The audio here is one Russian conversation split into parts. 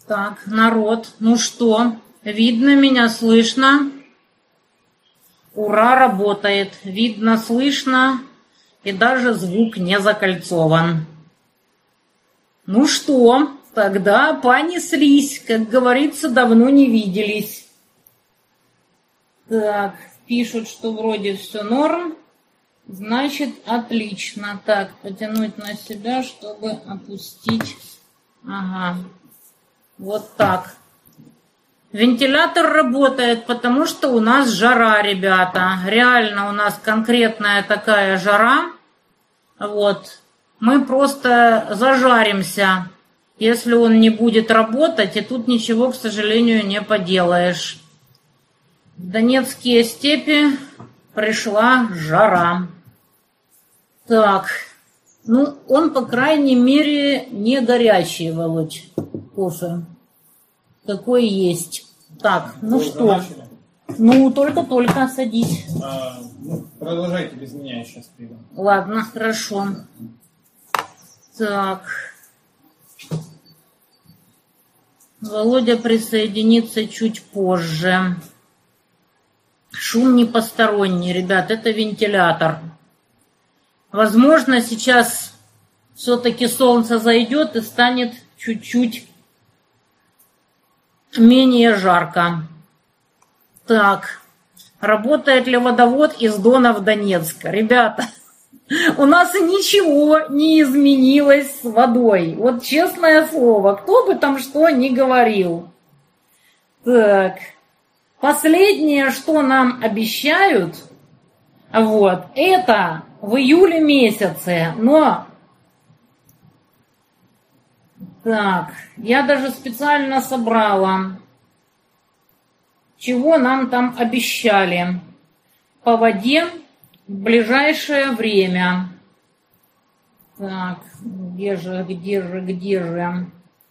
Так, народ, ну что, видно меня, слышно? Ура, работает. Видно, слышно, и даже звук не закольцован. Ну что, тогда понеслись. Как говорится, давно не виделись. Так, пишут, что вроде все норм. Значит, отлично. Так, потянуть на себя, чтобы опустить. Ага. Вот так. Вентилятор работает, потому что у нас жара, ребята. Реально у нас конкретная такая жара. Вот. Мы просто зажаримся, если он не будет работать, и тут ничего, к сожалению, не поделаешь. В Донецкие степи пришла жара. Так. Ну, он, по крайней мере, не горячий, Володь, кофе. Какой есть. Так, ну что? Начали? Ну, только-только садись. Продолжайте без меня, я сейчас приду. Ладно, хорошо. Так. Володя присоединится чуть позже. Шум не посторонний, ребят, это вентилятор. Возможно, сейчас все-таки солнце зайдет и станет чуть-чуть менее жарко. Так, работает ли водовод из Дона в Донецк? Ребята, у нас ничего не изменилось с водой. Вот честное слово, кто бы там что ни говорил. Так, последнее, что нам обещают, вот, это в июле месяце, но... Так, я даже специально собрала, чего нам там обещали по воде в ближайшее время. Так, где же?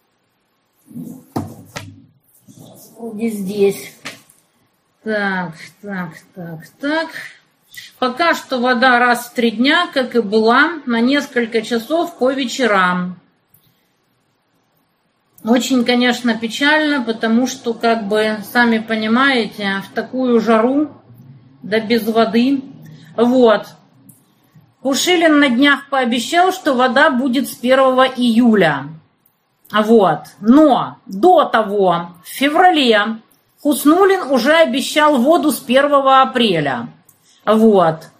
Вроде здесь. Так. Пока что вода раз в 3 дня, как и была, на несколько часов по вечерам. Очень, конечно, печально, потому что, как бы, сами понимаете, в такую жару, да без воды. Вот. Кушилин на днях пообещал, что вода будет с 1 июля. Вот. Но до того, в феврале, Хуснуллин уже обещал воду с 1 апреля. Вот.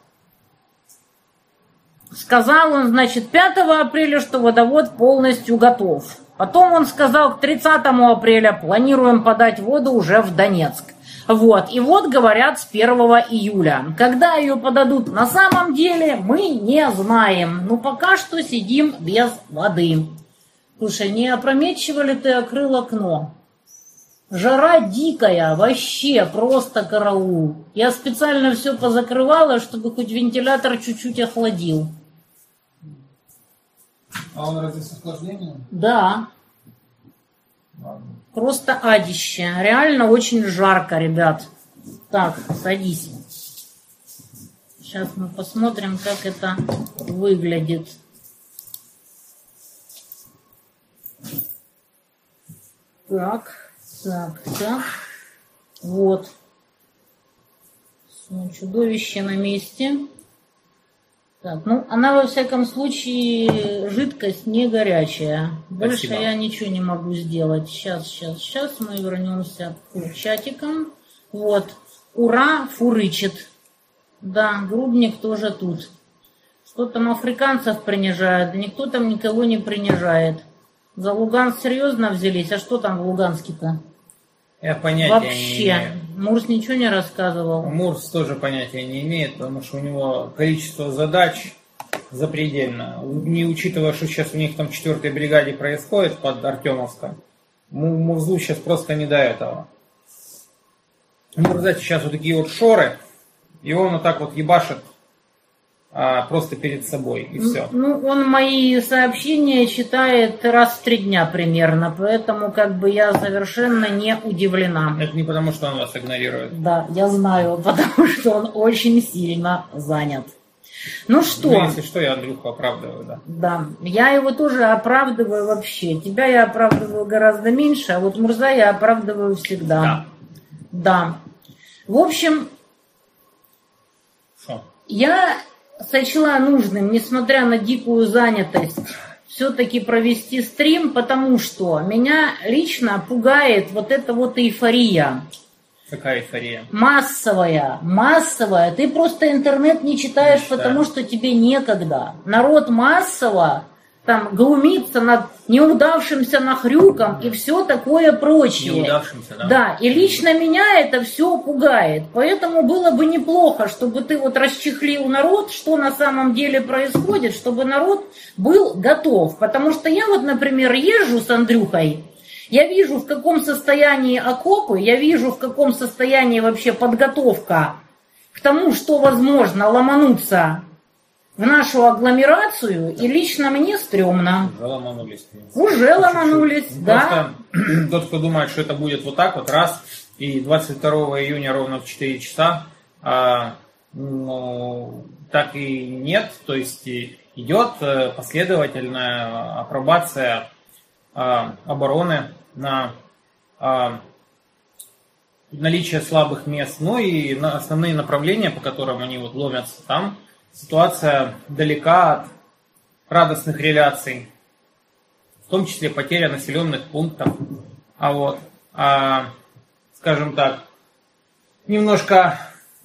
Сказал он, значит, 5 апреля, что водовод полностью готов. Потом он сказал, к 30 апреля планируем подать воду уже в Донецк. Вот. И вот говорят с 1 июля. Когда ее подадут на самом деле, мы не знаем. Ну, пока что сидим без воды. Слушай, не опрометчиво ли ты открыл окно? Жара дикая, вообще просто караул. Я специально все позакрывала, чтобы хоть вентилятор чуть-чуть охладил. А он разве с охлаждением? Да. Ладно. Просто адище. Реально очень жарко, ребят. Так, садись. Сейчас мы посмотрим, как это выглядит. Так. Вот. Все, чудовище на месте. Так, ну, она во всяком случае жидкость не горячая. Больше Спасибо. Я ничего не могу сделать. Сейчас мы вернемся к чатикам. Вот. Ура, фурычит. Да, грубник тоже тут. Что там африканцев принижают? Да никто там никого не принижает. За Луганск серьезно взялись? А что там в Луганске-то? Я понятия Вообще. не имею. Мурс ничего не рассказывал. Мурс тоже понятия не имеет, потому что у него количество задач запредельно. Не учитывая, что сейчас у них там в 4-й бригаде происходит под Артемовском, Мурзу сейчас просто не до этого. У Мурза сейчас вот такие вот шоры, и он вот так вот ебашит просто перед собой, и все. Ну, он мои сообщения читает раз в 3 дня примерно, поэтому как бы я совершенно не удивлена. Это не потому, что он вас игнорирует. Да, я знаю, потому что он очень сильно занят. Ну что? Ну, если что, я Андрюху оправдываю, да. Да, я его тоже оправдываю вообще. Тебя я оправдываю гораздо меньше, а вот Мурза я оправдываю всегда. Да. Да. В общем, Что? я сочла нужным, несмотря на дикую занятость, все-таки провести стрим, потому что меня лично пугает вот эта вот эйфория. Какая эйфория? Массовая. Ты просто интернет не читаешь, потому что тебе некогда. Народ массово там глумится над неудавшимся нахрюком и все такое прочее. Неудавшимся, да. Да, и лично меня это все пугает. Поэтому было бы неплохо, чтобы ты вот расчехлил народ, что на самом деле происходит, чтобы народ был готов. Потому что я вот, например, езжу с Андрюхой, я вижу, в каком состоянии окопы, я вижу, в каком состоянии вообще подготовка к тому, что возможно ломануться в нашу агломерацию, и лично мне стрёмно. Уже ломанулись. Уже ломанулись, да. Просто тот, кто думает, что это будет вот так вот, раз, и 22 июня ровно в 4 часа, ну, так и нет. То есть идет последовательная апробация обороны на наличие слабых мест, ну и на основные направления, по которым они вот ломятся там. Ситуация далека от радостных реляций, в том числе потеря населенных пунктов. Скажем так, немножко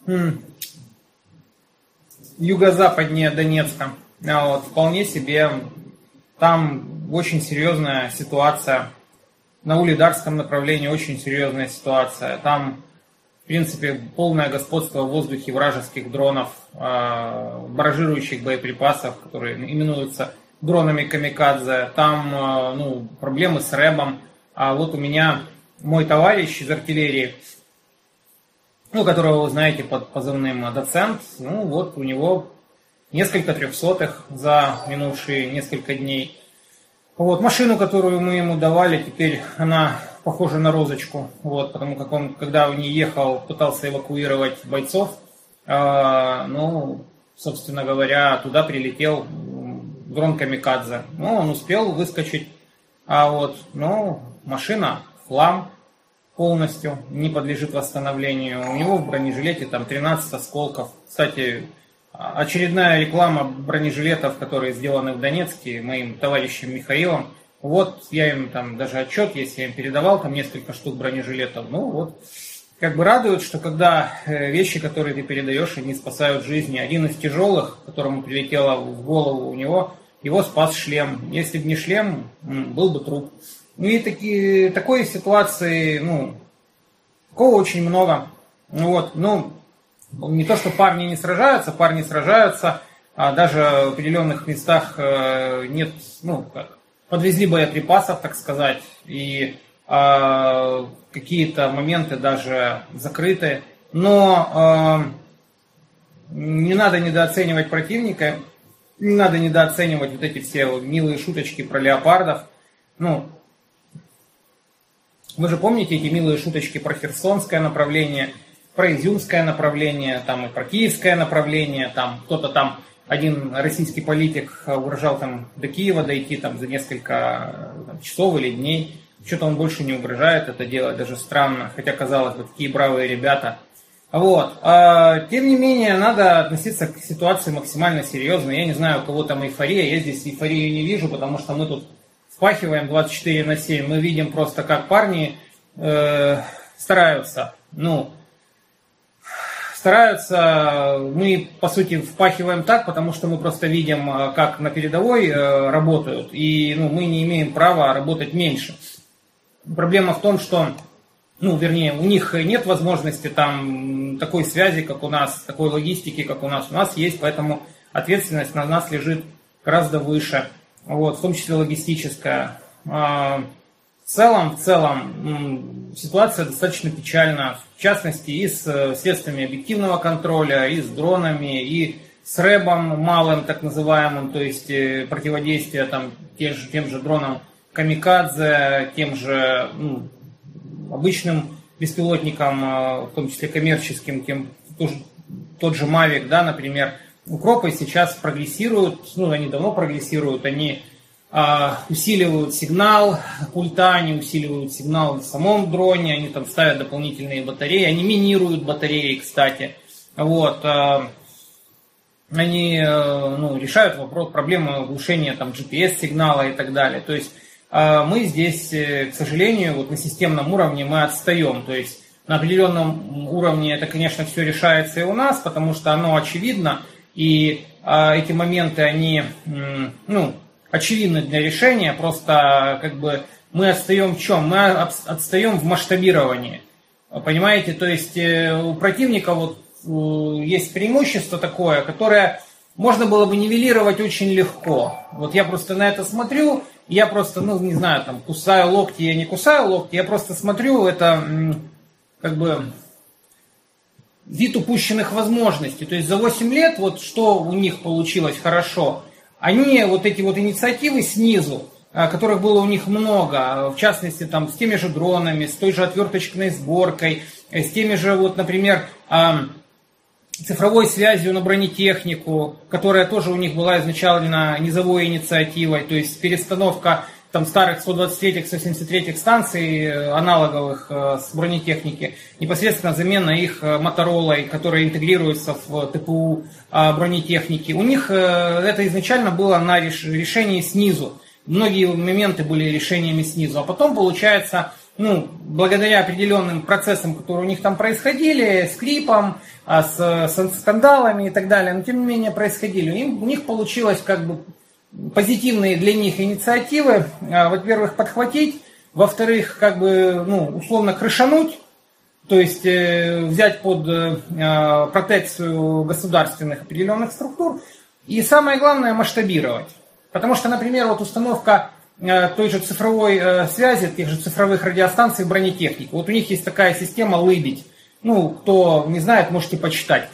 юго-западнее Донецка, вполне себе там очень серьезная ситуация. На Улидарском направлении очень серьезная ситуация. Там, в принципе, полное господство в воздухе вражеских дронов, баражирующих боеприпасов, которые именуются дронами камикадзе. Там проблемы с рэбом. А вот у меня мой товарищ из артиллерии, которого вы знаете под позывным доцент, вот у него несколько 300-х за минувшие несколько дней. Вот машину, которую мы ему давали, теперь она похожа на розочку, потому как он, когда в ней ехал, пытался эвакуировать бойцов, собственно говоря, туда прилетел дрон камикадзе. Он успел выскочить, машина в хлам полностью, не подлежит восстановлению. У него в бронежилете там 13 осколков. Кстати, очередная реклама бронежилетов, которые сделаны в Донецке моим товарищем Михаилом. Вот я им там даже отчет, если я им передавал, там несколько штук бронежилетов. Радует, что когда вещи, которые ты передаешь, они спасают жизни. Один из тяжелых, которому прилетело в голову у него, его спас шлем. Если бы не шлем, был бы труп. И такой ситуации, такого очень много. Не то, что парни не сражаются, а даже в определенных местах нет, подвезли боеприпасов, так сказать, и какие-то моменты даже закрыты. Но не надо недооценивать противника, не надо недооценивать вот эти все милые шуточки про леопардов. Вы же помните эти милые шуточки про Херсонское направление, про Изюмское направление, там и про Киевское направление, там кто-то там, один российский политик угрожал там до Киева дойти там за несколько часов или дней. Что-то он больше не угрожает это делать, даже странно, хотя, казалось бы, такие бравые ребята. Тем не менее, надо относиться к ситуации максимально серьезно. Я не знаю, у кого там эйфория, я здесь эйфорию не вижу, потому что мы тут впахиваем 24/7. Мы видим просто, как парни стараются. Мы, по сути, впахиваем так, потому что мы просто видим, как на передовой работают, и мы не имеем права работать меньше. Проблема в том, что, у них нет возможности там такой связи, как у нас, такой логистики, как у нас. У нас есть, поэтому ответственность на нас лежит гораздо выше, в том числе логистическая. В целом, ситуация достаточно печальна, в частности, и с средствами объективного контроля, и с дронами, и с рэбом малым, так называемым, то есть противодействие тем же дронам камикадзе, тем же обычным беспилотникам, в том числе коммерческим, тот же Mavic, да, например. укропы сейчас прогрессируют, ну, они давно прогрессируют, они усиливают сигнал пульта, они усиливают сигнал в самом дроне, они там ставят дополнительные батареи, они минируют батареи, кстати. Вот. Они решают проблему глушения там, GPS-сигнала и так далее. То есть мы здесь, к сожалению, вот на системном уровне мы отстаем. То есть на определенном уровне это, конечно, все решается и у нас, потому что оно очевидно, и эти моменты, они очевидны для решения, просто как бы мы отстаем в чем? Мы отстаем в масштабировании. Понимаете, то есть у противника вот есть преимущество такое, которое можно было бы нивелировать очень легко. Вот я просто на это смотрю, я просто, не знаю, там, кусаю локти, я не кусаю локти, я просто смотрю, это как бы вид упущенных возможностей. То есть за 8 лет, вот что у них получилось хорошо, они вот эти вот инициативы снизу, которых было у них много, в частности, там, с теми же дронами, с той же отверточной сборкой, с теми же, вот, например, цифровой связью на бронетехнику, которая тоже у них была изначально низовой инициативой, то есть перестановка там старых 123-х, 173-х станций аналоговых с бронетехники, непосредственно замена их Моторолой, которая интегрируется в ТПУ бронетехники. У них это изначально было на решении снизу. Многие моменты были решениями снизу. А потом, получается, благодаря определенным процессам, которые у них там происходили, с клипом, с скандалами и так далее, но тем не менее происходили. У них получилось как бы позитивные для них инициативы, во-первых, подхватить, во-вторых, как бы, условно крышануть, то есть взять под протекцию государственных определенных структур, и самое главное масштабировать. Потому что, например, вот установка той же цифровой связи, тех же цифровых радиостанций в бронетехнике. Вот у них есть такая система «Лыбедь». Кто не знает, можете почитать.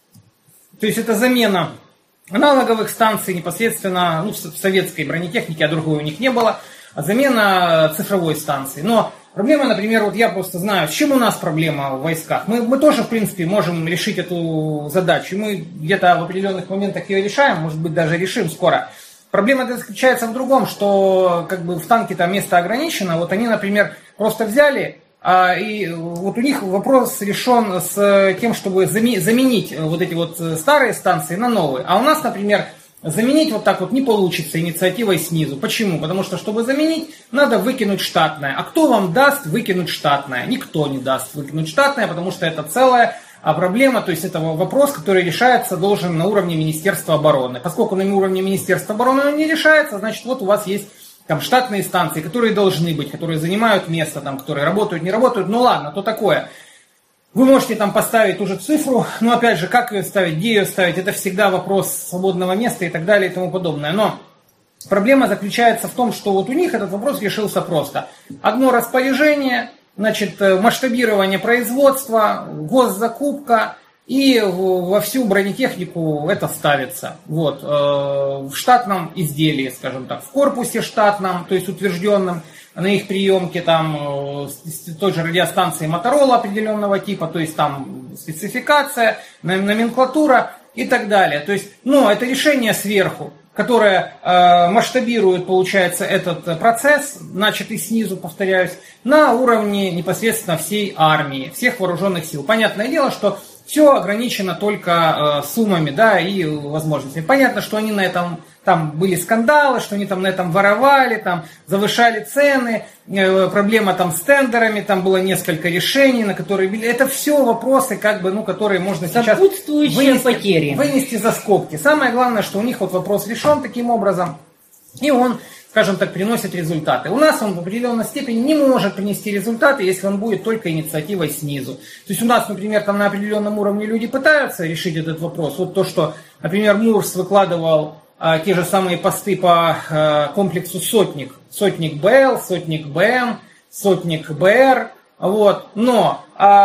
То есть это замена аналоговых станций непосредственно в советской бронетехнике, а другой у них не было, а замена цифровой станции. Но проблема, например, вот я просто знаю, с чем у нас проблема в войсках. Мы тоже, в принципе, можем решить эту задачу. Мы где-то в определенных моментах ее решаем, может быть, даже решим скоро. Проблема заключается в другом, что как бы в танке там место ограничено. Вот они, например, просто взяли, и вот у них вопрос решен с тем, чтобы заменить вот эти вот старые станции на новые. А у нас, например, заменить вот так вот не получится инициативой снизу. Почему? Потому что, чтобы заменить, надо выкинуть штатное. А кто вам даст выкинуть штатное? Никто не даст выкинуть штатное, потому что это целая проблема, то есть это вопрос, который решается должен на уровне Министерства обороны. Поскольку на уровне Министерства обороны он не решается, значит вот у вас есть там штатные станции, которые должны быть, которые занимают место, там, которые работают, не работают. Ну ладно, то такое. Вы можете там поставить ту же цифру, но опять же, как ее ставить, где ее ставить, это всегда вопрос свободного места и так далее и тому подобное. Но проблема заключается в том, что вот у них этот вопрос решился просто. Одно распоряжение, значит, масштабирование производства, госзакупка, и во всю бронетехнику это ставится. Вот, в штатном изделии, скажем так, в корпусе штатном, то есть утвержденном, на их приемке там с той же радиостанции Моторола определенного типа, то есть там спецификация, номенклатура и так далее. То есть, это решение сверху, которое масштабирует, получается, этот процесс, начатый снизу, повторяюсь, на уровне непосредственно всей армии, всех вооруженных сил. Понятное дело, что все ограничено только суммами, да, и возможностями. Понятно, что они на этом, там были скандалы, что они там на этом воровали, там завышали цены, проблема там с тендерами, там было несколько решений, на которые... Это все вопросы, как бы, которые можно сейчас вынести за скобки. Самое главное, что у них вот вопрос решен таким образом, и он, скажем так, приносит результаты. У нас он в определенной степени не может принести результаты, если он будет только инициативой снизу. То есть у нас, например, там на определенном уровне люди пытаются решить этот вопрос. Вот то, что, например, Мурс выкладывал те же самые посты по комплексу «Сотник». «Сотник БЛ», «Сотник БМ», «Сотник БР». Вот. Но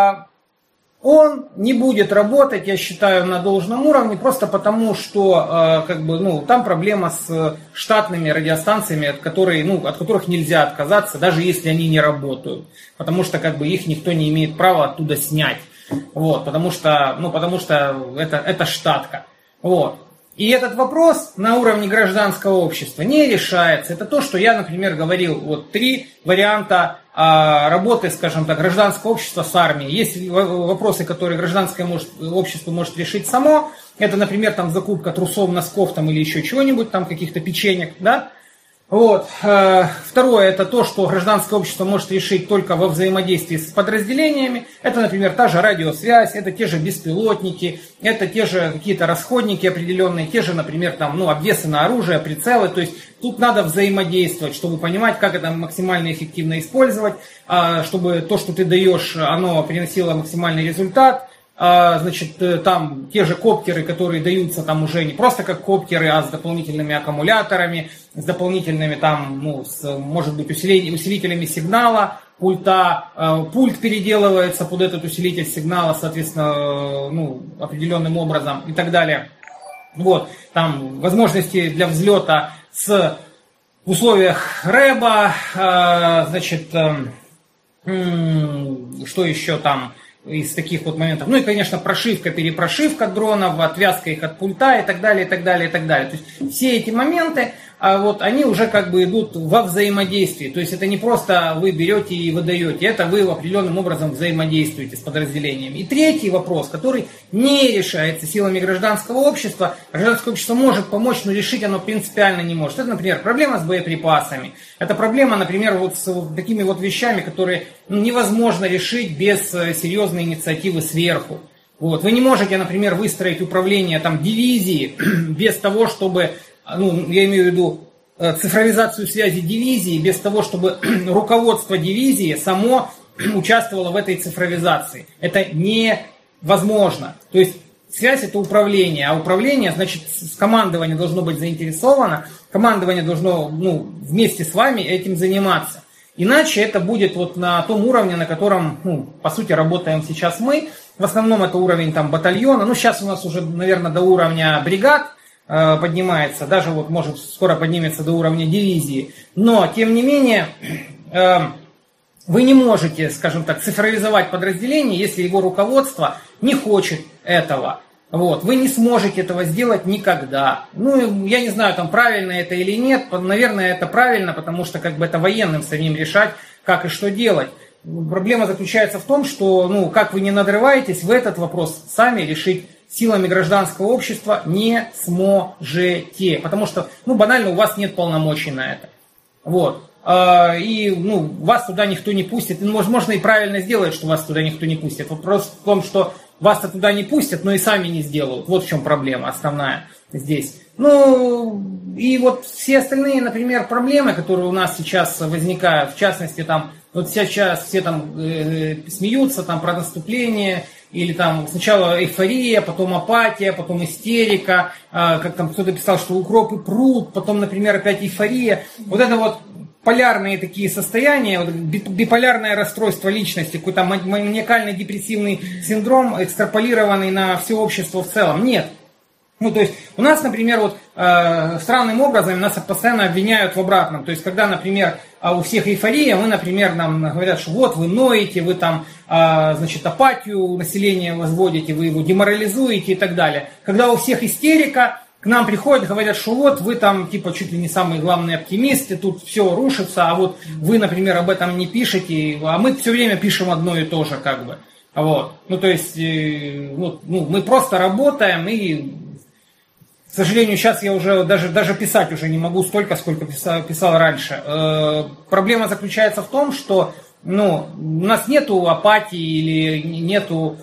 он не будет работать, я считаю, на должном уровне, просто потому, что там проблема с штатными радиостанциями, от которых нельзя отказаться, даже если они не работают. Потому что их никто не имеет права оттуда снять. Вот, потому что это штатка. Вот. И этот вопрос на уровне гражданского общества не решается. Это то, что я, например, говорил. Вот 3 варианта работы, скажем так, гражданского общества с армией. Есть вопросы, которые гражданское общество может решить само. Это, например, там закупка трусов, носков там, или еще чего-нибудь, там каких-то печенек, да? Вот. Второе, это то, что гражданское общество может решить только во взаимодействии с подразделениями. Это, например, та же радиосвязь, это те же беспилотники, это те же какие-то расходники определенные, те же, например, там, обвесы на оружие, прицелы. То есть тут надо взаимодействовать, чтобы понимать, как это максимально эффективно использовать, чтобы то, что ты даешь, оно приносило максимальный результат. Значит, там те же коптеры, которые даются там уже не просто как коптеры, а с дополнительными аккумуляторами, с дополнительными там, может быть, усилителями сигнала пульта. Пульт переделывается под этот усилитель сигнала, соответственно, определенным образом и так далее. Вот, там возможности для взлета в условиях рэба, значит, что еще там из таких вот моментов. Ну и, конечно, прошивка, перепрошивка дронов, отвязка их от пульта и так далее, и так далее, и так далее. То есть все эти моменты, они уже как бы идут во взаимодействии. То есть это не просто вы берете и выдаете, это вы определенным образом взаимодействуете с подразделениями. И третий вопрос, который не решается силами гражданского общества. Гражданское общество может помочь, но решить оно принципиально не может. Это, например, проблема с боеприпасами. Это проблема, например, вот с такими вот вещами, которые невозможно решить без серьезной инициативы сверху. Вот. Вы не можете, например, выстроить управление там, дивизии без того, чтобы, я имею в виду цифровизацию связи дивизии, без того, чтобы руководство дивизии само участвовало в этой цифровизации. Это невозможно. То есть связь — это управление, а управление, значит, командование должно быть заинтересовано, командование должно вместе с вами этим заниматься. Иначе это будет вот на том уровне, на котором, по сути, работаем сейчас мы. В основном это уровень там батальона. Сейчас у нас уже, наверное, до уровня бригад поднимается. Даже вот может скоро поднимется до уровня дивизии. Но, тем не менее, вы не можете, скажем так, цифровизовать подразделение, если его руководство не хочет этого. Вот. Вы не сможете этого сделать никогда. Я не знаю, там правильно это или нет. Наверное, это правильно, потому что это военным самим решать, как и что делать. Проблема заключается в том, что, как вы не надрываетесь, вы этот вопрос сами решить силами гражданского общества не сможете. Потому что, банально, у вас нет полномочий на это. Вот. И вас туда никто не пустит. Возможно, и правильно сделает, что вас туда никто не пустит. Вопрос в том, что вас-то туда не пустят, но и сами не сделают. Вот в чем проблема основная здесь. И вот все остальные, например, проблемы, которые у нас сейчас возникают, в частности, там, вот сейчас все там смеются там, про наступление, или там сначала эйфория, потом апатия, потом истерика, как там кто-то писал, что укропы прут, потом, например, опять эйфория. Вот это вот полярные такие состояния, вот, биполярное расстройство личности, какой-то маниакально-депрессивный синдром, экстраполированный на все общество в целом. Нет. То есть у нас, например, вот странным образом нас постоянно обвиняют в обратном. То есть когда, например, у всех эйфория, мы, например, нам говорят, что вот вы ноете, вы там, значит, апатию населения возводите, вы его деморализуете и так далее. Когда у всех истерика, к нам приходят, говорят, что вот вы там типа чуть ли не самые главные оптимисты, тут все рушится, а вот вы, например, об этом не пишете, а мы все время пишем одно и то же, как бы. Вот. То есть, мы просто работаем и, к сожалению, сейчас я уже даже писать уже не могу столько, сколько писал раньше. Проблема заключается в том, что, у нас нету апатии или нету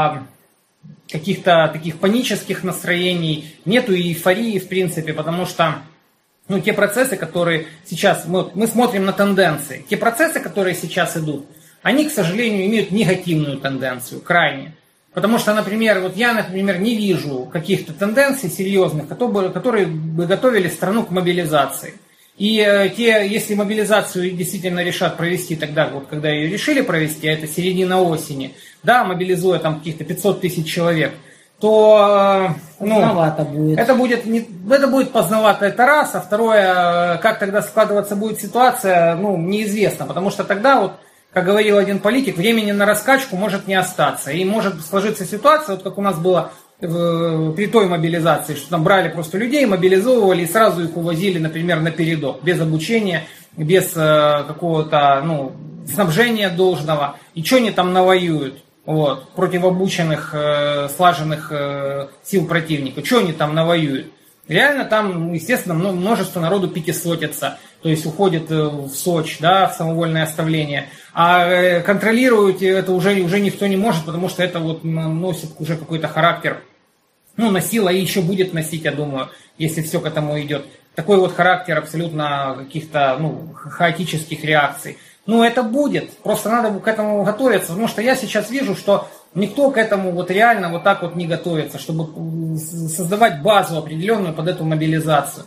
каких-то таких панических настроений, нету эйфории, в принципе, потому что те процессы, которые сейчас, мы смотрим на тенденции, те процессы, которые сейчас идут, они, к сожалению, имеют негативную тенденцию, крайне. Потому что, например, я, не вижу каких-то тенденций серьезных, которые бы готовили страну к мобилизации. И если мобилизацию действительно решат провести тогда, вот когда ее решили провести, а это середина осени, да, мобилизуя там каких-то 500 тысяч человек, то поздновато будет. Это будет поздновато, это раз, а второе, как тогда складываться будет ситуация, неизвестно, потому что тогда как говорил один политик, времени на раскачку может не остаться. И может сложиться ситуация, вот как у нас было при той мобилизации, что там брали просто людей, мобилизовывали и сразу их увозили, например, на передок, без обучения, без какого-то снабжения должного. И что они там навоюют? Вот, против обученных, слаженных сил противника. Что они там навоюют? Реально там, естественно, множество народу пятисотится, то есть уходит в Сочи, да, в самовольное оставление. А контролировать это уже никто не может, потому что это вот носит уже какой-то характер, носило и еще будет носить, я думаю, если все к этому идет. Такой вот характер абсолютно каких-то, хаотических реакций. Это будет, просто надо к этому готовиться, потому что я сейчас вижу, что никто к этому вот реально вот так вот не готовится, чтобы создавать базу определенную под эту мобилизацию.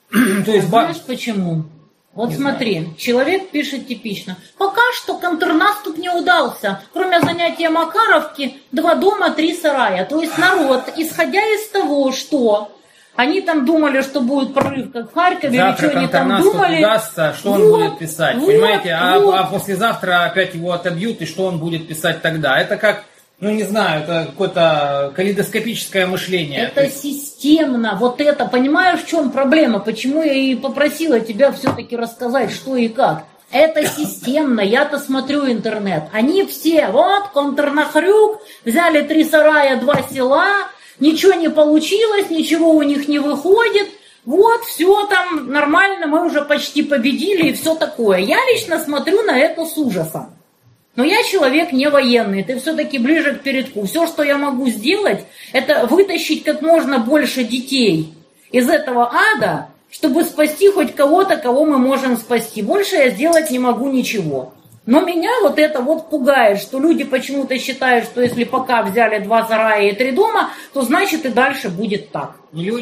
То есть, знаешь почему? Вот не смотри, знаю. Человек пишет типично. Пока что контрнаступ не удался. Кроме занятия Макаровки, 2 дома, 3 сарая. То есть народ, исходя из того, что они там думали, что будет прорыв, как в Харькове, завтра или что они там думали. Удастся, что он будет писать, понимаете? А послезавтра опять его отобьют, и что он будет писать тогда? Это как, не знаю, это какое-то калейдоскопическое мышление. Это системно, вот это, понимаешь, в чем проблема? Почему я и попросила тебя все-таки рассказать, что и как? Это системно, я-то смотрю интернет. Они все, вот, контрнахрюк, взяли 3 сарая, 2 села, ничего не получилось, ничего у них не выходит. Вот, все там нормально, мы уже почти победили и все такое. Я лично смотрю на это с ужасом. Но я человек не военный, ты все-таки ближе к передку. Все, что я могу сделать, это вытащить как можно больше детей из этого ада, чтобы спасти хоть кого-то, кого мы можем спасти. Больше я сделать не могу ничего. Но меня вот это вот пугает, что люди почему-то считают, что если пока взяли 2 сарая и 3 дома, то значит и дальше будет так.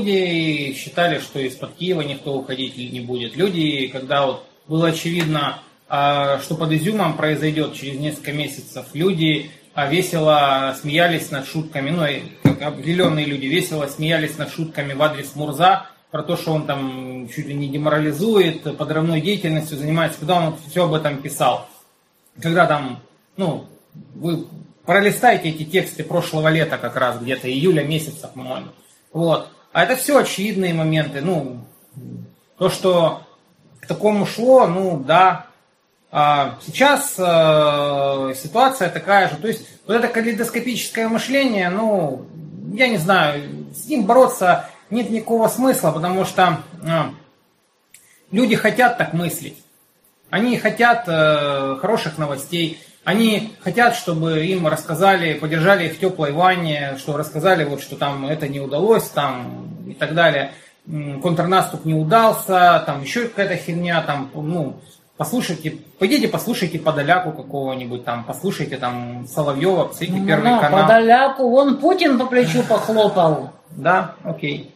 Люди считали, что из-под Киева никто уходить не будет. Люди, когда вот было очевидно, что под Изюмом произойдет через несколько месяцев, люди весело смеялись над шутками, определенные люди весело смеялись над шутками в адрес Мурза, про то, что он там чуть ли не деморализует, подрывной деятельностью занимается, когда он все об этом писал. Когда там, вы пролистайте эти тексты прошлого лета как раз, где-то июля месяца, по-моему. Вот. А это все очевидные моменты. То, что к такому шло, да. Сейчас ситуация такая же. То есть вот это калейдоскопическое мышление, я не знаю, с ним бороться нет никакого смысла, потому что люди хотят так мыслить. Они хотят хороших новостей, они хотят, чтобы им рассказали, подержали их в теплой ванне, что рассказали, что там это не удалось, там и так далее. Контрнаступ не удался, там еще какая-то херня, там, послушайте, пойдите послушайте Подоляку какого-нибудь, там, послушайте там Соловьева, посмотрите Первый канал. Подоляку, вон Путин по плечу похлопал. Да, окей.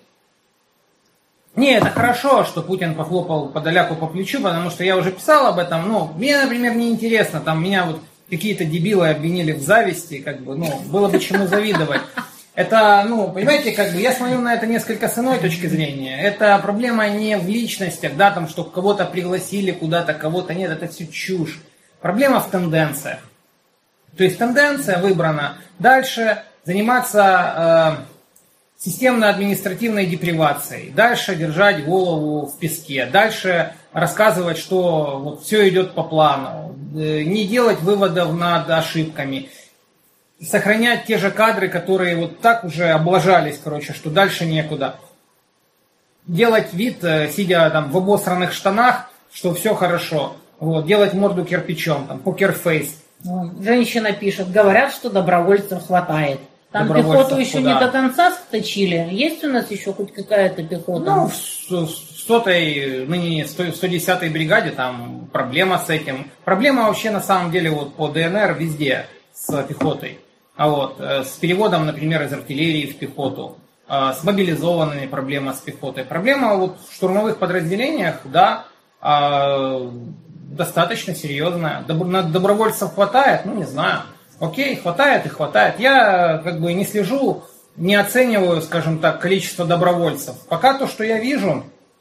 Не, это хорошо, что Путин похлопал Подоляку по плечу, потому что я уже писал об этом, мне, например, не интересно, там меня вот какие-то дебилы обвинили в зависти, было бы чему завидовать. Это, понимаете, я смотрю на это несколько с иной точки зрения. Это проблема не в личностях, да, там, что кого-то пригласили куда-то, кого-то нет, это все чушь. Проблема в тенденциях. То есть тенденция выбрана дальше заниматься системно-административной депривацией, дальше держать голову в песке, дальше рассказывать, что все идет по плану, не делать выводов над ошибками, сохранять те же кадры, которые так уже облажались, что дальше некуда. Делать вид, сидя там в обосранных штанах, что все хорошо. Делать морду кирпичом, там, покерфейс. Женщина пишет, говорят, что добровольцев хватает. Там пехоту еще не до конца сточили. Есть у нас еще хоть какая-то пехота? В 100-й, ныне 110-й бригаде там проблема с этим. Проблема вообще на самом деле по ДНР везде с пехотой. С переводом, например, из артиллерии в пехоту. С мобилизованными проблема с пехотой. Проблема в штурмовых подразделениях, да, достаточно серьезная. Добровольцев хватает? Не знаю. Окей, хватает и хватает. Я не слежу, не оцениваю, скажем так, количество добровольцев. Пока то, что я вижу,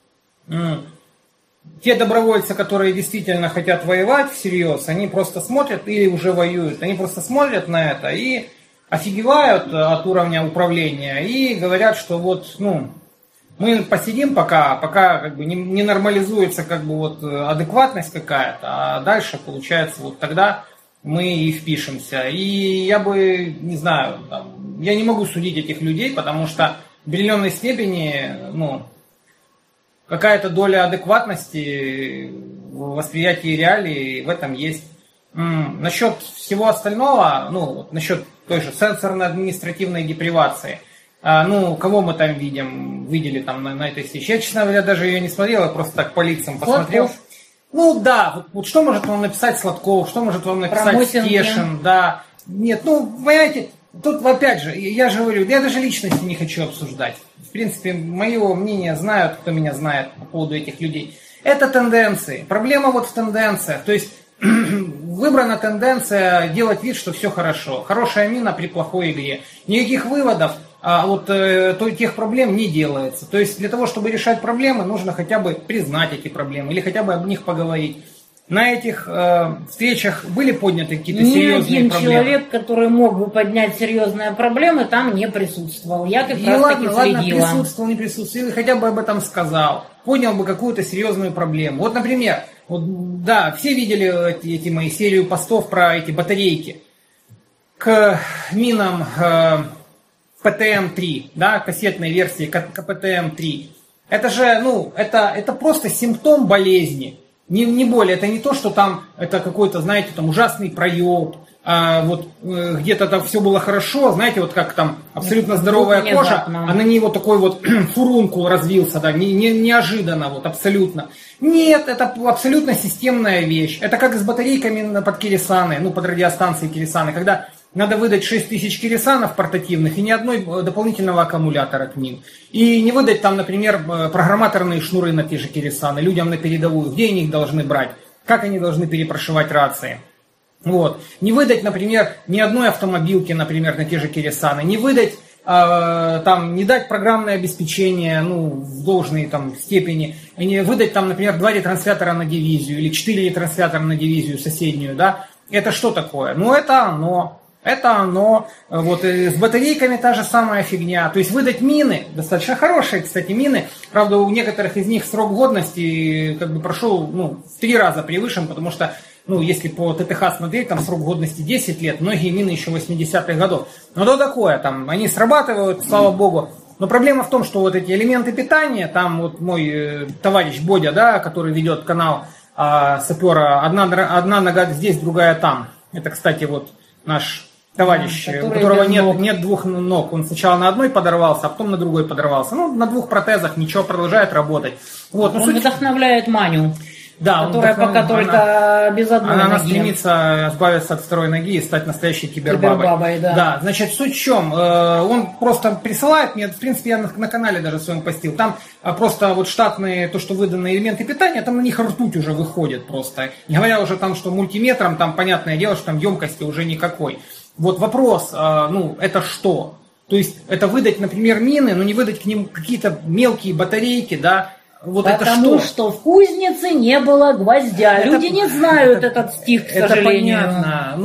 те добровольцы, которые действительно хотят воевать всерьез, они просто смотрят или уже воюют, они просто смотрят на это и офигевают от уровня управления и говорят, что вот, ну, мы посидим пока как бы не нормализуется как бы вот адекватность какая-то, а дальше, получается, вот тогда мы и впишемся. И я бы, не знаю, там, я не могу судить этих людей, потому что в определенной степени, ну, какая-то доля адекватности в восприятии реалий в этом есть. Насчет всего остального, ну, вот, насчет той же сенсорно-административной депривации, ну, кого мы там видели там на этой встрече. Я, честно говоря, даже ее не смотрел, я просто так по лицам посмотрел. Сладков. Ну, да, вот что может вам написать Сладков, что может вам написать Стешин, да. Нет, ну, понимаете, тут, опять же, я же говорю, я даже личности не хочу обсуждать. В принципе, мое мнение знают, кто меня знает по поводу этих людей. Это тенденции. Проблема вот в тенденциях. То есть выбрана тенденция делать вид, что все хорошо. Хорошая мина при плохой игре. Никаких выводов вот тех проблем не делается. То есть для того, чтобы решать проблемы, нужно хотя бы признать эти проблемы или хотя бы об них поговорить. На этих встречах были подняты какие-то серьезные проблемы? Ни один человек, который мог бы поднять серьезные проблемы, там не присутствовал. Я как раз таки следила. Ладно, присутствовал, не присутствовал, или хотя бы об этом сказал. Поднял бы какую-то серьезную проблему. Вот, например, вот, да, все видели эти мои серию постов про эти батарейки к минам ПТМ-3, да, кассетной версии КПТМ-3. Это же, ну, это просто симптом болезни. Не более, это не то, что там это какой-то, знаете, там ужасный проеб, вот где-то там все было хорошо, знаете, вот как там абсолютно здоровая кожа, а на ней вот такой вот фурункул развился, да, неожиданно, вот абсолютно. Нет, это абсолютно системная вещь. Это как с батарейками под кирисаны, ну, под радиостанцией кирисаны, когда надо выдать 6000 кирисанов портативных и ни одной дополнительного аккумулятора к ним. И не выдать там, например, программаторные шнуры на те же кирисаны людям на передовую. Где они их должны брать? Как они должны перепрошивать рации? Вот. Не выдать, например, ни одной автомобилки, например, на те же кирисаны. Не выдать, там, не дать программное обеспечение, ну, в должной там степени. И не выдать там, например, 2 ретранслятора на дивизию или 4 ретранслятора на дивизию соседнюю, да? Это что такое? Ну, это оно. Это оно. Вот с батарейками та же самая фигня. То есть выдать мины, достаточно хорошие, кстати, мины. Правда, у некоторых из них срок годности как бы прошел, ну, в 3 раза превышен, потому что, ну, если по ТТХ смотреть, там срок годности 10 лет, многие мины еще 80-х годов. Но то такое, там, они срабатывают, слава богу. Но проблема в том, что вот эти элементы питания, там вот мой товарищ Бодя, да, который ведет канал сапера, одна нога здесь, другая там. Это, кстати, вот наш товарищ, у которого нет 2 ног. Он сначала на одной подорвался, а потом на другой подорвался. Ну, на 2 протезах ничего, продолжает работать. Вот, он вдохновляет Маню. Да, которая пока только без одной ноги. Она стремится избавиться от 2 ноги и стать настоящей кибербабой. Да. Значит, суть в чем? Он просто присылает мне, в принципе, я на канале даже своем постил, там просто вот штатные, то, что выданные элементы питания, там на них ртуть уже выходит просто. Не говоря уже там, что мультиметром, там понятное дело, что там емкости уже никакой. Вот вопрос, ну, это что? То есть, это выдать, например, мины, но не выдать к ним какие-то мелкие батарейки, да? Вот потому это что в кузнице не было гвоздя. Люди не знают этот стих, к сожалению. Это понятно.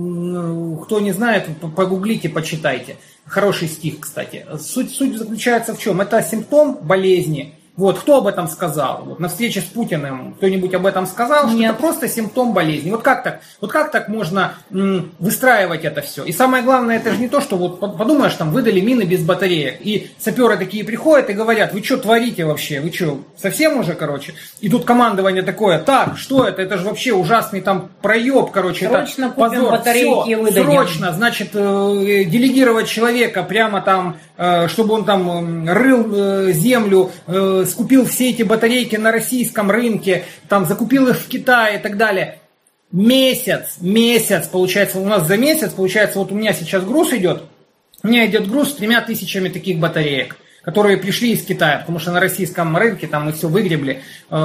Ну, кто не знает, погуглите, почитайте. Хороший стих, кстати. Суть заключается в чем? Это симптом болезни. Вот, кто об этом сказал? Вот, на встрече с Путиным кто-нибудь об этом сказал? Нет. Что это просто симптом болезни. Вот как так? Вот как так можно выстраивать это все? И самое главное, это же не то, что вот подумаешь, там выдали мины без батареек. И саперы такие приходят и говорят: вы что творите вообще? Вы что, совсем уже, короче? И тут командование такое: так, что это? Это же вообще ужасный там проеб, короче. Срочно это купим позор. батарейки и выдадим. Срочно, значит, делегировать человека прямо там, чтобы он там рыл землю, скупил все эти батарейки на российском рынке, там закупил их в Китае и так далее. Месяц, получается, у нас за месяц, получается, вот у меня сейчас груз идет, у меня идет груз с 3000 таких батареек, которые пришли из Китая, потому что на российском рынке там мы все выгребли,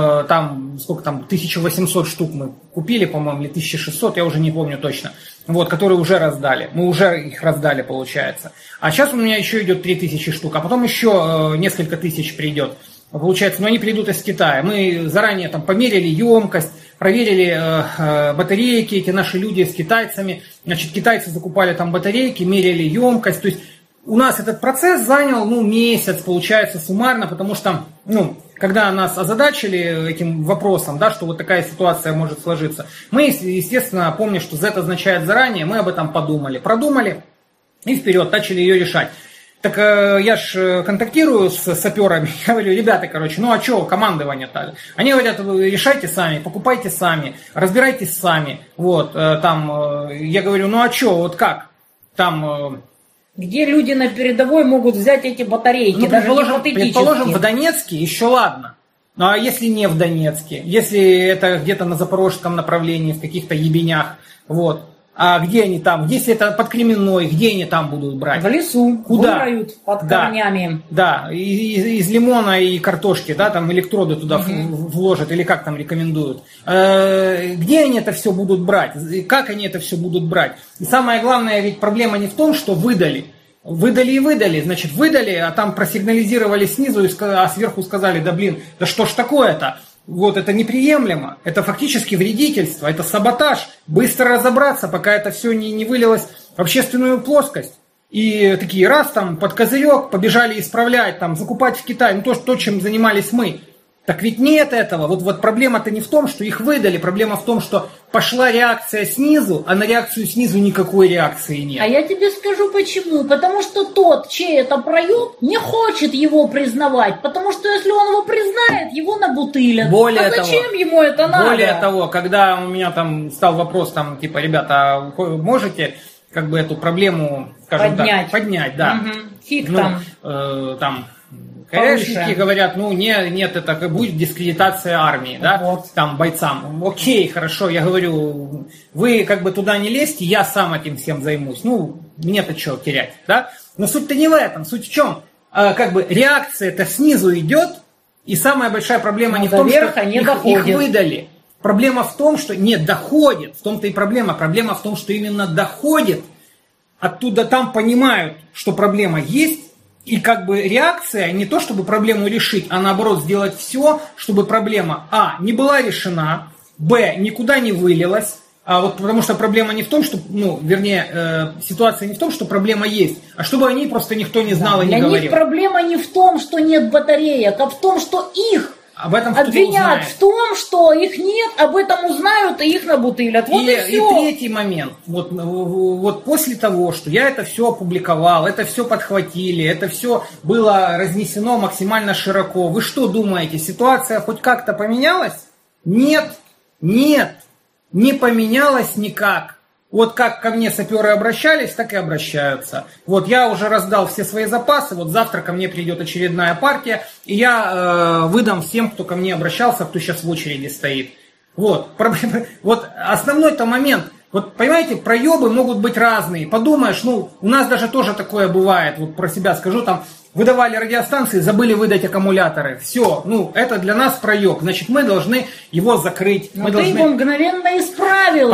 там, сколько там, 1800 штук мы купили, по-моему, или 1600, я уже не помню точно, вот, которые уже раздали, мы уже их раздали, получается. А сейчас у меня еще идет 3000 штук, а потом еще несколько тысяч придет. Получается, но они придут из Китая. Мы заранее там померили емкость, проверили батарейки, эти наши люди с китайцами. Значит, китайцы закупали там батарейки, меряли емкость. То есть у нас этот процесс занял, месяц, получается, суммарно, потому что, когда нас озадачили этим вопросом, да, что вот такая ситуация может сложиться, мы, естественно, помню, что Z означает заранее, мы об этом продумали и вперед начали ее решать. Так я ж контактирую с саперами, я говорю, ребята, а что командование-то? Они говорят, вы решайте сами, покупайте сами, разбирайтесь сами. Вот, я говорю, а что, вот как? Где люди на передовой могут взять эти батарейки, даже предположим, в Донецке еще ладно. Ну а если не в Донецке, если это где-то на запорожском направлении, в каких-то ебенях, вот. А где они там? Если это под Кременной, где они там будут брать? В лесу. Куда? Вырают под корнями. Да, из лимона и картошки, да, там электроды туда вложат, или как там рекомендуют. Где они это все будут брать? Как они это все будут брать? И самое главное, ведь проблема не в том, что выдали. Выдали, значит, а там просигнализировали снизу, а сверху сказали, да что ж такое-то? Вот это неприемлемо, это фактически вредительство, это саботаж. Быстро разобраться, пока это все не вылилось в общественную плоскость. И такие раз там под козырек побежали исправлять, закупать в Китае, то, чем занимались мы. Так ведь нет этого. Вот проблема-то не в том, что их выдали, проблема в том, что пошла реакция снизу, а на реакцию снизу никакой реакции нет. А я тебе скажу почему. Потому что тот, чей это проеб, не хочет его признавать. Потому что если он его признает, его набутылят. Зачем ему это надо? Более того, когда у меня стал вопрос, ребята, можете эту проблему, скажем поднять, да. Фиг там. КСшники говорят, нет, это будет дискредитация армии, да, бойцам. Окей, хорошо, я говорю, вы туда не лезьте, я сам этим всем займусь. Мне-то что терять, да? Но суть-то не в этом, суть в чем? Реакция-то снизу идет, и самая большая проблема не в том, что их выдали. Проблема в том, что нет, доходит, в том-то и проблема. Проблема в том, что именно доходит, оттуда там понимают, что проблема есть, и реакция не то, чтобы проблему решить, а наоборот сделать все, чтобы проблема не была решена, никуда не вылилась, потому что проблема не в том, что, ситуация не в том, что проблема есть, а чтобы о ней просто никто не знал и не говорил. Для них проблема не в том, что нет батареек, а в том, что их об этом обвинят в том, что их нет, об этом узнают и их набутылят. Вот и все. И третий момент. Вот после того, что я это все опубликовал, это все подхватили, это все было разнесено максимально широко. Вы что думаете, ситуация хоть как-то поменялась? Нет, не поменялась никак. Вот как ко мне саперы обращались, так и обращаются. Вот я уже раздал все свои запасы, вот завтра ко мне придет очередная партия, и я выдам всем, кто ко мне обращался, кто сейчас в очереди стоит. Вот основной-то момент. Вот понимаете, проебы могут быть разные. Подумаешь, у нас даже тоже такое бывает, вот про себя скажу, выдавали радиостанции, забыли выдать аккумуляторы. Все, это для нас проеб. Значит, мы должны его закрыть. Но ты его мгновенно исправил,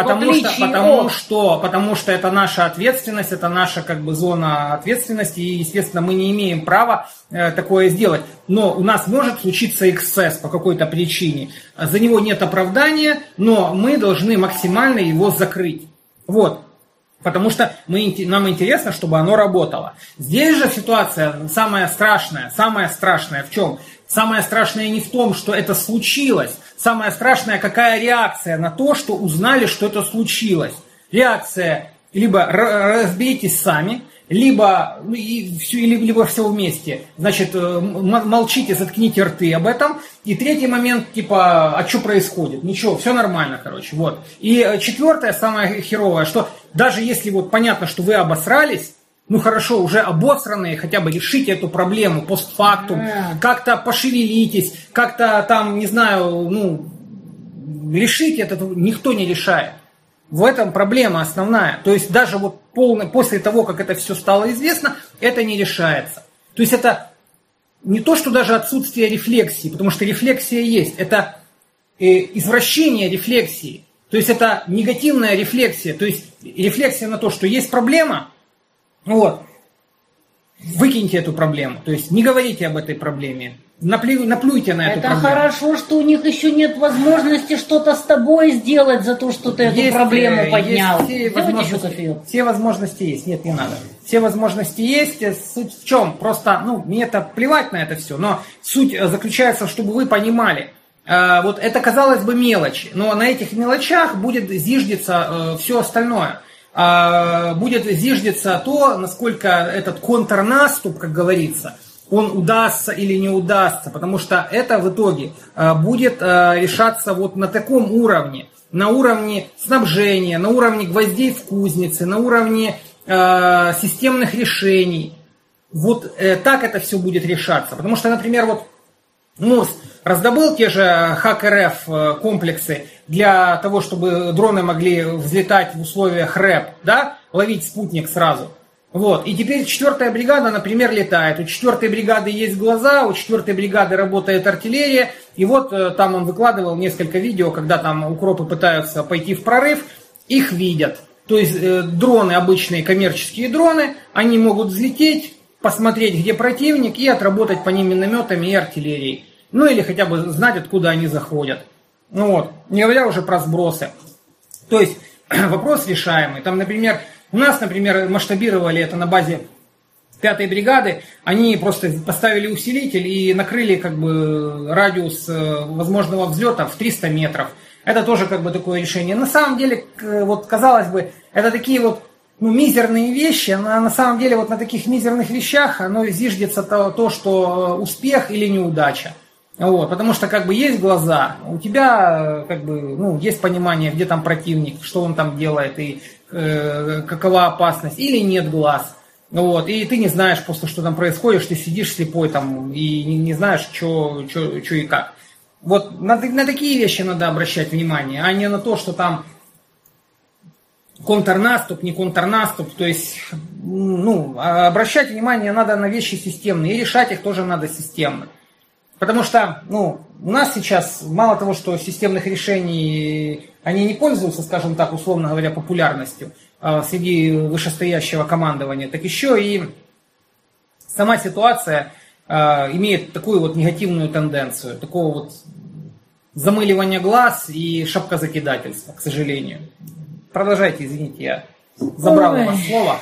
потому что это наша ответственность, это наша зона ответственности, и, естественно, мы не имеем права такое сделать. Но у нас может случиться эксцесс по какой-то причине. За него нет оправдания, но мы должны максимально его закрыть. Вот. Потому что нам интересно, чтобы оно работало. Здесь же ситуация самая страшная. Самое страшное в чем? Самое страшное не в том, что это случилось. Самое страшное, какая реакция на то, что узнали, что это случилось. Реакция либо разберитесь сами, либо все вместе. Значит, молчите, заткните рты об этом. И третий момент, а что происходит? Ничего, все нормально, вот. И четвертое, самое херовое, что даже если понятно, что вы обосрались, хорошо, уже обосранные, хотя бы решите эту проблему постфактум, как-то пошевелитесь, как-то решите это, никто не решает. В этом проблема основная. То есть даже после того, как это все стало известно, это не решается. То есть это не то, что даже отсутствие рефлексии, потому что рефлексия есть. Это извращение рефлексии. То есть это негативная рефлексия. То есть рефлексия на то, что есть проблема. Выкиньте эту проблему. То есть не говорите об этой проблеме. наплюйте на эту проблему. Это хорошо, что у них еще нет возможности что-то с тобой сделать за то, что ты эту проблему поднял. Все возможности есть. Нет, не надо. Все возможности есть. Суть в чем? Просто, мне это плевать на это все. Но суть заключается, чтобы вы понимали. Вот это, казалось бы, мелочь. Но на этих мелочах будет зиждиться все остальное. Будет зиждиться то, насколько этот контрнаступ, как говорится, он удастся или не удастся, потому что это в итоге будет решаться вот на таком уровне, на уровне снабжения, на уровне гвоздей в кузнице, на уровне системных решений. Вот так это все будет решаться, потому что, например, вот МОЗ раздобыл те же ХАК-РФ комплексы для того, чтобы дроны могли взлетать в условиях РЭП, да, ловить спутник сразу. Вот. И теперь 4-я бригада, например, летает. У 4-й бригады есть глаза, у 4-й бригады работает артиллерия. И вот там он выкладывал несколько видео, когда там укропы пытаются пойти в прорыв, их видят. То есть дроны, обычные коммерческие дроны, они могут взлететь, посмотреть, где противник, и отработать по ним минометами и артиллерией. Ну или хотя бы знать, откуда они заходят. Ну вот. Не говоря уже про сбросы. То есть вопрос решаемый. Там, например, у нас, например, масштабировали это на базе 5-й бригады. Они просто поставили усилитель и накрыли как бы радиус возможного взлета в 300 метров. Это тоже как бы такое решение. На самом деле, вот казалось бы, это такие вот мизерные вещи. На самом деле вот на таких мизерных вещах оно зиждется то, что успех или неудача. Вот, потому что как бы есть глаза, у тебя как бы есть понимание, где там противник, что он там делает и какова опасность, или нет глаз. Вот, и ты не знаешь просто, что там происходит, ты сидишь слепой там и не знаешь, что и как. Вот на такие вещи надо обращать внимание, а не на то, что там контрнаступ, не контрнаступ. То есть, обращать внимание надо на вещи системные, и решать их тоже надо системно. Потому что, у нас сейчас мало того, что системных решений, они не пользуются, скажем так, условно говоря, популярностью среди вышестоящего командования, так еще и сама ситуация имеет такую вот негативную тенденцию, такого вот замыливания глаз и шапкозакидательства, к сожалению. Продолжайте, извините, я забрал у вас слово.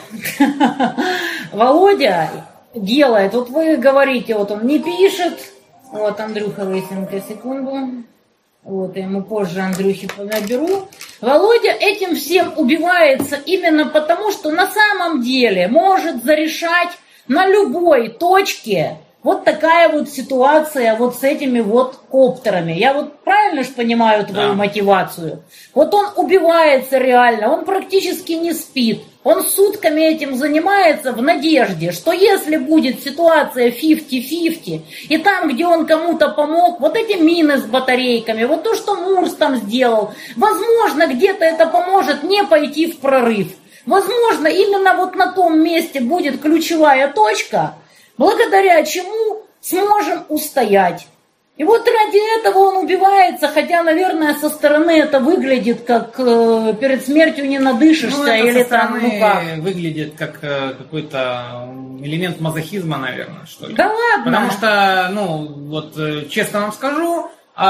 Володя делает, вот вы говорите, вот он не пишет. Вот, Андрюха Лысенко, секунду. Вот, я ему позже Андрюхи наберу. Володя этим всем убивается именно потому, что на самом деле может зарешать на любой точке вот такая вот ситуация вот с этими вот коптерами. Я вот правильно же понимаю твою мотивацию? Вот он убивается реально, он практически не спит. Он сутками этим занимается в надежде, что если будет ситуация 50-50, и там, где он кому-то помог, вот эти мины с батарейками, вот то, что Мурс там сделал, возможно, где-то это поможет не пойти в прорыв. Возможно, именно вот на том месте будет ключевая точка, благодаря чему сможем устоять. И вот ради этого он убивается, хотя, наверное, со стороны это выглядит как перед смертью не надышишься, или там, как. Выглядит как какой-то элемент мазохизма, наверное, что ли. Да ладно. Потому что, честно вам скажу,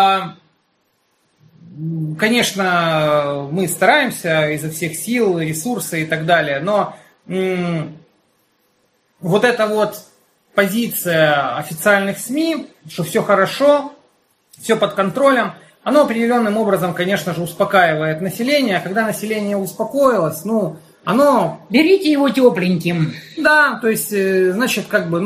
конечно, мы стараемся изо всех сил, ресурсы и так далее, но вот эта вот позиция официальных СМИ, что все хорошо, все под контролем, оно определенным образом, конечно же, успокаивает население. А когда население успокоилось, оно... Берите его тепленьким. Да, то есть, значит,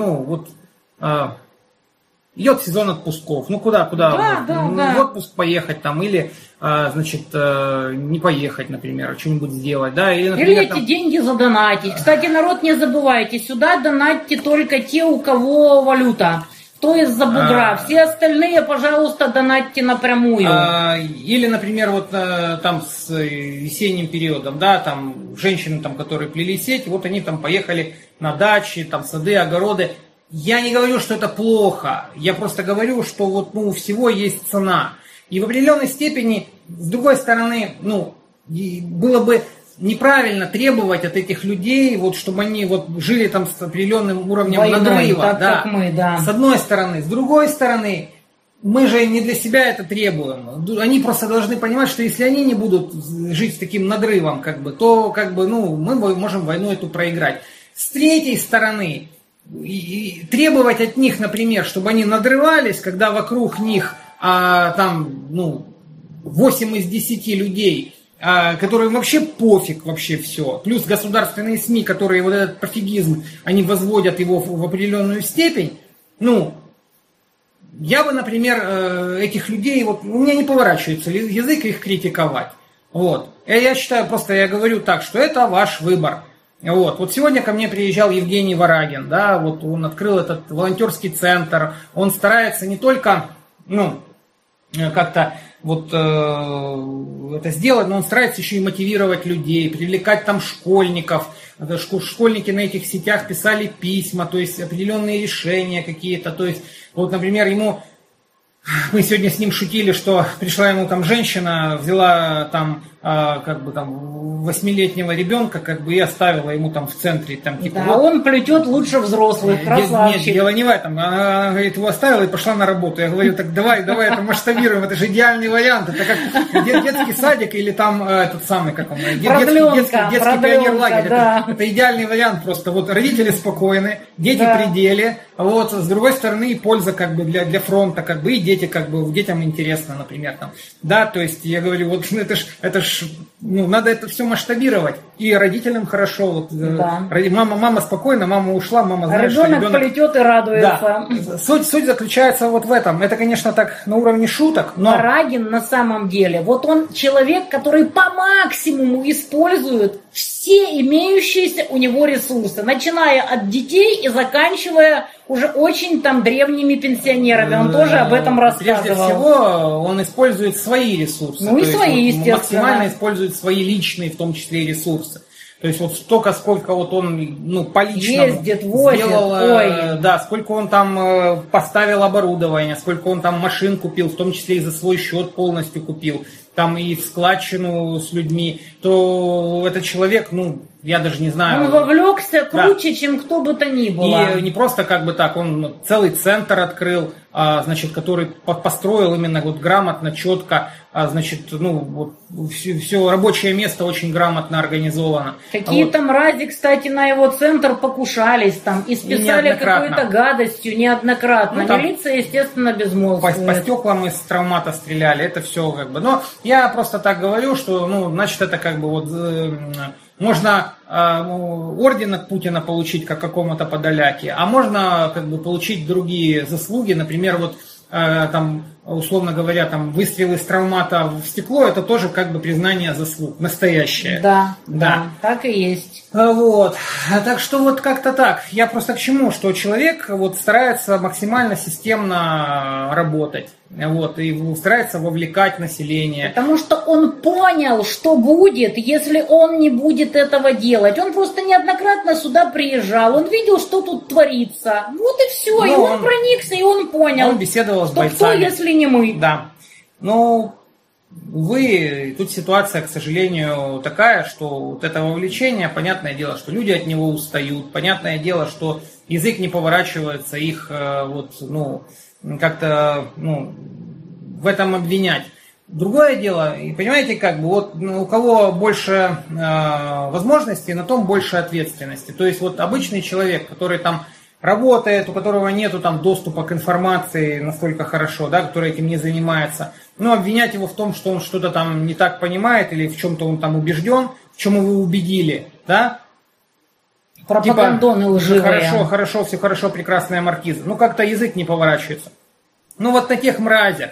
идет сезон отпусков. Куда? Да. В отпуск поехать там, или, не поехать, например, что-нибудь сделать, да, или, например, эти деньги задонатить. Кстати, народ, не забывайте, сюда донатьте только те, у кого валюта. Кто из-за бугра. Все остальные, пожалуйста, донатьте напрямую. Или, например, там с весенним периодом, да, там женщины, которые плели сеть, вот они там поехали на дачи, там сады, огороды. Я не говорю, что это плохо, я просто говорю, что у всего есть цена. И в определенной степени, с другой стороны, было бы неправильно требовать от этих людей, вот, чтобы они вот жили там с определенным уровнем войной, надрыва. так, Да. как мы, да. С одной стороны. С другой стороны, мы же не для себя это требуем. Они просто должны понимать, что если они не будут жить с таким надрывом, как бы, то как бы, ну, мы можем войну эту проиграть. С третьей стороны, и требовать от них, например, чтобы они надрывались, когда вокруг них там, ну, 8 из 10 людей, которым вообще пофиг вообще все. Плюс государственные СМИ, которые вот этот пофигизм, они возводят его в определенную степень. Ну, я бы, например, этих людей, вот у меня не поворачивается язык их критиковать. Вот. Я считаю, просто я говорю так, что это ваш выбор. Вот сегодня ко мне приезжал Евгений Варагин, да, вот он открыл этот волонтерский центр, он старается не только, ну, как-то вот это сделать, но он старается еще и мотивировать людей, привлекать там школьников. Школьники на этих сетях писали письма, то есть определенные решения какие-то, то есть вот, например, мы сегодня с ним шутили, что пришла ему там женщина, взяла там, как бы там 8-летнего ребенка, как бы и оставила ему там в центре. Там, типа, да, вот, он плетет лучше взрослых, красавчик. Нет, дело не в этом. Она, говорит, его оставила и пошла на работу. Я говорю, так давай это масштабируем, это же идеальный вариант. Это как детский садик или там этот самый, как он, детский пионер-лагерь. Да. Это идеальный вариант просто. Вот родители спокойны, дети при деле. Вот, с другой стороны, польза как бы для фронта, как бы, и дети, как бы, детям интересно, например, там. Да, то есть, я говорю, вот это ж, ну, надо это все масштабировать. И родителям хорошо. Вот, да. Мама спокойна, мама ушла, мама знает, что ребенок полетет и радуется. Да. Суть заключается вот в этом. Это, конечно, так на уровне шуток, но... Варагин на самом деле, вот он человек, который по максимуму использует все имеющиеся у него ресурсы, начиная от детей и заканчивая уже очень там древними пенсионерами. Он тоже об этом рассказывал. Прежде всего, он использует свои ресурсы. Ну и свои, естественно. Максимально использует свои личные, в том числе и ресурсы. То есть вот столько, сколько вот он, ну, по личному ездит, возит, сделал, да, сколько он там поставил оборудование, сколько он там машин купил, в том числе и за свой счет полностью купил, там и в складчину с людьми, то этот человек, ну, я даже не знаю. Он вовлекся круче, чем кто бы то ни было. И не просто как бы так, он целый центр открыл, значит, который построил именно вот грамотно, четко, значит, ну, вот все рабочее место очень грамотно организовано. Какие-то мрази, кстати, на его центр покушались там и списали какой-то гадостью неоднократно. Ну, милиция, естественно, безмолвствует. По стеклам из травмата стреляли, это все как бы. Но я просто так говорю, что, ну, значит, это как бы вот... Можно орден от Путина получить как какому-то подоляке, а можно как бы получить другие заслуги, например, вот там, условно говоря, там выстрел из травмата в стекло, это тоже как бы признание заслуг, настоящее. Да, так и есть. Вот, так что вот как-то так. Я просто к чему, что человек вот старается максимально системно работать. Вот, и старается вовлекать население. Потому что он понял, что будет, если он не будет этого делать. Он просто неоднократно сюда приезжал, он видел, что тут творится. Вот и все, ну, и он проникся, и он понял. Он беседовал с бойцами. Кто, если не мы? Да. Ну, увы, тут ситуация, к сожалению, такая, что вот это вовлечение, понятное дело, что люди от него устают. Понятное дело, что язык не поворачивается их вот, ну... как-то, ну, в этом обвинять. Другое дело, и понимаете, как бы вот у кого больше возможностей, на том больше ответственности. То есть вот обычный человек, который там работает, у которого нету там доступа к информации настолько хорошо, да, который этим не занимается, ну, обвинять его в том, что он что-то там не так понимает или в чем-то он там убежден, в чем его убедили, да, пропагандоны лживые. Хорошо, все хорошо, прекрасная маркиза. Ну, как-то язык не поворачивается. Ну, вот на тех мразях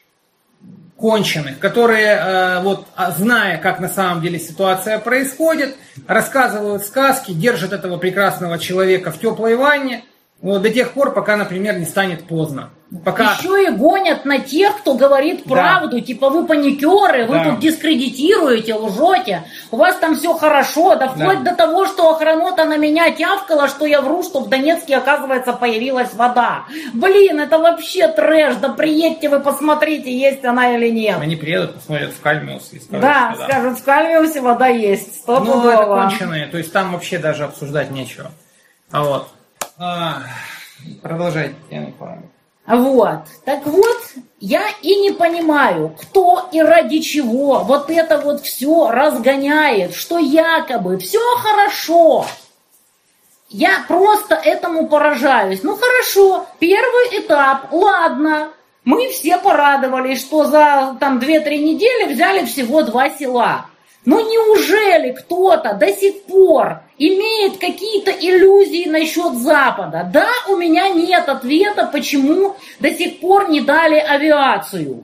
конченых, которые, вот, зная, как на самом деле ситуация происходит, рассказывают сказки, держат этого прекрасного человека в теплой ванне, Вот до тех пор, пока, например, не станет поздно. Пока... Еще и гонят на тех, кто говорит правду. Типа вы паникеры, вы тут дискредитируете, лжете. У вас там все хорошо. Да вплоть до того, что охранота на меня тявкала, что я вру, что в Донецке, оказывается, появилась вода. Блин, это вообще трэш. Да приедьте вы, посмотрите, есть она или нет. Они приедут, посмотрят в Кальмиус и скажут, да, скажут, в Кальмиусе вода есть. Ну, это конченые. То есть там вообще даже обсуждать нечего. Вот. Продолжайте, Яна Николаевна. Вот. Так вот, я и не понимаю, кто и ради чего вот это вот все разгоняет, что якобы все хорошо. Я просто этому поражаюсь. Ну хорошо, первый этап, ладно. Мы все порадовались, что за там 2-3 недели взяли всего 2 села. Но неужели кто-то до сих пор имеет какие-то иллюзии насчет Запада? Да, у меня нет ответа, почему до сих пор не дали авиацию.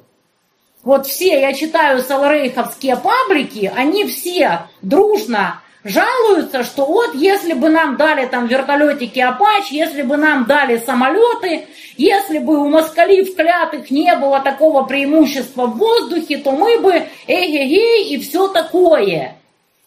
Вот все, я читаю саларейховские паблики, они все дружно жалуются, что вот если бы нам дали там вертолетики Апач, если бы нам дали самолеты, если бы у москалей вклятых не было такого преимущества в воздухе, то мы бы эй-эй-эй и все такое.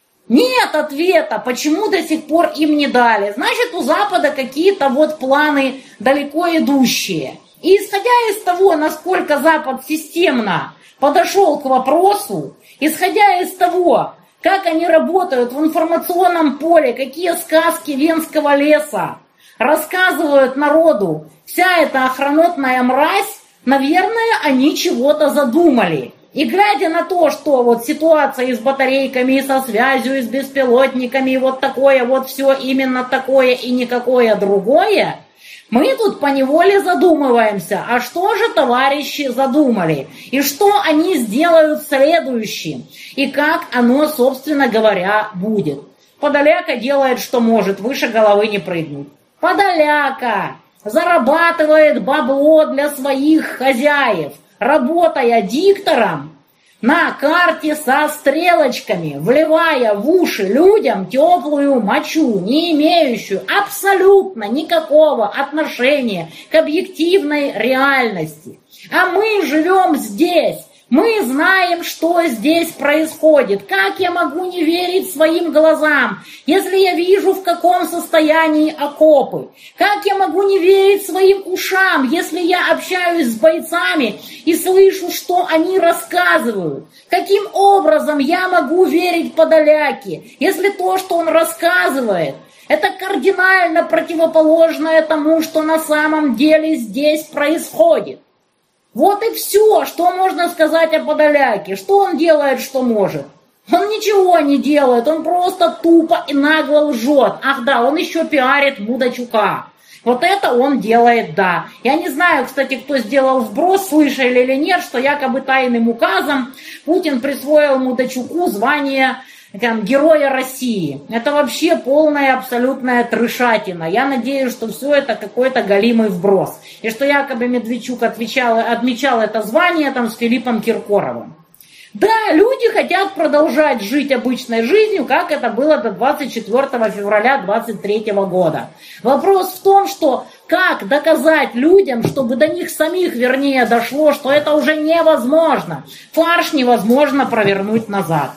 Нет ответа, почему до сих пор им не дали. Значит, у Запада какие-то вот планы далеко идущие. И исходя из того, насколько Запад системно подошел к вопросу, исходя из того, как они работают в информационном поле, какие сказки Венского леса рассказывают народу, вся эта охранотная мразь, наверное, они чего-то задумали. И глядя на то, что вот ситуация и с батарейками, и со связью, и с беспилотниками, и вот такое вот все именно такое и никакое другое, мы тут поневоле задумываемся, а что же товарищи задумали, и что они сделают следующим, и как оно, собственно говоря, будет. Подоляка делает, что может, выше головы не прыгнуть. Подоляка зарабатывает бабло для своих хозяев, работая диктором на карте со стрелочками, вливая в уши людям теплую мочу, не имеющую абсолютно никакого отношения к объективной реальности. А мы живем здесь. Мы знаем, что здесь происходит. Как я могу не верить своим глазам, если я вижу, в каком состоянии окопы? Как я могу не верить своим ушам, если я общаюсь с бойцами и слышу, что они рассказывают? Каким образом я могу верить Подоляке, если то, что он рассказывает, это кардинально противоположное тому, что на самом деле здесь происходит? Вот и все, что можно сказать о Подоляке. Что он делает, что может? Он ничего не делает, он просто тупо и нагло лжет. Ах да, он еще пиарит Мудачука. Вот это он делает, да. Я не знаю, кстати, кто сделал вброс, слышали или нет, что якобы тайным указом Путин присвоил Мудачуку звание Героя России. Это вообще полная абсолютная трешатина. Я надеюсь, что все это какой-то галимый вброс. И что якобы Медведчук отмечал это звание там с Филиппом Киркоровым. Да, люди хотят продолжать жить обычной жизнью, как это было до 24 февраля 2023 года. Вопрос в том, что как доказать людям, чтобы до них самих, вернее, дошло, что это уже невозможно. Фарш невозможно провернуть назад.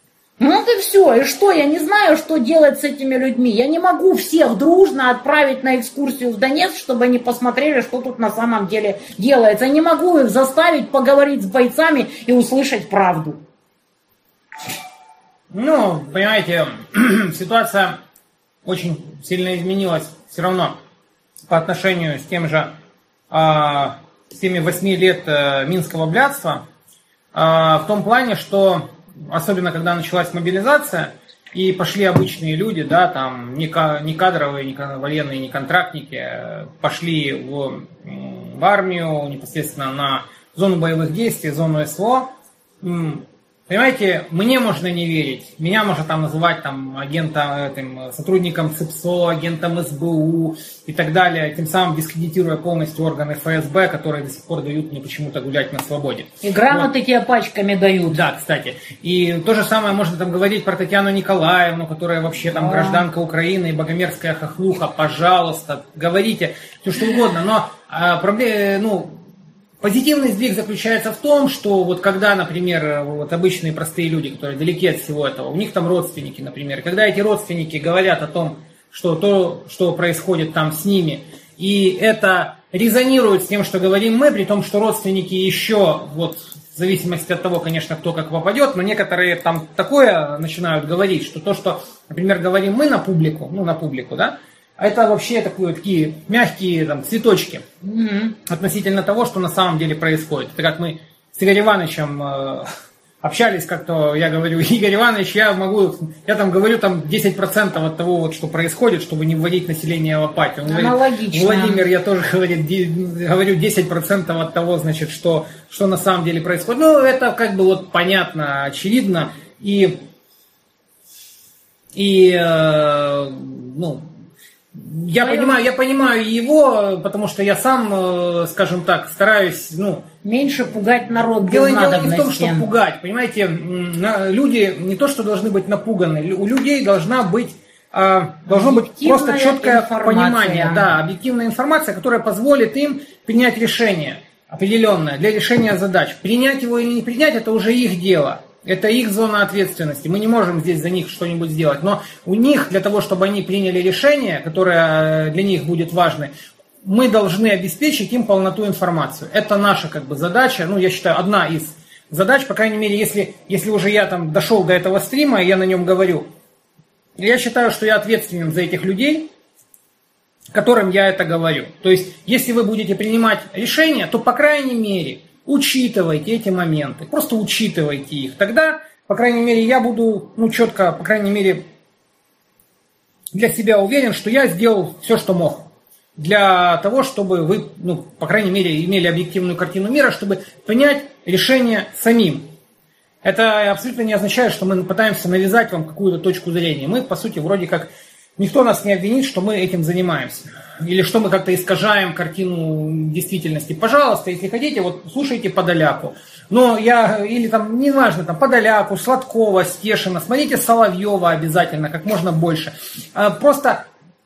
Ну и все. И что? Я не знаю, что делать с этими людьми. Я не могу всех дружно отправить на экскурсию в Донецк, чтобы они посмотрели, что тут на самом деле делается. Я не могу их заставить поговорить с бойцами и услышать правду. Ну, понимаете, ситуация очень сильно изменилась все равно по отношению с тем же, с теми 8 лет Минского блядства, в том плане, что особенно когда началась мобилизация, и пошли обычные люди, да, там не кадровые, не военные, не контрактники, пошли в армию, непосредственно на зону боевых действий, зону СВО, понимаете, мне можно не верить. Меня можно там называть там агентом, сотрудником ЦИПСО, агентом СБУ и так далее, тем самым дискредитируя полностью органы ФСБ, которые до сих пор дают мне почему-то гулять на свободе. И грамоты тебе пачками дают. Да, кстати. И то же самое можно там говорить про Татьяну Николаевну, которая вообще там гражданка Украины и богомерзкая хохлуха. Пожалуйста, говорите все что угодно. Но проблема, позитивный сдвиг заключается в том, что вот когда, например, вот обычные простые люди, которые далеки от всего этого, у них там родственники, например, когда эти родственники говорят о том, что то, что происходит там с ними, и это резонирует с тем, что говорим мы, при том, что родственники еще, вот в зависимости от того, конечно, кто как попадет, но некоторые там такое начинают говорить, что то, что, например, говорим мы на публику, да, это вообще такие мягкие там, цветочки относительно того, что на самом деле происходит. Это как мы с Игорем Ивановичем общались как-то, я говорю, Игорь Иванович, я там говорю там 10% от того, вот, что происходит, чтобы не вводить население в апатию. Он говорит, Владимир, я тоже говорю 10% от того, значит, что на самом деле происходит. Ну, это как бы вот понятно, очевидно. Я понимаю его, потому что я сам, скажем так, стараюсь, меньше пугать народ. Дело не в том, что пугать, понимаете, люди не то, что должны быть напуганы, у людей должно быть просто четкое понимание, да, объективная информация, которая позволит им принять решение определенное для решения задач. Принять его или не принять, это уже их дело. Это их зона ответственности. Мы не можем здесь за них что-нибудь сделать. Но у них, для того, чтобы они приняли решение, которое для них будет важно, мы должны обеспечить им полноту информации. Это наша задача, я считаю, одна из задач, по крайней мере, если уже я там дошел до этого стрима, и я на нем говорю, я считаю, что я ответственен за этих людей, которым я это говорю. То есть, если вы будете принимать решения, то, по крайней мере, учитывайте эти моменты, просто учитывайте их. Тогда, по крайней мере, я буду четко, по крайней мере, для себя уверен, что я сделал все, что мог. Для того, чтобы вы, по крайней мере, имели объективную картину мира, чтобы принять решение самим. Это абсолютно не означает, что мы пытаемся навязать вам какую-то точку зрения. Мы, по сути, вроде как, никто нас не обвинит, что мы этим занимаемся. Или что мы как-то искажаем картину действительности. Пожалуйста, если хотите, вот слушайте Подоляку. Неважно, Подоляку, Сладкова, Стешина, смотрите Соловьева обязательно, как можно больше. Просто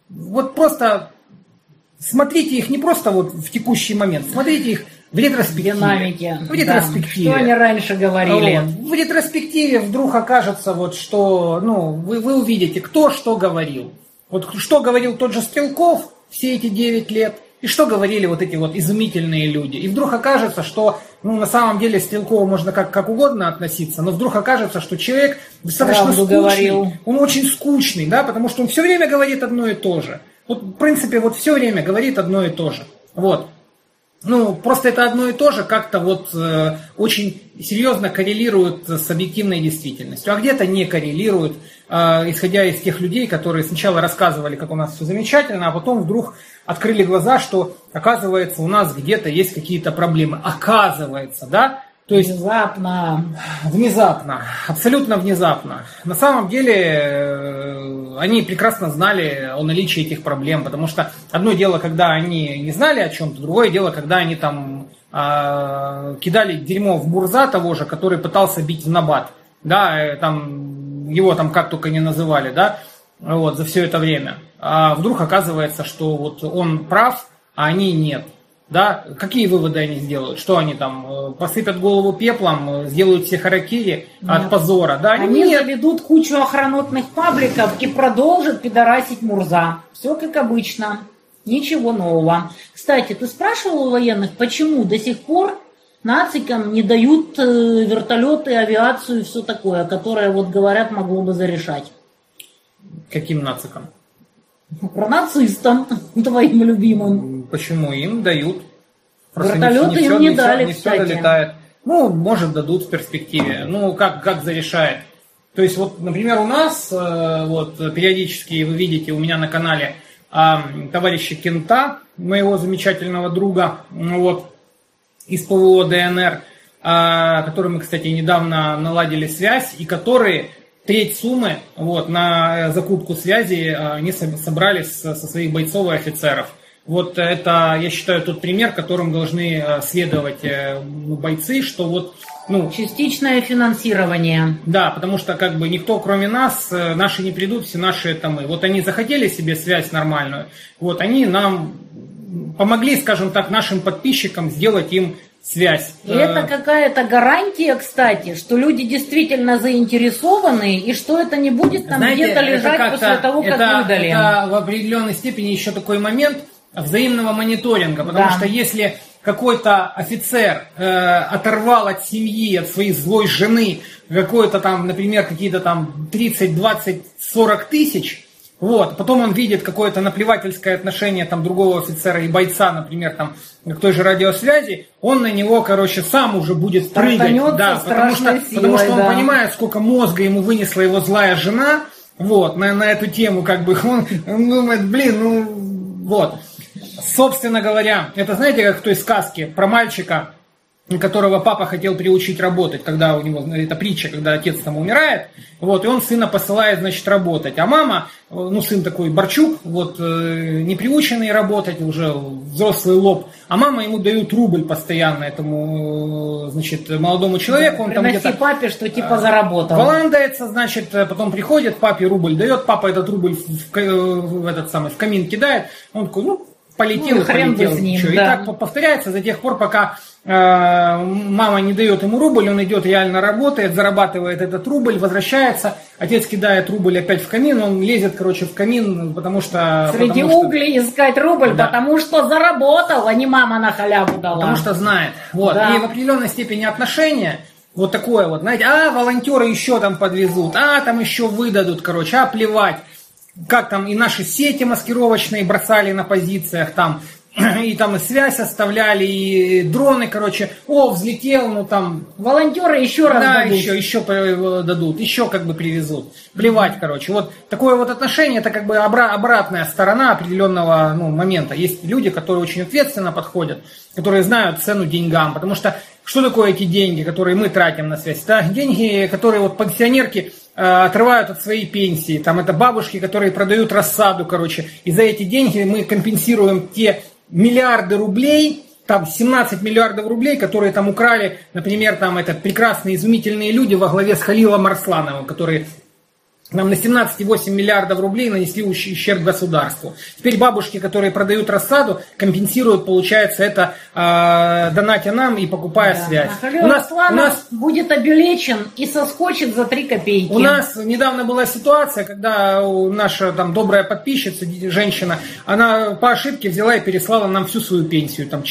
смотрите их не просто в текущий момент, смотрите их в ретроспективе. Динамике. В ретроспективе. Да. Что они раньше говорили. В ретроспективе вдруг окажется, что вы увидите, кто что говорил. Вот что говорил тот же Стрелков все эти 9 лет, и что говорили вот эти вот изумительные люди. И вдруг окажется, что на самом деле Стрелкову можно как угодно относиться, но вдруг окажется, что человек достаточно скучный. Говорил. Он очень скучный, да, потому что он все время говорит одно и то же. Вот, в принципе, все время говорит одно и то же. Вот. Просто это одно и то же как-то очень серьезно коррелирует с объективной действительностью, а где-то не коррелирует, исходя из тех людей, которые сначала рассказывали, как у нас все замечательно, а потом вдруг открыли глаза, что, оказывается, у нас где-то есть какие-то проблемы. Оказывается, да? То есть внезапно, абсолютно внезапно. На самом деле они прекрасно знали о наличии этих проблем, потому что одно дело, когда они не знали о чем-то, другое дело, когда они там кидали дерьмо в Бурза того же, который пытался бить в набат, да, его как только не называли, да, за все это время. А вдруг оказывается, что он прав, а они нет. Да, какие выводы они сделают? Что они посыпят голову пеплом, сделают все харакири от позора? Да? Они заведут кучу охранотных пабликов и продолжат пидорасить Мурза. Все как обычно. Ничего нового. Кстати, ты спрашивал у военных, почему до сих пор нацикам не дают вертолеты, авиацию и все такое, которое, говорят, могло бы зарешать? Каким нацикам? Про нацистам, твоим любимым. Почему? Им дают. Вертолеты им не дали, кстати. Все долетает. Может, дадут в перспективе. Как зарешает. То есть, например, у нас, периодически вы видите у меня на канале товарища Кента, моего замечательного друга, из ПВО ДНР, которым мы, кстати, недавно наладили связь, и которые треть суммы вот, на закупку связи они собрали со своих бойцов и офицеров. Вот это, я считаю, тот пример, которым должны следовать бойцы, что вот... частичное финансирование. Да, потому что как бы никто, кроме нас, наши не придут, все наши это мы. Вот они захотели себе связь нормальную, вот они нам помогли, скажем так, нашим подписчикам сделать им связь. И это какая-то гарантия, кстати, что люди действительно заинтересованы, и что это не будет там где-то лежать после того, как выдали. Это в определенной степени еще такой момент взаимного мониторинга, потому что если какой-то офицер оторвал от семьи, от своей злой жены какое-то там, например, какие-то там 30, 20, 40 тысяч, вот, потом он видит какое-то наплевательское отношение там другого офицера и бойца, например, там, к той же радиосвязи, он на него, короче, сам уже будет прыгать. Да, потому что он понимает, сколько мозга ему вынесла его злая жена, вот, на эту тему, как бы, он думает, вот. Собственно говоря, это знаете, как в той сказке про мальчика, которого папа хотел приучить работать, когда у него, это притча, когда отец там умирает, вот, и он сына посылает, значит, работать, а мама, сын такой Борчук, вот, не приученный работать, уже взрослый лоб, а мама ему дают рубль постоянно этому, значит, молодому человеку, он там где-то... папе, что типа заработал. Валандается, значит, потом приходит, папе рубль дает, папа этот рубль в камин кидает, он такой, полетел и полетел. И так повторяется до тех пор, пока мама не дает ему рубль, он идет, реально работает, зарабатывает этот рубль, возвращается, отец кидает рубль опять в камин, он лезет, короче, в камин, потому что... Среди углей искать рубль, да. Потому что заработал, а не мама на халяву дала. Потому что знает. Вот. Да. И в определенной степени отношения, вот такое вот, знаете, волонтеры еще там подвезут, там еще выдадут, короче, плевать. Как там и наши сети маскировочные бросали на позициях, там, и там и связь оставляли, и дроны, короче, взлетел, там... Волонтеры еще раз дадут. еще дадут, еще как бы привезут. Плевать, короче. Вот такое вот отношение, это как бы обратная сторона определенного момента. Есть люди, которые очень ответственно подходят, которые знают цену деньгам, потому что что такое эти деньги, которые мы тратим на связь? Это деньги, которые вот пенсионерки отрывают от своей пенсии. Там это бабушки, которые продают рассаду, короче. И за эти деньги мы компенсируем те миллиарды рублей, там 17 миллиардов рублей, которые там украли, например, там это прекрасные, изумительные люди во главе с Халилом Арслановым, которые нам на 17,8 миллиардов рублей нанесли ущерб государству. Теперь бабушки, которые продают рассаду, компенсируют, получается, это донатя нам и покупая связь. У нас будет обелечен и соскочит за 3 копейки. У нас недавно была ситуация, когда наша там добрая подписчица, женщина, она по ошибке взяла и переслала нам всю свою пенсию, там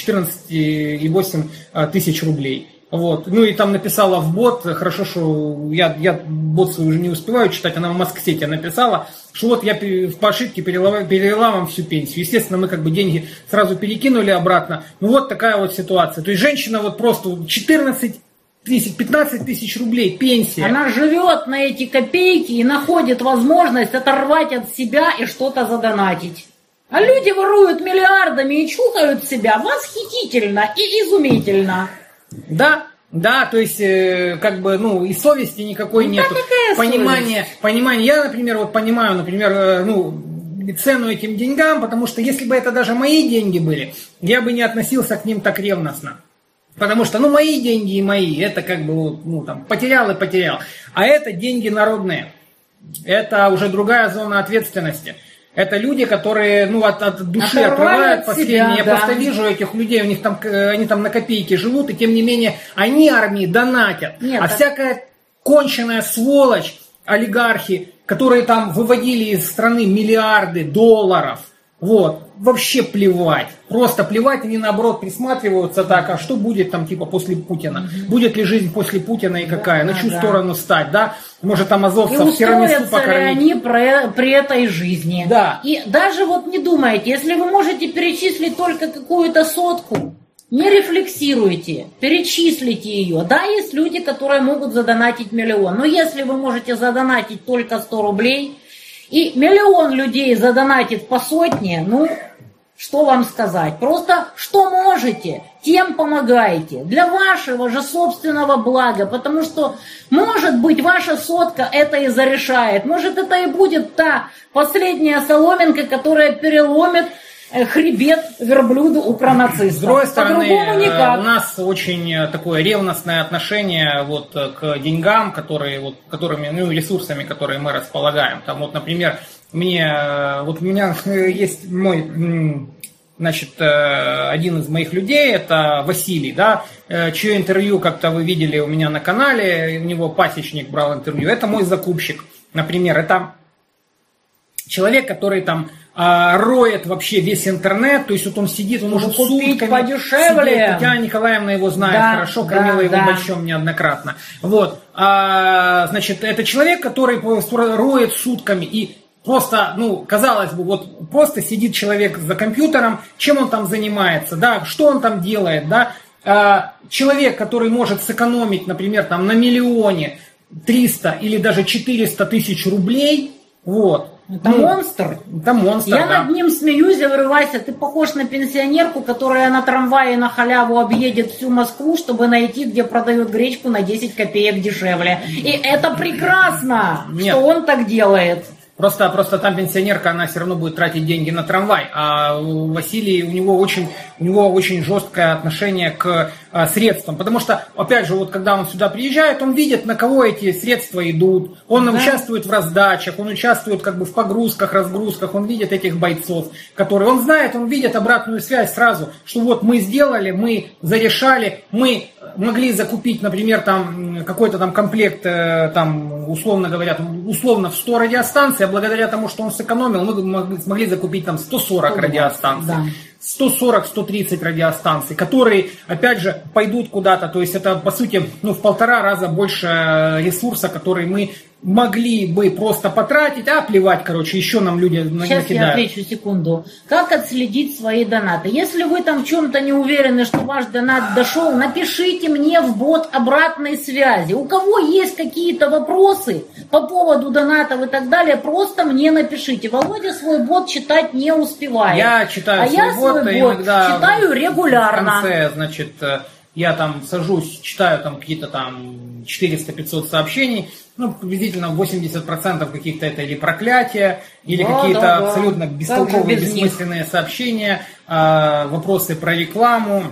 14,8 тысяч рублей. Вот. И там написала в бот, хорошо, что я бот свой уже не успеваю читать, она в Москсете написала, что вот я по ошибке перевела вам всю пенсию. Естественно, мы как бы деньги сразу перекинули обратно. Вот такая вот ситуация. То есть женщина вот просто 14 тысяч, 15 тысяч рублей пенсия. Она живет на эти копейки и находит возможность оторвать от себя и что-то задонатить. А люди воруют миллиардами и чухают себя восхитительно и изумительно. Да, то есть, как бы, и совести никакой нету. Понимание. Я, например, вот понимаю, цену этим деньгам, потому что если бы это даже мои деньги были, я бы не относился к ним так ревностно. Потому что, мои деньги и мои, это как бы, потерял и потерял. А это деньги народные. Это уже другая зона ответственности. Это люди, которые, от души отрывают последние. Я просто вижу этих людей, у них там, они там на копейки живут, и тем не менее, они армии донатят. Всякая конченая сволочь, олигархи, которые там выводили из страны миллиарды долларов, вообще плевать. Просто плевать, они наоборот присматриваются так, а что будет там типа после Путина? Будет ли жизнь после Путина и какая? На чью сторону стать, да? Может там азовцев тирамису покормить? И устроятся ли они при этой жизни? Да. И даже не думайте, если вы можете перечислить только какую-то сотку, не рефлексируйте, перечислите ее. Да, есть люди, которые могут задонатить 1 миллион, но если вы можете задонатить только 100 рублей, и 1 миллион людей задонатит по 100, что вам сказать? Просто что можете, тем помогаете. Для вашего же собственного блага. Потому что, может быть, ваша сотка это и зарешает. Может, это и будет та последняя соломинка, которая переломит хребет верблюду укронацистов. С другой стороны, никак. У нас очень такое ревностное отношение вот к деньгам, которыми, ресурсами, которые мы располагаем. Там вот, например, у меня есть мой, один из моих людей, это Василий, да, чье интервью как-то вы видели у меня на канале, у него пасечник брал интервью. Это мой закупщик, например, это человек, который там роет вообще весь интернет, то есть вот он сидит, он уже сутками подешевле. Сидит. Татьяна Николаевна его знает хорошо, кормила его борщом неоднократно. Вот, это человек, который роет сутками и просто, казалось бы, вот просто сидит человек за компьютером, чем он там занимается, да, что он там делает, да, человек, который может сэкономить, например, там на 1 300 000 или даже 400 000 рублей, вот. Это монстр. Это монстр, Я над ним смеюсь, говорю, Вася, ты похож на пенсионерку, которая на трамвае на халяву объедет всю Москву, чтобы найти, где продают гречку на 10 копеек дешевле. И это прекрасно, что он так делает. Просто там пенсионерка, она все равно будет тратить деньги на трамвай, а Василий, у него очень жесткое отношение к средствам, потому что, опять же, вот когда он сюда приезжает, он видит, на кого эти средства идут, он участвует в раздачах, он участвует как бы в погрузках, разгрузках, он видит этих бойцов, которые, он знает, он видит обратную связь сразу, что вот мы сделали, мы зарешали, мы могли закупить, например, там какой-то там комплект, там, условно говоря, в 100 радиостанций, а благодаря тому, что он сэкономил, мы смогли закупить там 140 радиостанций. Да. 140-130 радиостанций, которые, опять же, пойдут куда-то. То есть это, по сути, в 1,5 раза больше ресурса, который мы могли бы просто потратить, а плевать, еще нам люди накидают. Сейчас я отвечу, секунду. Как отследить свои донаты? Если вы там в чем-то не уверены, что ваш донат дошел, напишите мне в бот обратной связи. У кого есть какие-то вопросы по поводу донатов и так далее, просто мне напишите. Володя свой бот читать не успевает. Я читаю свой бот, иногда читаю регулярно. В конце, я там сажусь, читаю там какие-то там 400-500 сообщений, приблизительно 80% каких-то это или проклятия, или какие-то абсолютно бестолковые, бессмысленные сообщения, вопросы про рекламу,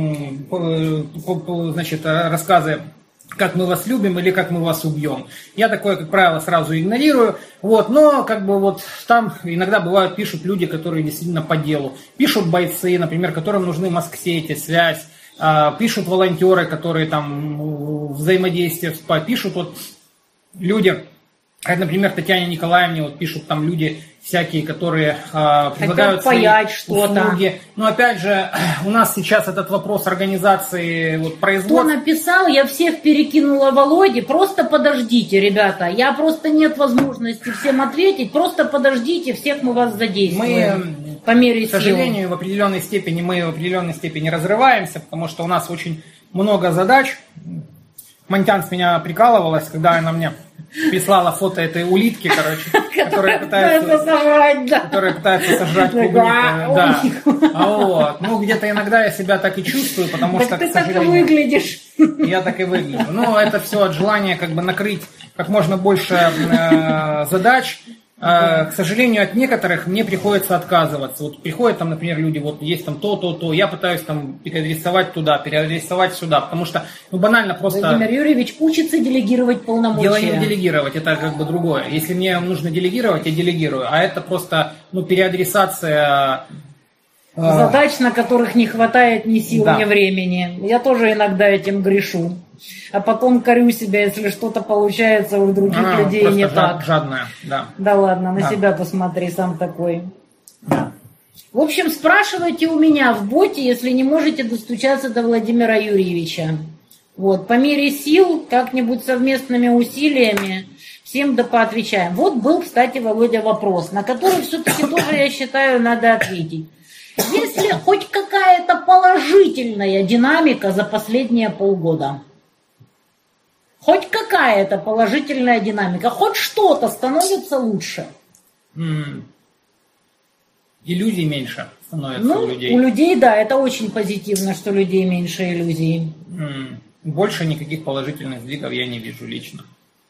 рассказы, как мы вас любим или как мы вас убьем. Я такое, как правило, сразу игнорирую. Но там иногда бывают, пишут люди, которые действительно по делу. Пишут бойцы, например, которым нужны москсети, связь. Пишут волонтеры, которые там взаимодействуют, пишут люди, как, например, Татьяне Николаевне, пишут там люди всякие, которые предлагают свои услуги. Но опять же, у нас сейчас этот вопрос организации производства. Кто написал, я всех перекинула Володе, просто подождите, ребята, я просто нет возможности всем ответить, просто подождите, всех мы вас задействуем. По мере сил. К сожалению, мы в определенной степени разрываемся, потому что у нас очень много задач. Монтян с меня прикалывалась, когда она мне прислала фото этой улитки, которая пытается сожрать клубнику. Где-то иногда я себя так и чувствую, потому что, ты так и выглядишь. Я так и выгляжу. Это все от желания накрыть как можно больше задач. К сожалению, от некоторых мне приходится отказываться. Приходят там, например, люди, есть там то, я пытаюсь там переадресовать туда, переадресовать сюда, потому что, банально просто... Владимир Юрьевич учится делегировать полномочия. Дело не делегировать, это другое. Если мне нужно делегировать, я делегирую, а это просто, переадресация... Задач, на которых не хватает ни сил, ни времени. Я тоже иногда этим грешу. А потом корю себя, если что-то получается у других людей не так. Жадная, да. Да ладно, на себя посмотри, сам такой. Да. В общем, спрашивайте у меня в боте, если не можете достучаться до Владимира Юрьевича. По мере сил, как-нибудь совместными усилиями всем поотвечаем. Был, кстати, Володя, вопрос, на который все-таки тоже, я считаю, надо ответить. Есть ли хоть какая-то положительная динамика за последние полгода? Хоть какая-то положительная динамика, хоть что-то становится лучше. иллюзий меньше становится Ну, у людей. у людей, да, это очень позитивно, что у людей меньше иллюзий. Больше никаких положительных сдвигов я не вижу лично.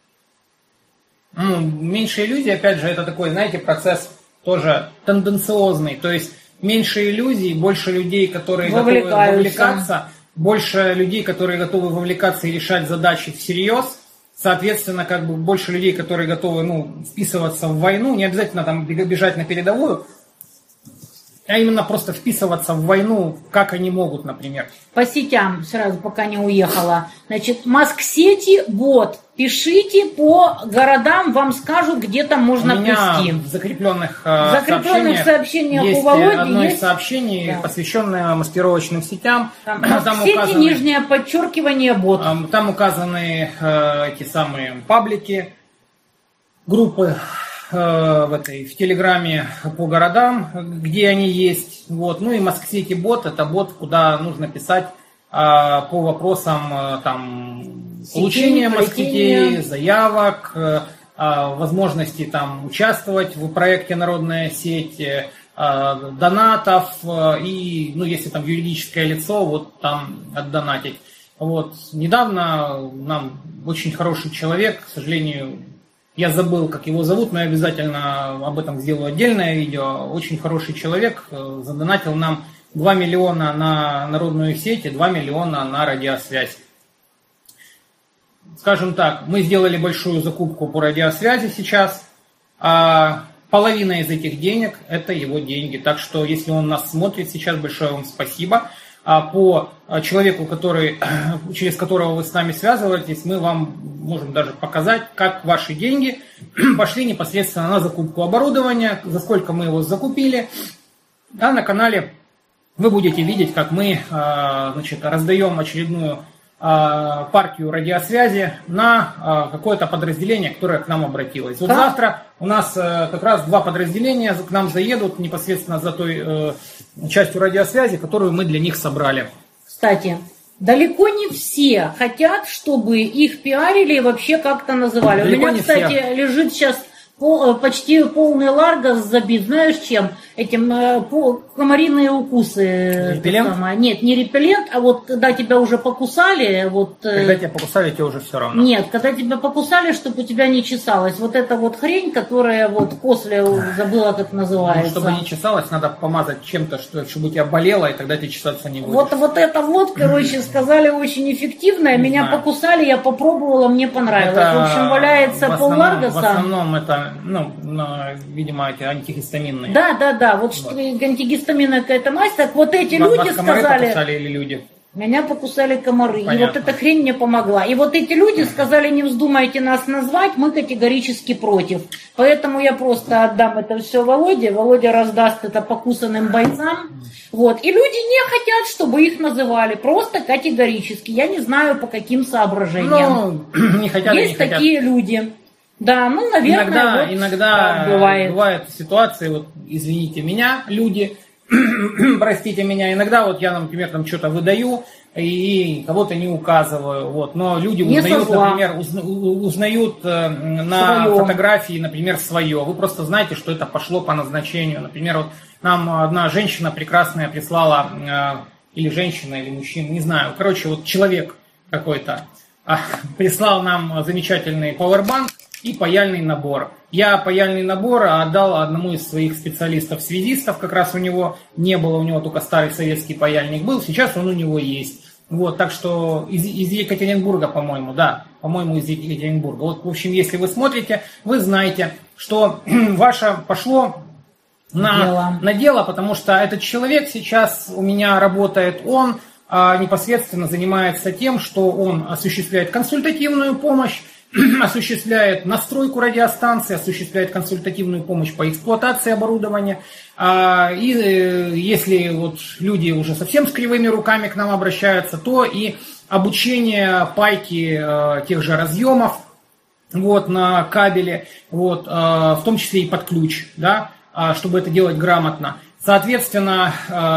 Меньше иллюзий, опять же, это такой, знаете, процесс тоже тенденциозный. То есть меньше иллюзий, больше людей, которые готовы вовлекаться, больше людей, которые готовы вовлекаться и решать задачи всерьез. Соответственно, как бы больше людей, которые готовы вписываться в войну, не обязательно там бежать на передовую, а именно просто вписываться в войну, как они могут, например. По сетям, сразу пока не уехала. Значит, Москсети, бот. Пишите по городам, вам скажут, где там можно пусти. В закрепленных сообщениях есть у Володи одно из сообщений, посвященное маскировочным сетям. Там Москсети, нижнее подчеркивание, бот. Там указаны эти самые паблики, группы в Телеграме по городам, где они есть. Вот. Ну и Москсети бот, это бот, куда нужно писать по вопросам получения москитей, заявок, возможности там участвовать в проекте «Народная сеть», донатов и, если там юридическое лицо, вот там отдонатить. Вот. Недавно нам очень хороший человек, к сожалению, я забыл, как его зовут, но я обязательно об этом сделаю отдельное видео. Очень хороший человек задонатил нам 2 миллиона на народную сеть и 2 миллиона на радиосвязь. Скажем так, мы сделали большую закупку по радиосвязи сейчас, а половина из этих денег – это его деньги. Так что, если он нас смотрит сейчас, большое вам спасибо. А по человеку, через которого вы с нами связываетесь, мы вам можем даже показать, как ваши деньги пошли непосредственно на закупку оборудования, за сколько мы его закупили. А на канале вы будете видеть, как мы раздаем очередную партию радиосвязи на какое-то подразделение, которое к нам обратилось. Вот завтра у нас как раз 2 подразделения к нам заедут непосредственно за той частью радиосвязи, которую мы для них собрали. Кстати, далеко не все хотят, чтобы их пиарили и вообще как-то называли. Далеко у меня, кстати, лежит сейчас почти полный ларгос забит. Знаешь чем? Комариные укусы. Репеллент? Нет, не репеллент, а вот когда тебя уже покусали. Когда тебя покусали, тебе уже все равно. Нет, когда тебя покусали, чтобы у тебя не чесалось. Вот эта вот хрень, которая после, забыла, как называется. Чтобы не чесалось, надо помазать чем-то, чтобы у тебя болело, и тогда тебе чесаться не будет. Вот это короче, сказали, очень эффективное. Меня покусали, я попробовала, мне понравилось. В общем, валяется пол-ларгоса. В основном это, видимо, эти антигистаминные. Да. Вот антигистаминная какая-то мазь. Так вот эти люди сказали... покусали или люди? Меня покусали комары. Понятно. И вот эта хрень мне помогла. И вот эти люди сказали, не вздумайте нас назвать, мы категорически против. Поэтому я просто отдам это все Володе. Володя раздаст это покусанным бойцам. Вот. И люди не хотят, чтобы их называли. Просто категорически. Я не знаю, по каким соображениям. Не хотят. Есть такие люди. Да, наверное, иногда бывает. Бывают ситуации, извините меня, люди, простите меня, иногда я, например, что-то выдаю и кого-то не указываю, но люди узнают на фотографии, например, свое. Вы просто знаете, что это пошло по назначению. Например, нам одна женщина прекрасная прислала, или женщина, или мужчина, не знаю, человек какой-то прислал нам замечательный пауэрбанк и паяльный набор. Я паяльный набор отдал одному из своих специалистов-связистов, как раз у него не было, у него только старый советский паяльник был, сейчас он у него есть. Так что из Екатеринбурга, по-моему, из Екатеринбурга. В общем, если вы смотрите, вы знаете, что ваше пошло на дело, потому что этот человек сейчас у меня работает, он непосредственно занимается тем, что он осуществляет консультативную помощь, осуществляет настройку радиостанции, осуществляет консультативную помощь по эксплуатации оборудования. И если люди уже совсем с кривыми руками к нам обращаются, то и обучение пайки тех же разъемов на кабеле, в том числе и под ключ, чтобы это делать грамотно. Соответственно,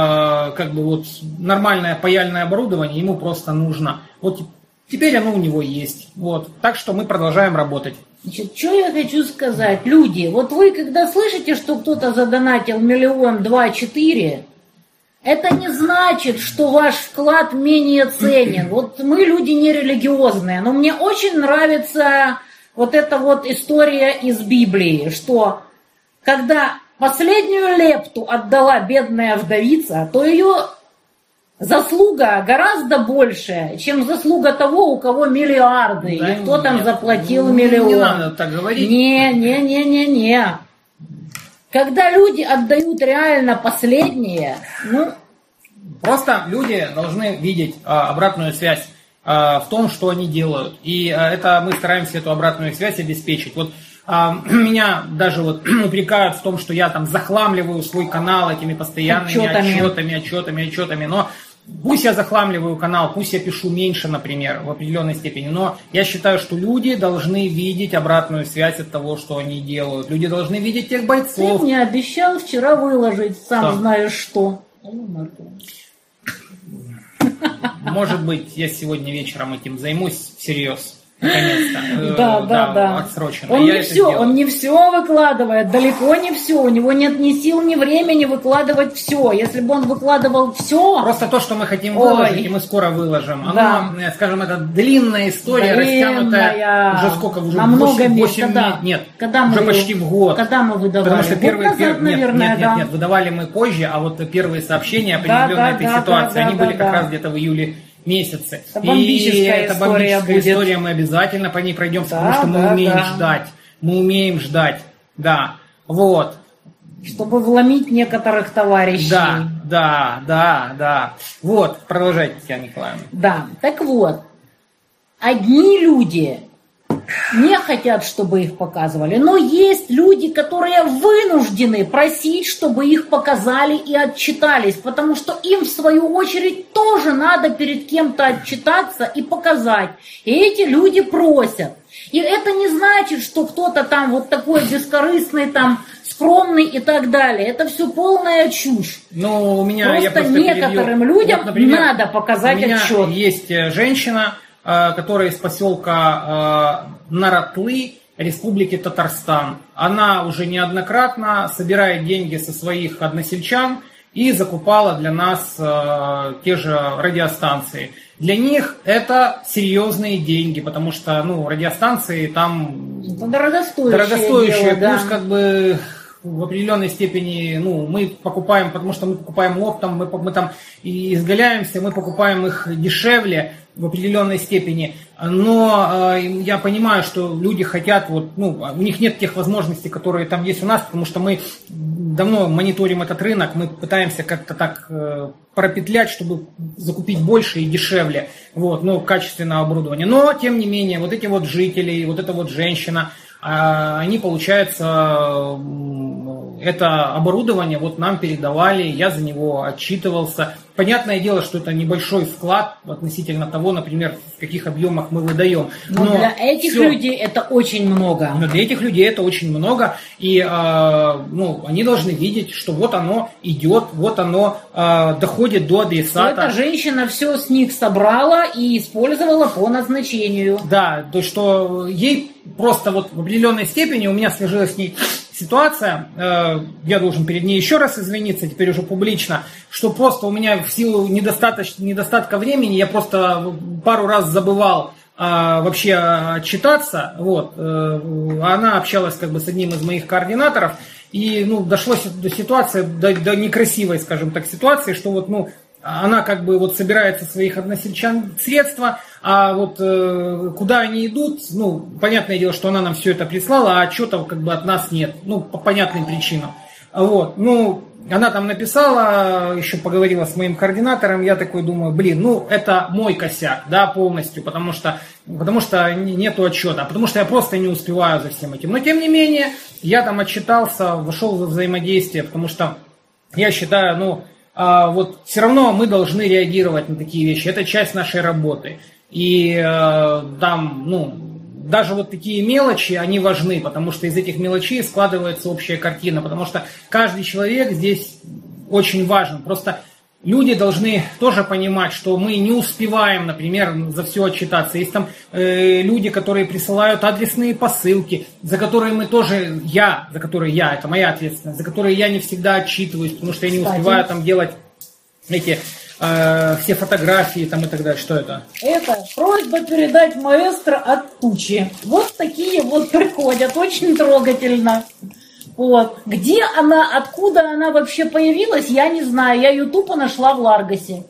нормальное паяльное оборудование ему просто нужно. Теперь оно у него есть. Так что мы продолжаем работать. Значит, что я хочу сказать? Люди, вот вы, когда слышите, что кто-то задонатил 1 миллион, 2, 4, это не значит, что ваш вклад менее ценен. Вот мы люди нерелигиозные, но мне очень нравится вот эта вот история из Библии, что когда последнюю лепту отдала бедная вдовица, то ее заслуга гораздо больше, чем заслуга того, у кого миллиарды, да, и кто там заплатил миллион. Не надо так говорить. Не. Когда люди отдают реально последнее, ну... Просто люди должны видеть обратную связь в том, что они делают. И это мы стараемся эту обратную связь обеспечить. Вот меня даже вот упрекают в том, что я там захламливаю свой канал этими постоянными отчетами. Но пусть я захламливаю канал, пусть я пишу меньше, например, в определенной степени, но я считаю, что люди должны видеть обратную связь от того, что они делают. Люди должны видеть тех бойцов. Ты мне обещал вчера выложить, сам знаешь что. Может быть, я сегодня вечером этим займусь всерьез. Наконец-то. Да. Отсрочено. Он не все выкладывает, далеко не все. У него нет ни сил, ни времени выкладывать все. Если бы он выкладывал все... Просто то, что мы хотим выложить, и мы скоро выложим. Оно, скажем, это длинная история, растянутая уже сколько? Уже на много 8 лет. Нет, когда уже почти в год. Когда мы выдавали? Потому что нет, выдавали мы позже, а вот первые сообщения определенной этой ситуации, они были как раз где-то в июле месяце. Это бомбическая история, мы обязательно по ней пройдем, потому что мы умеем ждать. Мы умеем ждать, да. Вот. Чтобы вломить некоторых товарищей. Да. Вот, продолжайте, Татьяна Николаевна. Да, так вот. Одни люди не хотят, чтобы их показывали, но есть люди, которые вынуждены просить, чтобы их показали и отчитались, потому что им, в свою очередь, тоже надо перед кем-то отчитаться и показать. И эти люди просят. И это не значит, что кто-то там вот такой бескорыстный, там, скромный и так далее. Это все полная чушь. Но у меня, просто некоторым людям вот, например, надо показать отчет. У меня есть женщина, которая из поселка Наратлы, Республики Татарстан. Она уже неоднократно собирает деньги со своих односельчан и закупала для нас те же радиостанции. Для них это серьезные деньги, потому что радиостанции там дорогостоящие, плюс как бы в определенной степени, мы покупаем, потому что мы покупаем оптом, мы там и изгаляемся, мы покупаем их дешевле в определенной степени, но я понимаю, что люди хотят, у них нет тех возможностей, которые там есть у нас, потому что мы давно мониторим этот рынок, мы пытаемся как-то так пропетлять, чтобы закупить больше и дешевле, качественное оборудование. Но, тем не менее, вот эти вот жители, вот эта вот женщина, они, получается, это оборудование нам передавали, я за него отчитывался. Понятное дело, что это небольшой вклад относительно того, например, в каких объемах мы выдаем. Но для этих людей это очень много. Но для этих людей это очень много, и они должны видеть, что вот оно идет, вот оно доходит до адресата. Что эта женщина все с них собрала и использовала по назначению. Да, то есть что ей просто в определенной степени у меня сложилась с ней ситуация, я должен перед ней еще раз извиниться, теперь уже публично, что просто у меня в силу недостатка времени я просто пару раз забывал вообще отчитаться. Она общалась с одним из моих координаторов, и дошло до ситуации, до некрасивой, скажем так, ситуации, что она собирает со своих односельчан средства, а куда они идут, понятное дело, что она нам все это прислала, а отчетов от нас нет, по понятным причинам. Она там написала, еще поговорила с моим координатором, я такой думаю, это мой косяк, да, полностью, потому что нету отчета, потому что я просто не успеваю за всем этим. Но тем не менее, я там отчитался, вошел в взаимодействие, потому что я считаю, все равно мы должны реагировать на такие вещи. Это часть нашей работы. И даже такие мелочи, они важны, потому что из этих мелочей складывается общая картина. Потому что каждый человек здесь очень важен. Просто люди должны тоже понимать, что мы не успеваем, например, за все отчитаться. Есть там люди, которые присылают адресные посылки, за которые мы тоже, это моя ответственность, за которые я не всегда отчитываюсь, потому что я не успеваю там делать эти все фотографии там и так далее. Что это? Это просьба передать маэстро от Тучи. Вот такие вот приходят, очень трогательно. Вот. Где она, откуда она вообще появилась, я не знаю. Я ее тупо нашла в Ларгосе.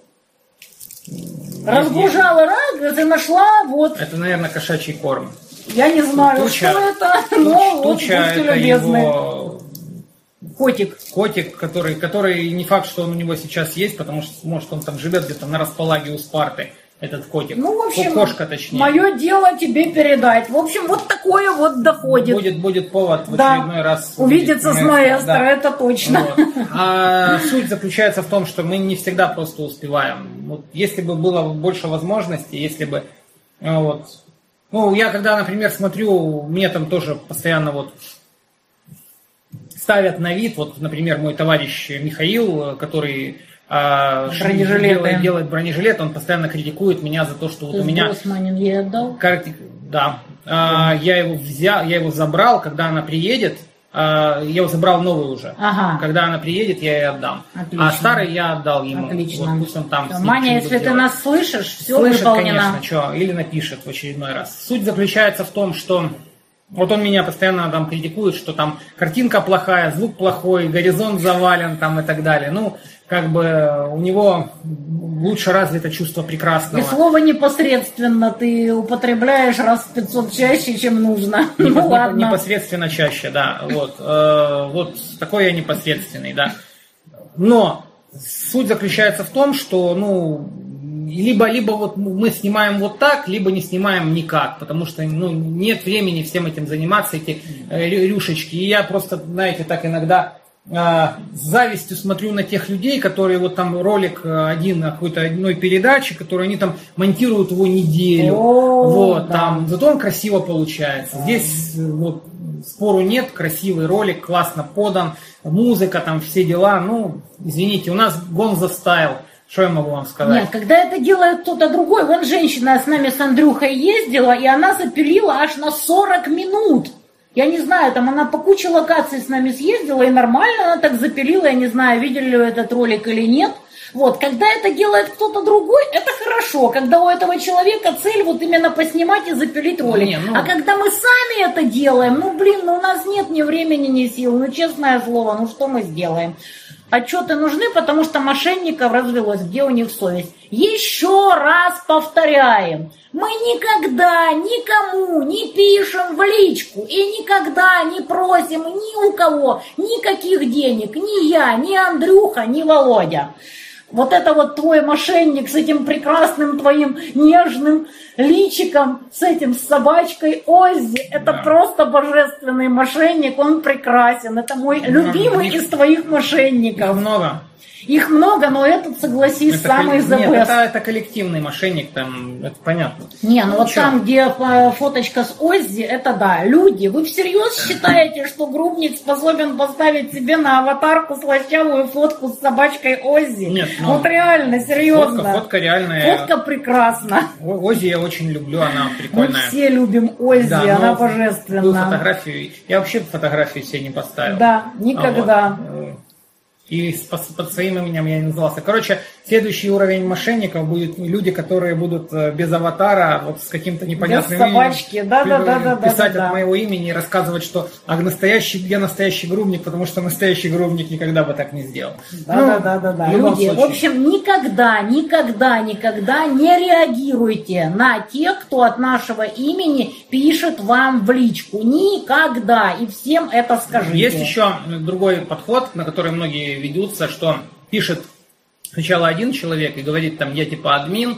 Разгружала Ларгос и нашла вот. Это, наверное, кошачий корм. Я не знаю, Туча, что это, но вот будьте любезны. Его... Котик, который не факт, что он у него сейчас есть, потому что, может, он там живет где-то на располаге у Спарты, этот котик. Ну, в общем, кошка, точнее. Мое дело тебе передать. В общем, вот такое вот доходит. Будет повод в очередной раз увидеться с маэстро, да. Это точно. Вот. А суть заключается в том, что мы не всегда просто успеваем. Вот, если бы было больше возможностей, если бы... Вот, ну, я когда, например, смотрю, мне там тоже постоянно вот ставят на вид, вот, например, мой товарищ Михаил, который делает бронежилет, он постоянно критикует меня за то, что вот у меня... Гроссманин ей отдал? Да. Я его забрал, когда она приедет, я его забрал новый уже. Ага. Когда она приедет, я ей отдам. Отлично. А старый я отдал ему. Отлично. Вот, пусть он там Маня, если ты нас слышишь, все слышит, выполнено. Конечно, что, или напишет в очередной раз. Суть заключается в том, что вот он меня постоянно там критикует, что там картинка плохая, звук плохой, горизонт завален там и так далее. Ну, как бы у него лучше развито чувство прекрасного. И слово непосредственно ты употребляешь раз в 500 чаще, чем нужно. Ну ладно. Непосредственно чаще, да. Вот такой я непосредственный, да. Но суть заключается в том, что, ну, либо вот мы снимаем вот так, либо не снимаем никак, потому что, ну, нет времени всем этим заниматься, эти рюшечки. И я просто, знаете, так иногда с завистью смотрю на тех людей, которые вот там ролик один на какой-то одной передаче, которые они там монтируют его неделю. Вот, да. Там, зато он красиво получается. Здесь вот спору нет, красивый ролик, классно подан, музыка, там все дела. Ну, извините, у нас Гонза стайл. Что я могу вам сказать? Нет, когда это делает кто-то другой, вон женщина с нами с Андрюхой ездила, и она запилила аж на 40 минут. Я не знаю, там она по куче локаций с нами съездила, и нормально она так запилила, я не знаю, видели ли вы этот ролик или нет. Вот, когда это делает кто-то другой, это хорошо, когда у этого человека цель вот именно поснимать и запилить ролик. А когда мы сами это делаем, ну блин, ну у нас нет ни времени, ни сил, ну честное слово, ну что мы сделаем? Отчеты нужны, потому что мошенников развелось, где у них совесть. Еще раз повторяем, мы никогда никому не пишем в личку и никогда не просим ни у кого никаких денег, ни я, ни Андрюха, ни Володя. Вот это вот твой мошенник с этим прекрасным твоим нежным личиком, с этим с собачкой Оззи, это просто божественный мошенник, он прекрасен. Это мой любимый из твоих мошенников. Много. Их много, но этот, согласись, это самый the best. Нет, это коллективный мошенник, там, это понятно. Не, ну вот там, где фоточка с Оззи, это да. Люди, вы всерьез считаете, что Грубник способен поставить себе на аватарку слащавую фотку с собачкой Оззи? Нет, ну, вот реально, серьезно. Фотка реальная. Фотка прекрасна. Оззи я очень люблю, она прикольная. Мы все любим Оззи, да, она божественна. Фотографию, я вообще фотографию себе не поставил. Да, никогда. И под своим именем я не назывался. Короче, следующий уровень мошенников будет люди, которые будут без аватара, вот с каким-то непонятным без собачки. Именем, писать от моего имени и рассказывать, что я настоящий грубник, потому что настоящий грубник никогда бы так не сделал. Да. Люди, в общем, никогда не реагируйте на тех, кто от нашего имени пишет вам в личку. Никогда. И всем это скажите. Есть еще другой подход, на который многие ведутся, что пишет сначала один человек и говорит там, я типа админ,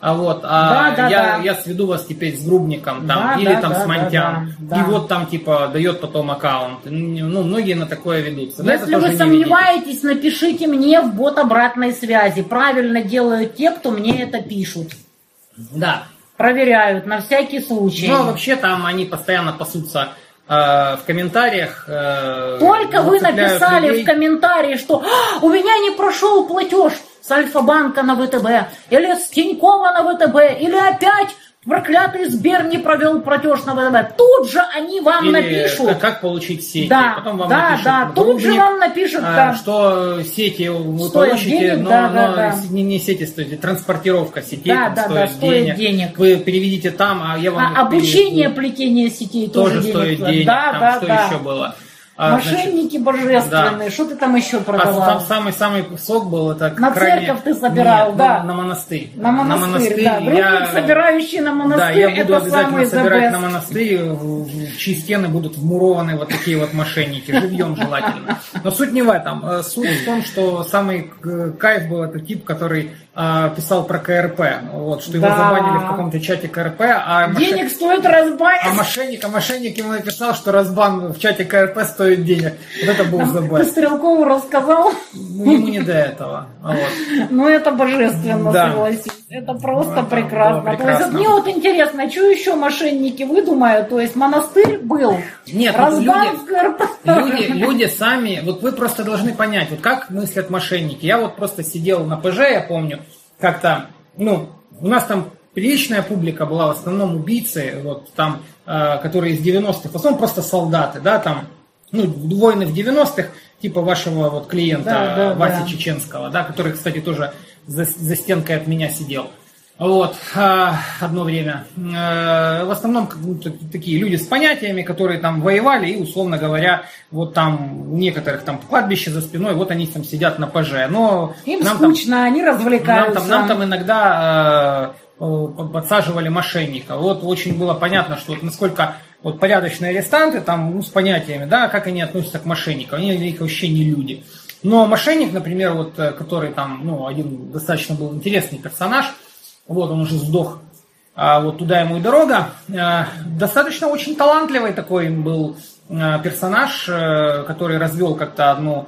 я сведу вас теперь с Грубником там, с Монтян. И вот там типа дает потом аккаунт. Ну, многие на такое ведутся. Если вы сомневаетесь, напишите мне в бот обратной связи. Правильно делают те, кто мне это пишут. Да. Проверяют на всякий случай. Ну, вообще там они постоянно пасутся в комментариях. Только вы написали людей в комментарии, что у меня не прошел платеж. с Альфа-банка на ВТБ, или с Тинькова на ВТБ, или опять проклятый Сбер не провел платеж на ВТБ. Тут же они вам или напишут. Как получить сети. Да, потом вам да, напишут, да. Тут же вам напишут, что сети вы стоит получите, денег, но не сети стоит, транспортировка сетей стоит денег. Вы переведите там, а я вам... обучение плетения сетей тоже стоит денег. Да, что еще было? Мошенники божественные, что ты там еще продавал? Там самый сок был, это на церковь ты собирал, нет, да. На монастырь. На монастырь, да. Группник, собирающий на монастырь, да, я буду обязательно собирать best. на монастырь, в чьи стены будут вмурованы вот такие вот мошенники, живьем желательно. Но суть не в этом. Суть в том, что самый кайф был это тип, который писал про КРП, вот, что его забанили в каком-то чате КРП, денег стоит разбанить. А мошенник ему написал, что разбан в чате КРП стоит денег. Вот это был забан. Ты Стрелкову рассказал? Ему не до этого. Вот. Ну это божественно, согласись. Это просто прекрасно. То есть мне вот интересно, что еще мошенники выдумают? То есть монастырь был. Нет, разбан в КРП. Люди сами, вот вы просто должны понять, вот как мыслят мошенники. Я вот просто сидел на ПЖ, я помню, как-то, у нас там приличная публика была, в основном убийцы, вот там, которые из 90-х, в основном просто солдаты, да, там, воины в 90-х, типа вашего вот клиента Васи Чеченского, да, который, кстати, тоже за стенкой от меня сидел. Вот, одно время. В основном такие люди с понятиями, которые там воевали и, условно говоря, вот там у некоторых там кладбище за спиной, вот они там сидят на ПЖ. Но им скучно, они развлекаются. Нам там иногда подсаживали мошенников. Вот очень было понятно, что вот насколько вот порядочные арестанты там с понятиями, да, как они относятся к мошенникам. Они для них вообще не люди. Но мошенник, например, вот который там, один достаточно был интересный персонаж, вот он уже сдох, вот туда ему и дорога. Достаточно очень талантливый такой был персонаж, который развел как-то одну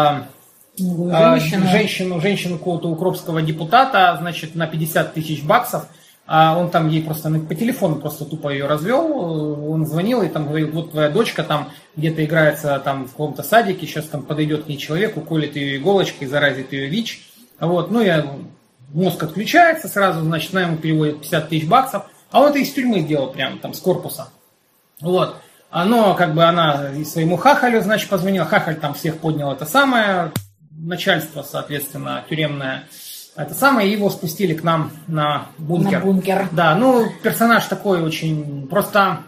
женщину какого-то укропского депутата, значит, на 50 тысяч баксов. Он там ей просто по телефону просто тупо ее развел. Он звонил и там говорил, вот твоя дочка там где-то играется там в каком-то садике, сейчас там подойдет к ней человек, уколет ее иголочкой, заразит ее ВИЧ. Вот, мозг отключается сразу, значит, она ему переводит 50 тысяч баксов, а он это из тюрьмы сделал прямо там, с корпуса. Вот. Но как бы она и своему хахалю, значит, позвонила. Хахаль там всех поднял это самое, начальство, соответственно, тюремное. Это самое, его спустили к нам на бункер. На бункер. Да, персонаж такой очень, просто,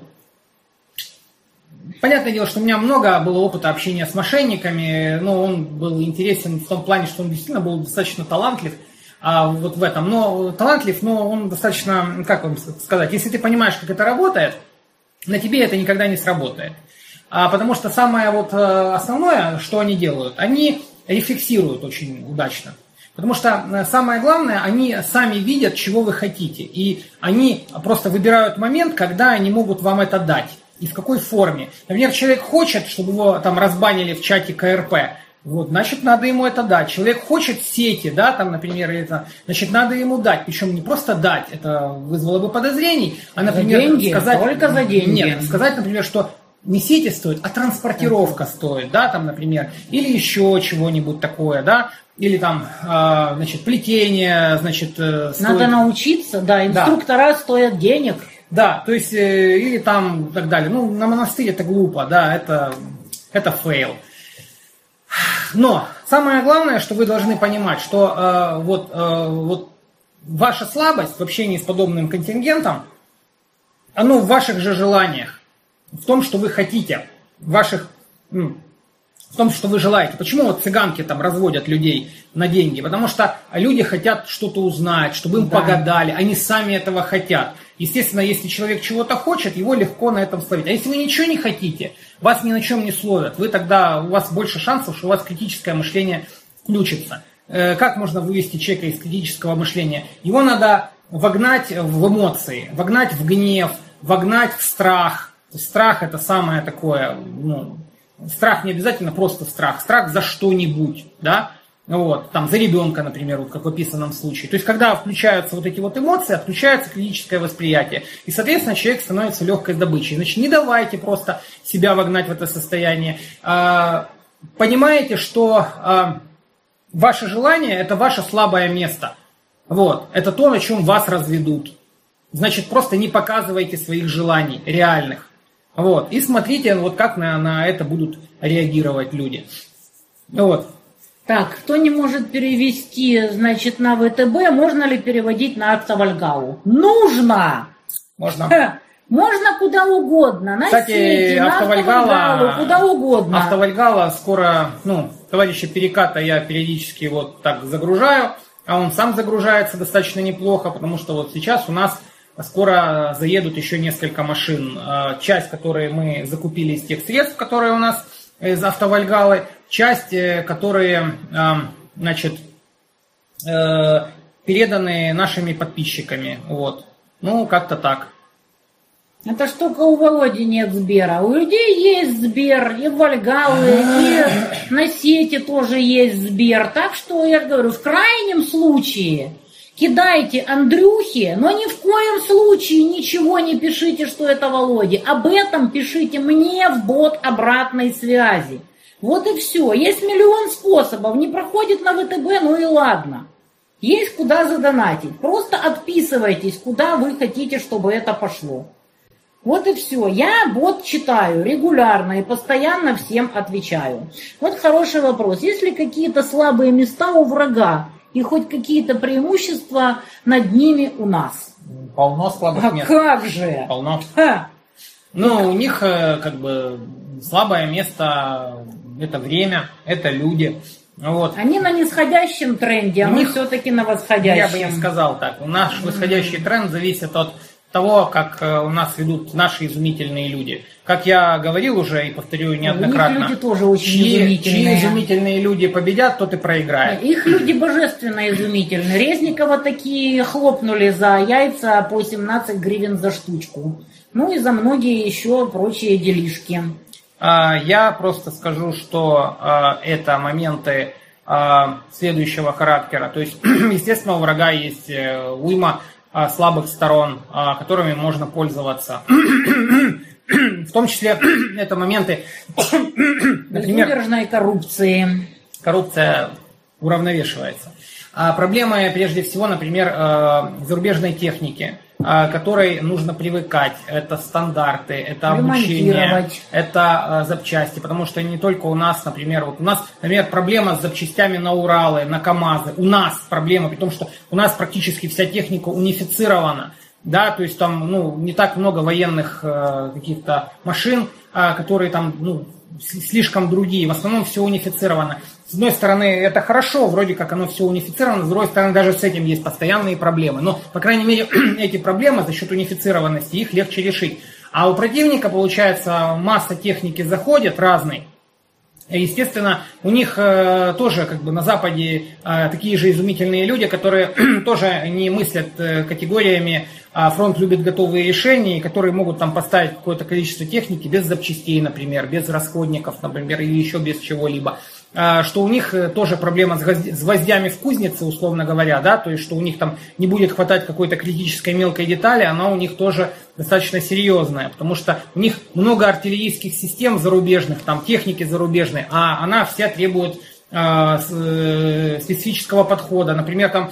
понятное дело, что у меня много было опыта общения с мошенниками, но он был интересен в том плане, что он действительно был достаточно талантлив. Вот в этом. Но талантлив, но он достаточно, как вам сказать, если ты понимаешь, как это работает, на тебе это никогда не сработает. Потому что самое вот основное, что они делают, они рефлексируют очень удачно. Потому что самое главное, они сами видят, чего вы хотите. И они просто выбирают момент, когда они могут вам это дать. И в какой форме. Например, человек хочет, чтобы его там разбанили в чате КРП. Вот, значит, надо ему это дать. Человек хочет сети, да, там, например, значит, надо ему дать. Причем не просто дать, это вызвало бы подозрений, а, например, деньги, сказать... только за деньги. Нет, сказать, например, что не сети стоит, а транспортировка стоит, да, там, например, или еще чего-нибудь такое, да, или там, значит, плетение, значит, стоит... Надо научиться, да, инструктора стоят денег. Да, то есть, или там, и так далее. На монастырь это глупо, да, это фейл. Но самое главное, что вы должны понимать, что вот ваша слабость в общении с подобным контингентом, оно в ваших же желаниях, в том, что вы хотите, в том, что вы желаете. Почему вот цыганки там разводят людей на деньги? Потому что люди хотят что-то узнать, чтобы им погадали, они сами этого хотят. Естественно, если человек чего-то хочет, его легко на этом словить. А если вы ничего не хотите, вас ни на чем не словят, у вас больше шансов, что у вас критическое мышление включится. Как можно вывести человека из критического мышления? Его надо вогнать в эмоции, вогнать в гнев, вогнать в страх. Страх это самое такое, страх не обязательно просто страх, страх за что-нибудь, да? Вот, там, за ребенка, например, вот как в описанном случае. То есть, когда включаются вот эти вот эмоции, отключается критическое восприятие. И, соответственно, человек становится легкой добычей. Значит, не давайте просто себя вогнать в это состояние. Понимаете, что ваше желание – это ваше слабое место. Вот. Это то, на чем вас разведут. Значит, просто не показывайте своих желаний реальных. Вот. И смотрите, вот как на это будут реагировать люди. Вот. Так, кто не может перевести, значит, на ВТБ, можно ли переводить на Автовальгалу? Нужно! Можно. Можно куда угодно. На Кстати, сети, на Автовальгалу, куда угодно. Автовальгала скоро, товарища Переката я периодически вот так загружаю, а он сам загружается достаточно неплохо, потому что вот сейчас у нас скоро заедут еще несколько машин. Часть, которые мы закупили из тех средств, которые у нас из Автовальгалы, часть, которые, значит, переданы нашими подписчиками. Вот. Ну, как-то так. Это ж только у Володи нет Сбера. У людей есть Сбер, и в Вальгалы, и на сети тоже есть Сбер. Так что, я говорю, в крайнем случае кидайте Андрюхе, но ни в коем случае ничего не пишите, что это Володи. Об этом пишите мне в бот обратной связи. Вот и все. Есть миллион способов. Не проходит на ВТБ, ну и ладно. Есть куда задонатить. Просто отписывайтесь, куда вы хотите, чтобы это пошло. Вот и все. Я бот читаю регулярно и постоянно всем отвечаю. Вот хороший вопрос. Есть ли какие-то слабые места у врага и хоть какие-то преимущества над ними у нас? Полно слабых мест. Как же? Полно. Ну, у них как бы слабое место – это время, это люди. Вот. Они на нисходящем тренде, а мы все-таки на восходящем. Я бы не сказал так. Наш восходящий тренд зависит от того, как у нас ведут наши изумительные люди. Как я говорил уже и повторю неоднократно. У них люди тоже очень изумительные. Чьи изумительные люди победят, тот и проиграет. Их люди божественно изумительные. Резникова такие хлопнули за яйца по 17 гривен за штучку. Ну и за многие еще прочие делишки. Я просто скажу, что это моменты следующего характера. То есть, естественно, у врага есть уйма слабых сторон, которыми можно пользоваться. В том числе это моменты, например, безудержной коррупции. Коррупция уравновешивается. Проблемы, прежде всего, например, зарубежной техники, к которой нужно привыкать. Это стандарты, это обучение, это запчасти. Потому что не только у нас, например, вот у нас, например, проблема с запчастями на Уралы, на КАМАЗы. У нас проблема, при том, что у нас практически вся техника унифицирована. Да, то есть там не так много военных каких-то машин, которые там слишком другие. В основном все унифицировано. С одной стороны, это хорошо, вроде как оно все унифицировано, с другой стороны, даже с этим есть постоянные проблемы. Но, по крайней мере, эти проблемы за счет унифицированности, их легче решить. А у противника, получается, масса техники заходит разной. Естественно, у них тоже как бы на Западе такие же изумительные люди, которые тоже не мыслят категориями фронт любит готовые решения, и которые могут там поставить какое-то количество техники без запчастей, например, без расходников, например, или еще без чего-либо. Что у них тоже проблема с гвоздями в кузнице, условно говоря, да, то есть что у них там не будет хватать какой-то критической мелкой детали, она у них тоже достаточно серьезная, потому что у них много артиллерийских систем зарубежных, там техники зарубежной, а она вся требует специфического подхода. Например, там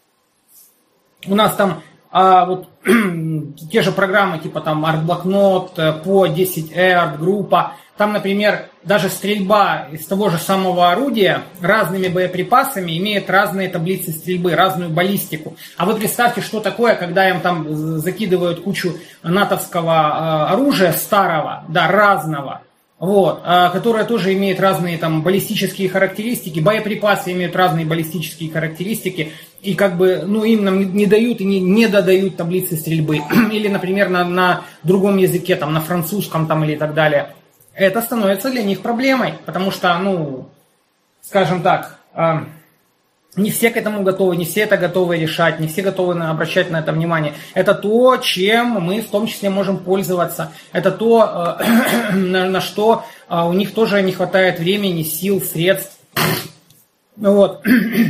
у нас там вот те же программы типа там артблокнот, по 10R, артгруппа, там, например, даже стрельба из того же самого орудия разными боеприпасами имеет разные таблицы стрельбы, разную баллистику. А вы представьте, что такое, когда им там закидывают кучу натовского оружия старого, да, разного, вот, которое тоже имеет разные там баллистические характеристики, боеприпасы имеют разные баллистические характеристики, и как бы, им нам не дают и не додают таблицы стрельбы. Или, например, на другом языке, там, на французском там, или так далее. Это становится для них проблемой, потому что, скажем так, не все к этому готовы, не все это готовы решать, не все готовы обращать на это внимание. Это то, чем мы в том числе можем пользоваться. Это то, на что у них тоже не хватает времени, сил, средств. Вот.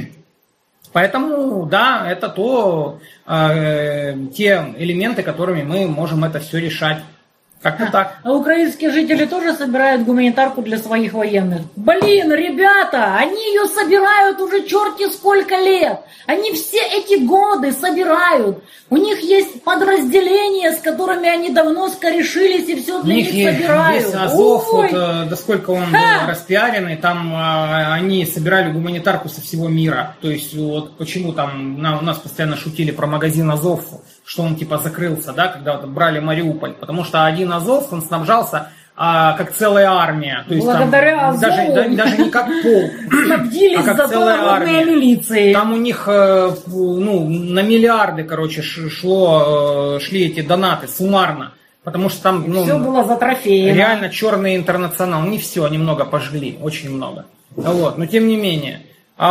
Поэтому, да, это те элементы, которыми мы можем это все решать. Как-то так. А украинские жители тоже собирают гуманитарку для своих военных. Блин, ребята, они ее собирают уже черти сколько лет. Они все эти годы собирают. У них есть подразделения, с которыми они давно скорешились и все для них собирают. Есть Азов, вот, да сколько он был распиаренный, там они собирали гуманитарку со всего мира. То есть вот почему там у нас постоянно шутили про магазин Азов, что он типа закрылся, да, когда вот брали Мариуполь. Потому что один Азов, он снабжался как целая армия. То есть благодаря там, даже не как полк, снабдились а как целая армия. Милиции. Там у них на миллиарды, короче, шли эти донаты суммарно. Потому что там все было за трофеи. Реально черный интернационал. Не все, немного пожгли, очень много. Вот, но тем не менее.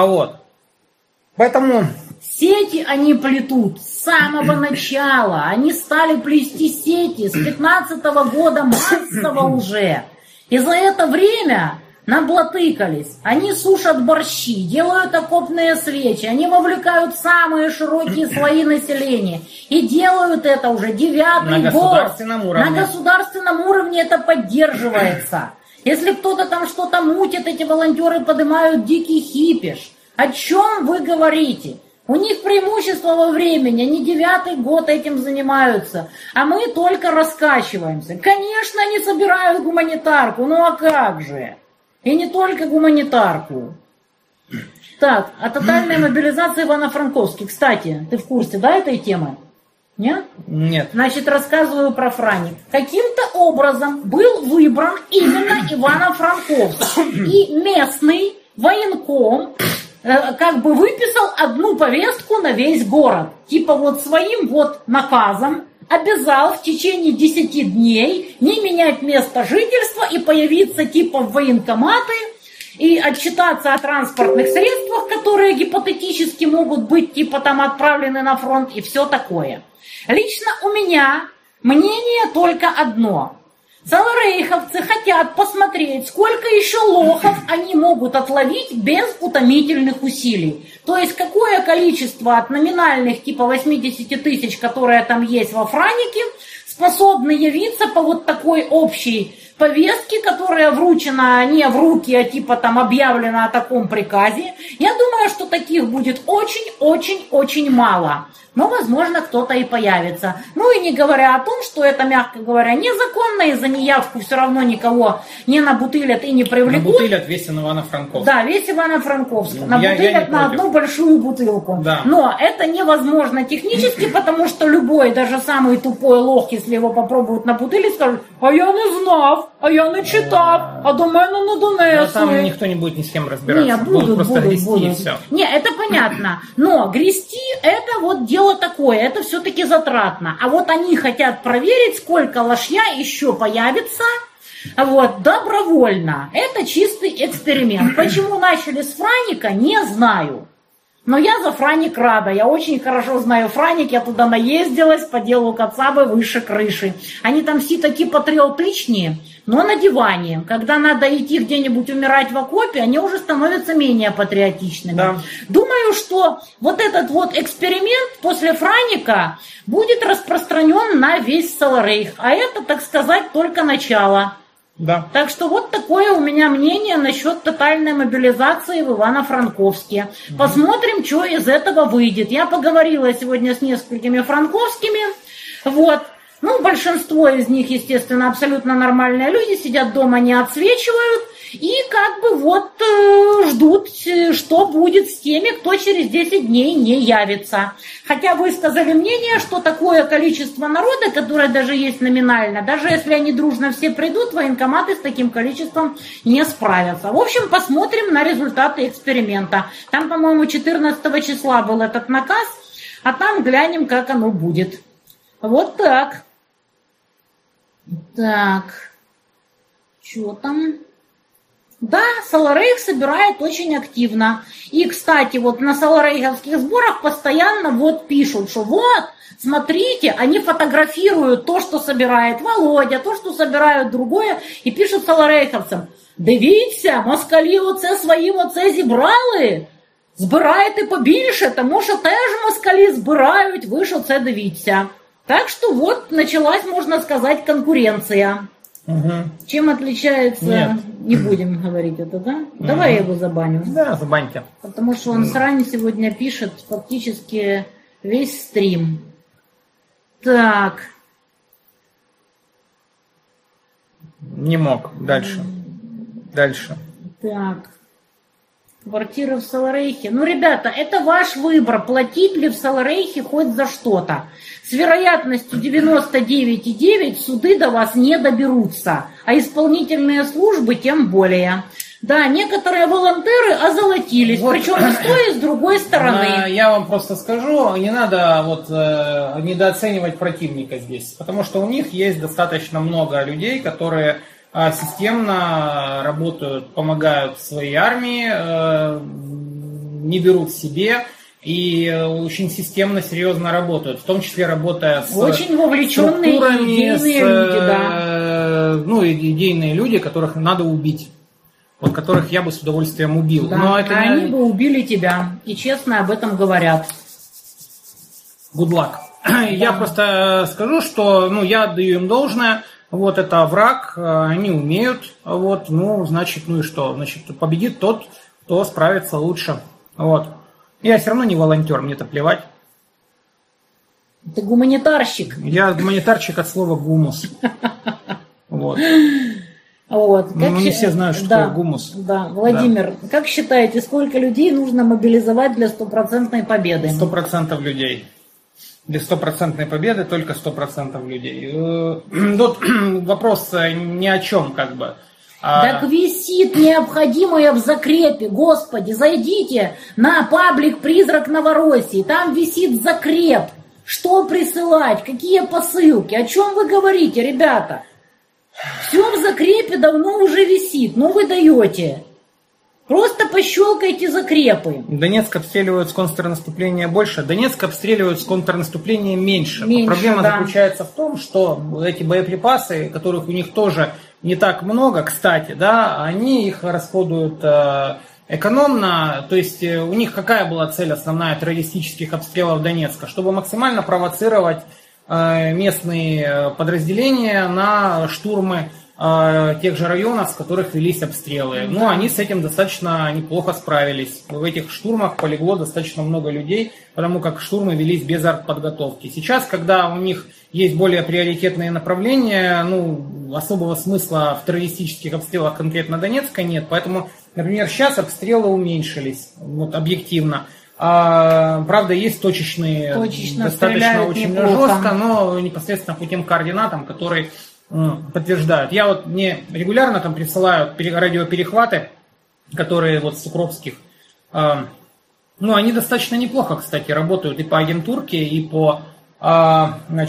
Поэтому... Сети они плетут с самого начала. Они стали плести сети с 15-го года массово уже. И за это время наблатыкались. Они сушат борщи, делают окопные свечи. Они вовлекают самые широкие слои населения. И делают это уже 9-й год. На государственном уровне это поддерживается. Если кто-то там что-то мутит, эти волонтеры поднимают дикий хипиш. О чем вы говорите? У них преимущество во времени, они 9-й год этим занимаются, а мы только раскачиваемся. Конечно, они собирают гуманитарку, ну а как же? И не только гуманитарку. Так, о тотальной мобилизации Ивано-Франковске. Кстати, ты в курсе, да, этой темы? Нет? Нет. Значит, рассказываю про Франик. Каким-то образом был выбран именно Ивано-Франковск. И местный военком... как бы выписал одну повестку на весь город. Типа вот своим вот наказом обязал в течение 10 дней не менять место жительства и появиться типа в военкоматы и отчитаться о транспортных средствах, которые гипотетически могут быть типа там отправлены на фронт и все такое. Лично у меня мнение только одно. Саларейховцы хотят посмотреть, сколько еще лохов они могут отловить без утомительных усилий. То есть, какое количество от номинальных типа 80 тысяч, которые там есть во Франике, способны явиться по вот такой общей повестке, которая вручена не в руки, а типа там объявлена о таком приказе. Я думаю, что таких будет очень-очень-очень мало. Но, возможно, кто-то и появится. Ну и не говоря о том, что это, мягко говоря, незаконно, и за неявку все равно никого не набутылят и не привлекут. Набутылят весь Ивано-Франковск. Да, весь Ивано-Франковск. Набутылят на одну большую бутылку. Да. Но это невозможно технически, потому что любой, даже самый тупой лох, если его попробуют набутылить, скажет: а я не знав, а я не читав, а до мене не донесли. Там никто не будет ни с кем разбираться. Не, будут просто грести и все. Не, это понятно. Но грести это вот дело такое, это все-таки затратно. А вот они хотят проверить, сколько лошья еще появится, вот, добровольно. Это чистый эксперимент. Почему начали с Франика, не знаю. Но я за Франик рада. Я очень хорошо знаю Франик, я туда наездилась по делу Кацабы выше крыши. Они там все такие патриотичнее, но на диване. Когда надо идти где-нибудь умирать в окопе, они уже становятся менее патриотичными. Да. Думаю, что вот этот вот эксперимент после Франика будет распространен на весь Саларейх. А это, так сказать, только начало. Да. Так что вот такое у меня мнение насчет тотальной мобилизации в Ивано-Франковске. Посмотрим, что из этого выйдет. Я поговорила сегодня с несколькими франковскими. Вот. Ну, большинство из них, естественно, абсолютно нормальные люди, сидят дома, не отсвечивают. И как бы вот ждут, что будет с теми, кто через 10 дней не явится. Хотя высказали мнение, что такое количество народа, которое даже есть номинально, даже если они дружно все придут, военкоматы с таким количеством не справятся. В общем, посмотрим на результаты эксперимента. Там, по-моему, 14 числа был этот наказ, а там глянем, как оно будет. Вот так. Так. Что там? Да, Саларейх собирает очень активно. И, кстати, вот на саларейховских сборах постоянно вот пишут, что вот, смотрите, они фотографируют то, что собирает Володя, то, что собирают другое, і пишуть саларейховцям: дивіться, москалі оце своїм оце зібрали, збирайте побільше, тому що теж москалі збирають, ви ж оце дивіться. Так что вот началась, можно сказать, конкуренция. Угу. Чем отличается... Нет. Не будем говорить это, да? Давай я его забаню. Да, забаньте. Потому что он срань сегодня пишет фактически весь стрим. Так. Не мог. Дальше. Дальше. Так. Квартира в Саларейхе. Ну, ребята, это ваш выбор, платить ли в Саларейхе хоть за что-то. С вероятностью 99,9 суды до вас не доберутся, а исполнительные службы тем более. Да, некоторые волонтеры озолотились, вот. Причем и с той, и с другой стороны. Я вам просто скажу, не надо недооценивать противника здесь, потому что у них есть достаточно много людей, которые системно работают, помогают своей армии, не берут себе и очень системно, серьезно работают, в том числе работая с очень вовлеченные идейные люди, да. Идейные люди, которых надо убить. Вот которых я бы с удовольствием убил. Да, но это они бы убили тебя. И честно об этом говорят. Good luck. Да. Я просто скажу, что я отдаю им должное. Вот это враг, они умеют. Значит, и что? Значит, победит тот, кто справится лучше. Вот. Я все равно не волонтер, мне-то плевать. Ты гуманитарщик. Я гуманитарщик от слова гумус. Вот. Вот. Не все знают, что такое гумус. Да, Владимир, как считаете, сколько людей нужно мобилизовать для стопроцентной победы? 100% людей. Для стопроцентной победы только 100% людей. Тут вопрос ни о чем, как бы. Так висит необходимое в закрепе. Господи, зайдите на паблик «Призрак Новороссии». Там висит закреп. Что присылать? Какие посылки? О чем вы говорите, ребята? Все в закрепе давно уже висит. Ну вы даете. Просто пощелкайте закрепы. Донецк обстреливают с контрнаступления больше. Донецк обстреливают с контрнаступлением меньше. Проблема заключается в том, что эти боеприпасы, которых у них тоже не так много, кстати, да, они их расходуют экономно. То есть у них какая была цель основная террористических обстрелов Донецка? Чтобы максимально провоцировать местные подразделения на штурмы тех же районов, с которых велись обстрелы. Ну, они с этим достаточно неплохо справились. В этих штурмах полегло достаточно много людей, потому как штурмы велись без артподготовки. Сейчас, когда у них есть более приоритетные направления, особого смысла в террористических обстрелах конкретно Донецка нет. Поэтому, например, сейчас обстрелы уменьшились, объективно. Правда, есть точечные, достаточно очень жестко, но непосредственно по тем координатам, которые подтверждают. Мне регулярно там присылают радиоперехваты, которые с Укропских. Они достаточно неплохо, кстати, работают и по агентурке, и по, вы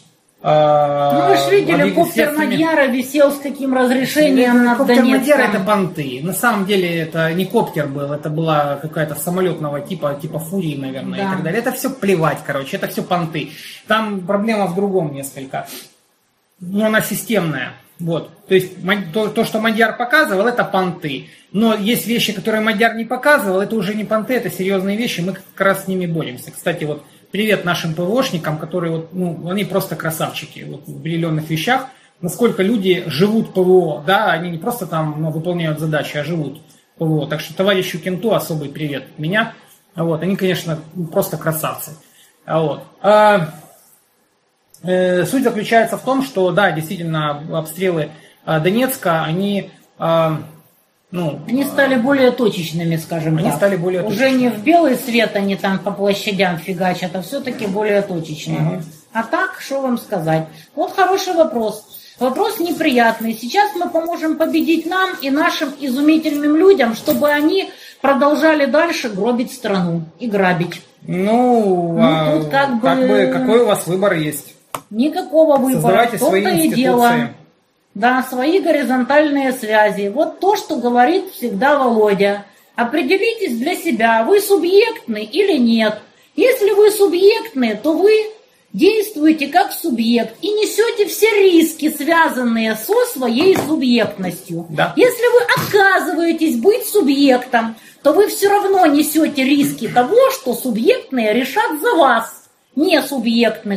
же видели, коптер Мадьяра висел с каким разрешением над Донецком. Коптер Мадьяра это понты. На самом деле это не коптер был, это была какая-то самолетного типа Фурии, наверное, и так далее. Это все плевать, короче, это все понты. Там проблема в другом несколько. Она системная. Вот. То есть то, что Мадьяр показывал, это понты. Но есть вещи, которые Мадьяр не показывал, это уже не понты, это серьезные вещи, мы как раз с ними боремся. Кстати, привет нашим ПВОшникам, которые они просто красавчики в определенных вещах. Насколько люди живут ПВО, да, они не просто там выполняют задачи, а живут ПВО. Так что товарищу Кенту особый привет от меня. Они, конечно, просто красавцы. Суть заключается в том, что, да, действительно, обстрелы Донецка, они стали более точечными, скажем так. Они стали более точечными. Уже не в белый свет они там по площадям фигачат, а все-таки более точечные. А так, что вам сказать? Вот хороший вопрос. Вопрос неприятный. Сейчас мы поможем победить нам и нашим изумительным людям, чтобы они продолжали дальше гробить страну и грабить. Тут какой у вас выбор есть? Никакого выбора. Создавайте свои институции. Дело. Да, свои горизонтальные связи. Вот то, что говорит всегда Володя. Определитесь для себя, вы субъектны или нет. Если вы субъектны, то вы действуете как субъект и несете все риски, связанные со своей субъектностью. Да. Если вы отказываетесь быть субъектом, то вы все равно несете риски того, что субъектные решат за вас, не субъектных.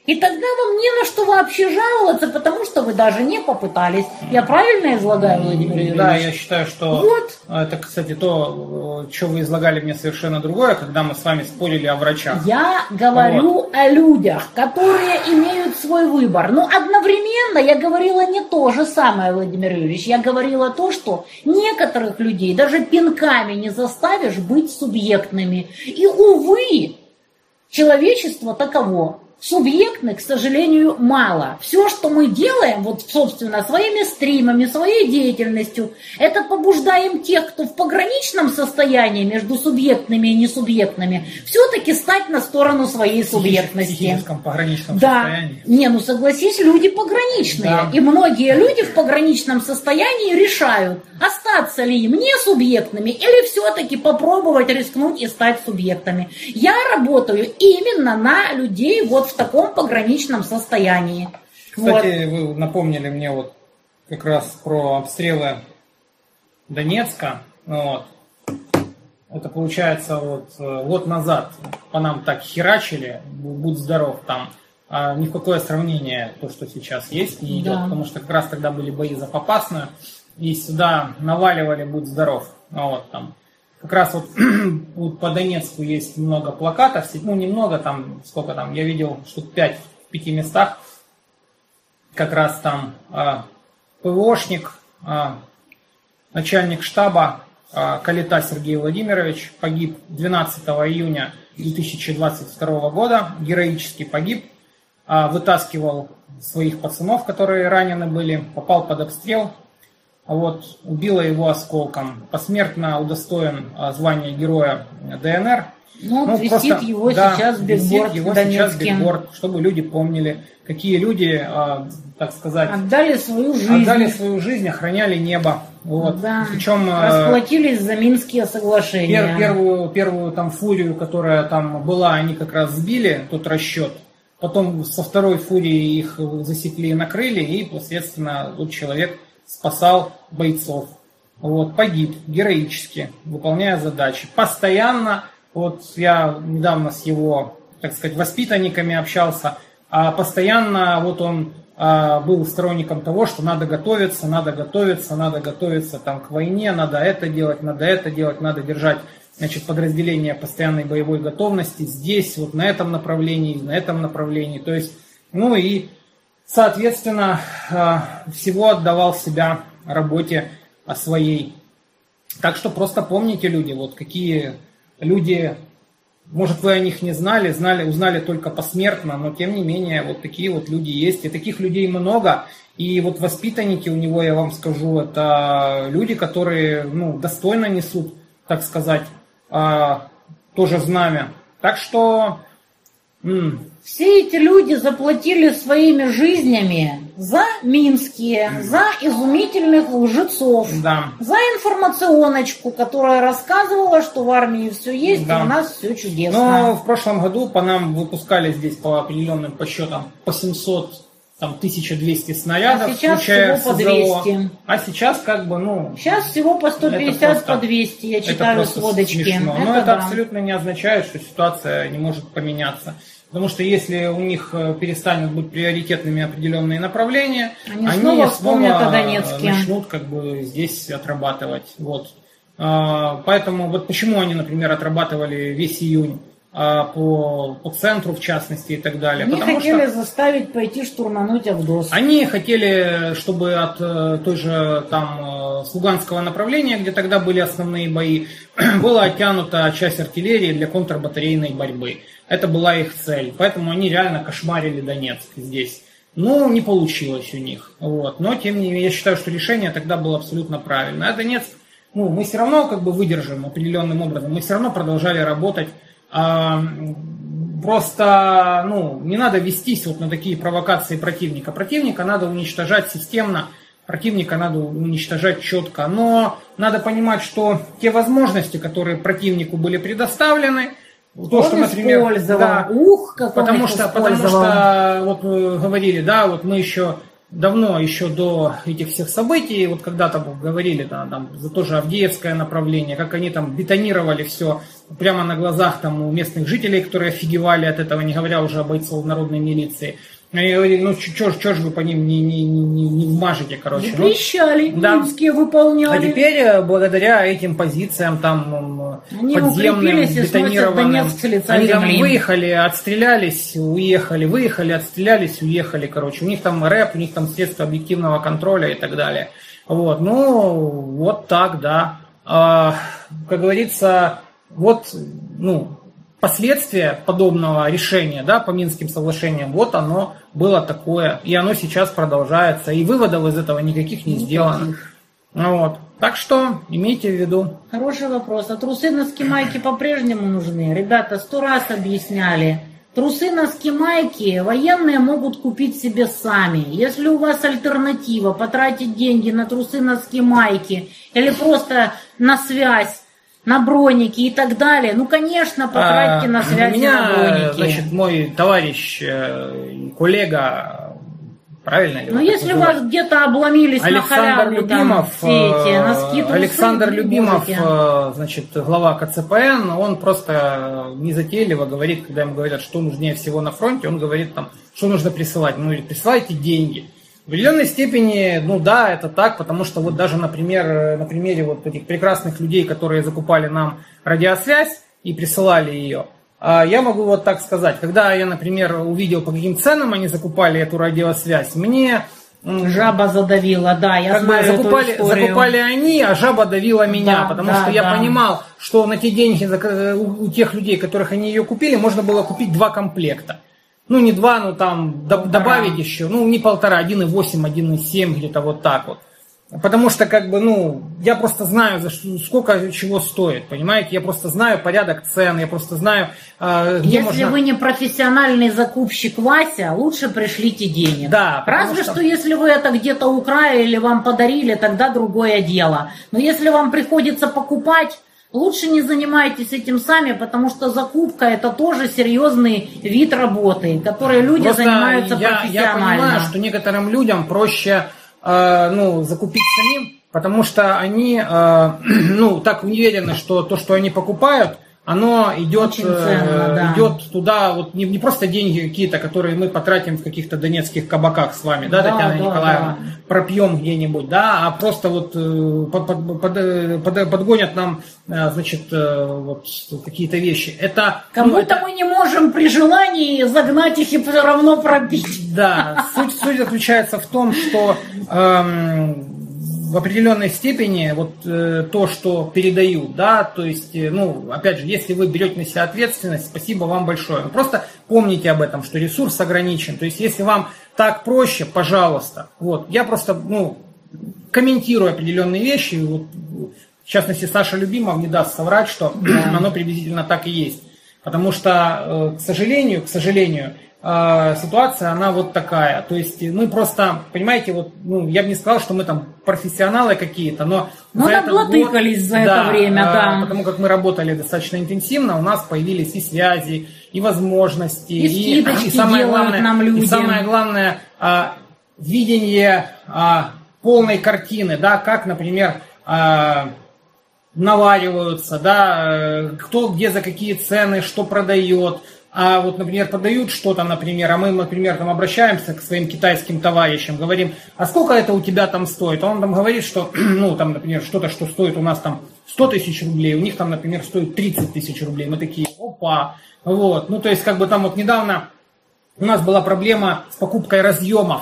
И тогда вам не на что вообще жаловаться, потому что вы даже не попытались. Я правильно излагаю, Владимир Юрьевич? Да, я считаю, что вот. Это, кстати, то, что вы излагали мне совершенно другое, когда мы с вами спорили о врачах. Я говорю о людях, которые имеют свой выбор. Но одновременно я говорила не то же самое, Владимир Юрьевич. Я говорила то, что некоторых людей даже пинками не заставишь быть субъектными. И, увы, человечество таково. Субъектных, к сожалению, мало. Все, что мы делаем, вот, собственно, своими стримами, своей деятельностью, это побуждаем тех, кто в пограничном состоянии между субъектными и несубъектными, все-таки стать на сторону своей субъектности. В психическом пограничном состоянии. Не, ну согласись, люди пограничные. Да. И многие люди в пограничном состоянии решают, остаться ли им несубъектными или все-таки попробовать рискнуть и стать субъектами. Я работаю именно на людей вот в таком пограничном состоянии. Кстати, вы напомнили мне вот как раз про обстрелы Донецка. Вот. Это получается вот год назад по нам так херачили, будь здоров там. А ни в какое сравнение то, что сейчас есть, не идет, потому что как раз тогда были бои за Попасную, и сюда наваливали будь здоров. Вот, там. Как раз вот по Донецку есть много плакатов, ну немного там, сколько там, я видел штук 5 в 5 местах, как раз там ПВОшник, начальник штаба Калита Сергей Владимирович погиб 12 июня 2022 года, героически погиб, вытаскивал своих пацанов, которые ранены были, попал под обстрел. Вот, убила его осколком. Посмертно удостоен звания героя ДНР. Ну висит его сейчас бигборд в Донецке. Чтобы люди помнили, какие люди, так сказать, отдали свою жизнь, охраняли небо. Вот. Да. Причем расплатились за Минские соглашения. Первую там фурию, которая там была, они как раз сбили тот расчет. Потом со второй фурии их засекли и накрыли, и, соответственно, тот человек спасал бойцов. Вот, погиб героически, выполняя задачи. Постоянно, вот я недавно с его, так сказать, воспитанниками общался, постоянно вот он был сторонником того, что надо готовиться там, к войне, надо это делать, надо держать, значит, подразделение постоянной боевой готовности здесь, вот на этом направлении. То есть, ну и соответственно, всего отдавал себя работе своей. Так что просто помните, люди, вот какие люди, может, вы о них не узнали только посмертно, но тем не менее, вот такие вот люди есть. И таких людей много. И вот воспитанники у него, я вам скажу, это люди, которые, ну, достойно несут, так сказать, тоже знамя. Так что... Все эти люди заплатили своими жизнями за минские, за изумительных лжецов, за информационочку, которая рассказывала, что в армии все есть, и у нас все чудесно. Но в прошлом году по нам выпускали здесь по определенным подсчетам по 700, там 1200 снарядов, сейчас всего по 200. А сейчас как бы, ну... Сейчас всего по 150, по 200, я читаю сводочки. Смешно. Но это абсолютно не означает, что ситуация не может поменяться. Потому что если у них перестанут быть приоритетными определенные направления, они снова вспомнят о Донецке. Начнут как бы здесь отрабатывать. Вот. Поэтому вот почему они, например, отрабатывали весь июнь по центру, в частности, и так далее. Они хотели заставить пойти штурмануть Авдос. Они хотели, чтобы от той же там с Луганского направления, где тогда были основные бои, была оттянута часть артиллерии для контрбатарейной борьбы. Это была их цель. Поэтому они реально кошмарили Донецк здесь. Ну, не получилось у них. Вот. Но, тем не менее, я считаю, что решение тогда было абсолютно правильное. А Донецк, ну, мы все равно как бы выдержим определенным образом. Мы все равно продолжали работать. Просто, ну, не надо вестись вот на такие провокации противника. Противника надо уничтожать системно, противника надо уничтожать четко. Но надо понимать, что те возможности, которые противнику были предоставлены, то, что, например, да, потому что вот говорили, да, вот мы еще давно, еще до этих всех событий, вот когда-то говорили, да, там, за тоже Авдеевское направление, как они там бетонировали все прямо на глазах там у местных жителей, которые офигевали от этого, не говоря уже о бойцов народной милиции. Они говорили, ну чё ж вы по ним не вмажете, короче. Запрещали, минские выполняли. А теперь, благодаря этим позициям там они подземным, бетонированным, они там земли. выехали, отстрелялись, уехали, выехали, отстрелялись, уехали, короче. У них там рэп, у них там средства объективного контроля и так далее. Вот, ну, вот так, да. Как говорится, вот, ну, последствия подобного решения, да, по Минским соглашениям, вот оно было такое, и оно сейчас продолжается, и выводов из этого никаких не сделано. Вот. Так что имейте в виду. Хороший вопрос. А трусы, носки, майки по-прежнему нужны? Ребята, 100 раз объясняли. Трусы, носки, майки военные могут купить себе сами. Если у вас альтернатива потратить деньги на трусы, носки, майки или просто на связь, на броники и так далее, ну, конечно, потратьте на связи, на броники. Значит, мой товарищ, коллега, правильно ли? Но если у вас где-то обломились Александр на халяву, Любимов, там, все эти носки, трусы, Александр Любимов, значит, глава КЦПН, он просто незатейливо говорит, когда ему говорят, что нужнее всего на фронте, он говорит там, что нужно присылать. Ну, присылайте деньги. В определенной степени, ну да, это так, потому что вот даже, например, на примере вот этих прекрасных людей, которые закупали нам радиосвязь и присылали ее, я могу вот так сказать, когда я, например, увидел, по каким ценам они закупали эту радиосвязь, мне... Жаба задавила, да, я как знаю бы закупали они, а жаба давила меня, да, потому да, что я да. понимал, что на те деньги у тех людей, которых они ее купили, можно было купить 2 комплекта. Ну, не 2, ну там добавить еще, ну, не 1,5, 1,8, 1,7, где-то вот так вот. Потому что, как бы, ну, я просто знаю, сколько чего стоит, понимаете? Я просто знаю порядок цен, я просто знаю, где можно... Если вы не профессиональный закупщик Вася, лучше пришлите денег. Да. Разве что если вы это где-то украли или вам подарили, тогда другое дело. Но если вам приходится покупать, лучше не занимайтесь этим сами, потому что закупка это тоже серьезный вид работы, который люди просто занимаются профессионально. Я понимаю, что некоторым людям проще закупить самим, потому что они ну, так уверены, что то, что они покупают, оно идет, ценно, да. идет туда, вот не просто деньги какие-то, которые мы потратим в каких-то донецких кабаках с вами, да, Татьяна Николаевна, пропьем где-нибудь, да, а просто вот подгонят нам, значит, вот какие-то вещи. Это кому-то мы не можем при желании загнать их и все равно пробить. Да, суть заключается в том, что в определенной степени вот то, что передают, да, то есть, ну, опять же, если вы берете на себя ответственность, спасибо вам большое. Но просто помните об этом, что ресурс ограничен. То есть, если вам так проще, пожалуйста. Вот, я просто, ну, комментирую определенные вещи. Вот, в частности, Саша Любимов не даст соврать, что оно приблизительно так и есть. Потому что, к сожалению, ситуация, она вот такая. То есть мы просто, понимаете, вот, ну, я бы не сказал, что мы там профессионалы какие-то, но наблатыкались за это время, да. Потому как мы работали достаточно интенсивно, у нас появились и связи, и возможности, и самое главное, нам людям. И самое главное, видение полной картины, да, как, например, навариваются, да, кто где за какие цены, что продает. А вот, например, подают что-то, например, а мы, например, там обращаемся к своим китайским товарищам, говорим, а сколько это у тебя там стоит? А он там говорит, что, ну, там, например, что-то, что стоит у нас там 100 тысяч рублей, у них там, например, стоит 30 тысяч рублей. Мы такие, опа, вот. Ну, то есть, как бы там вот недавно у нас была проблема с покупкой разъемов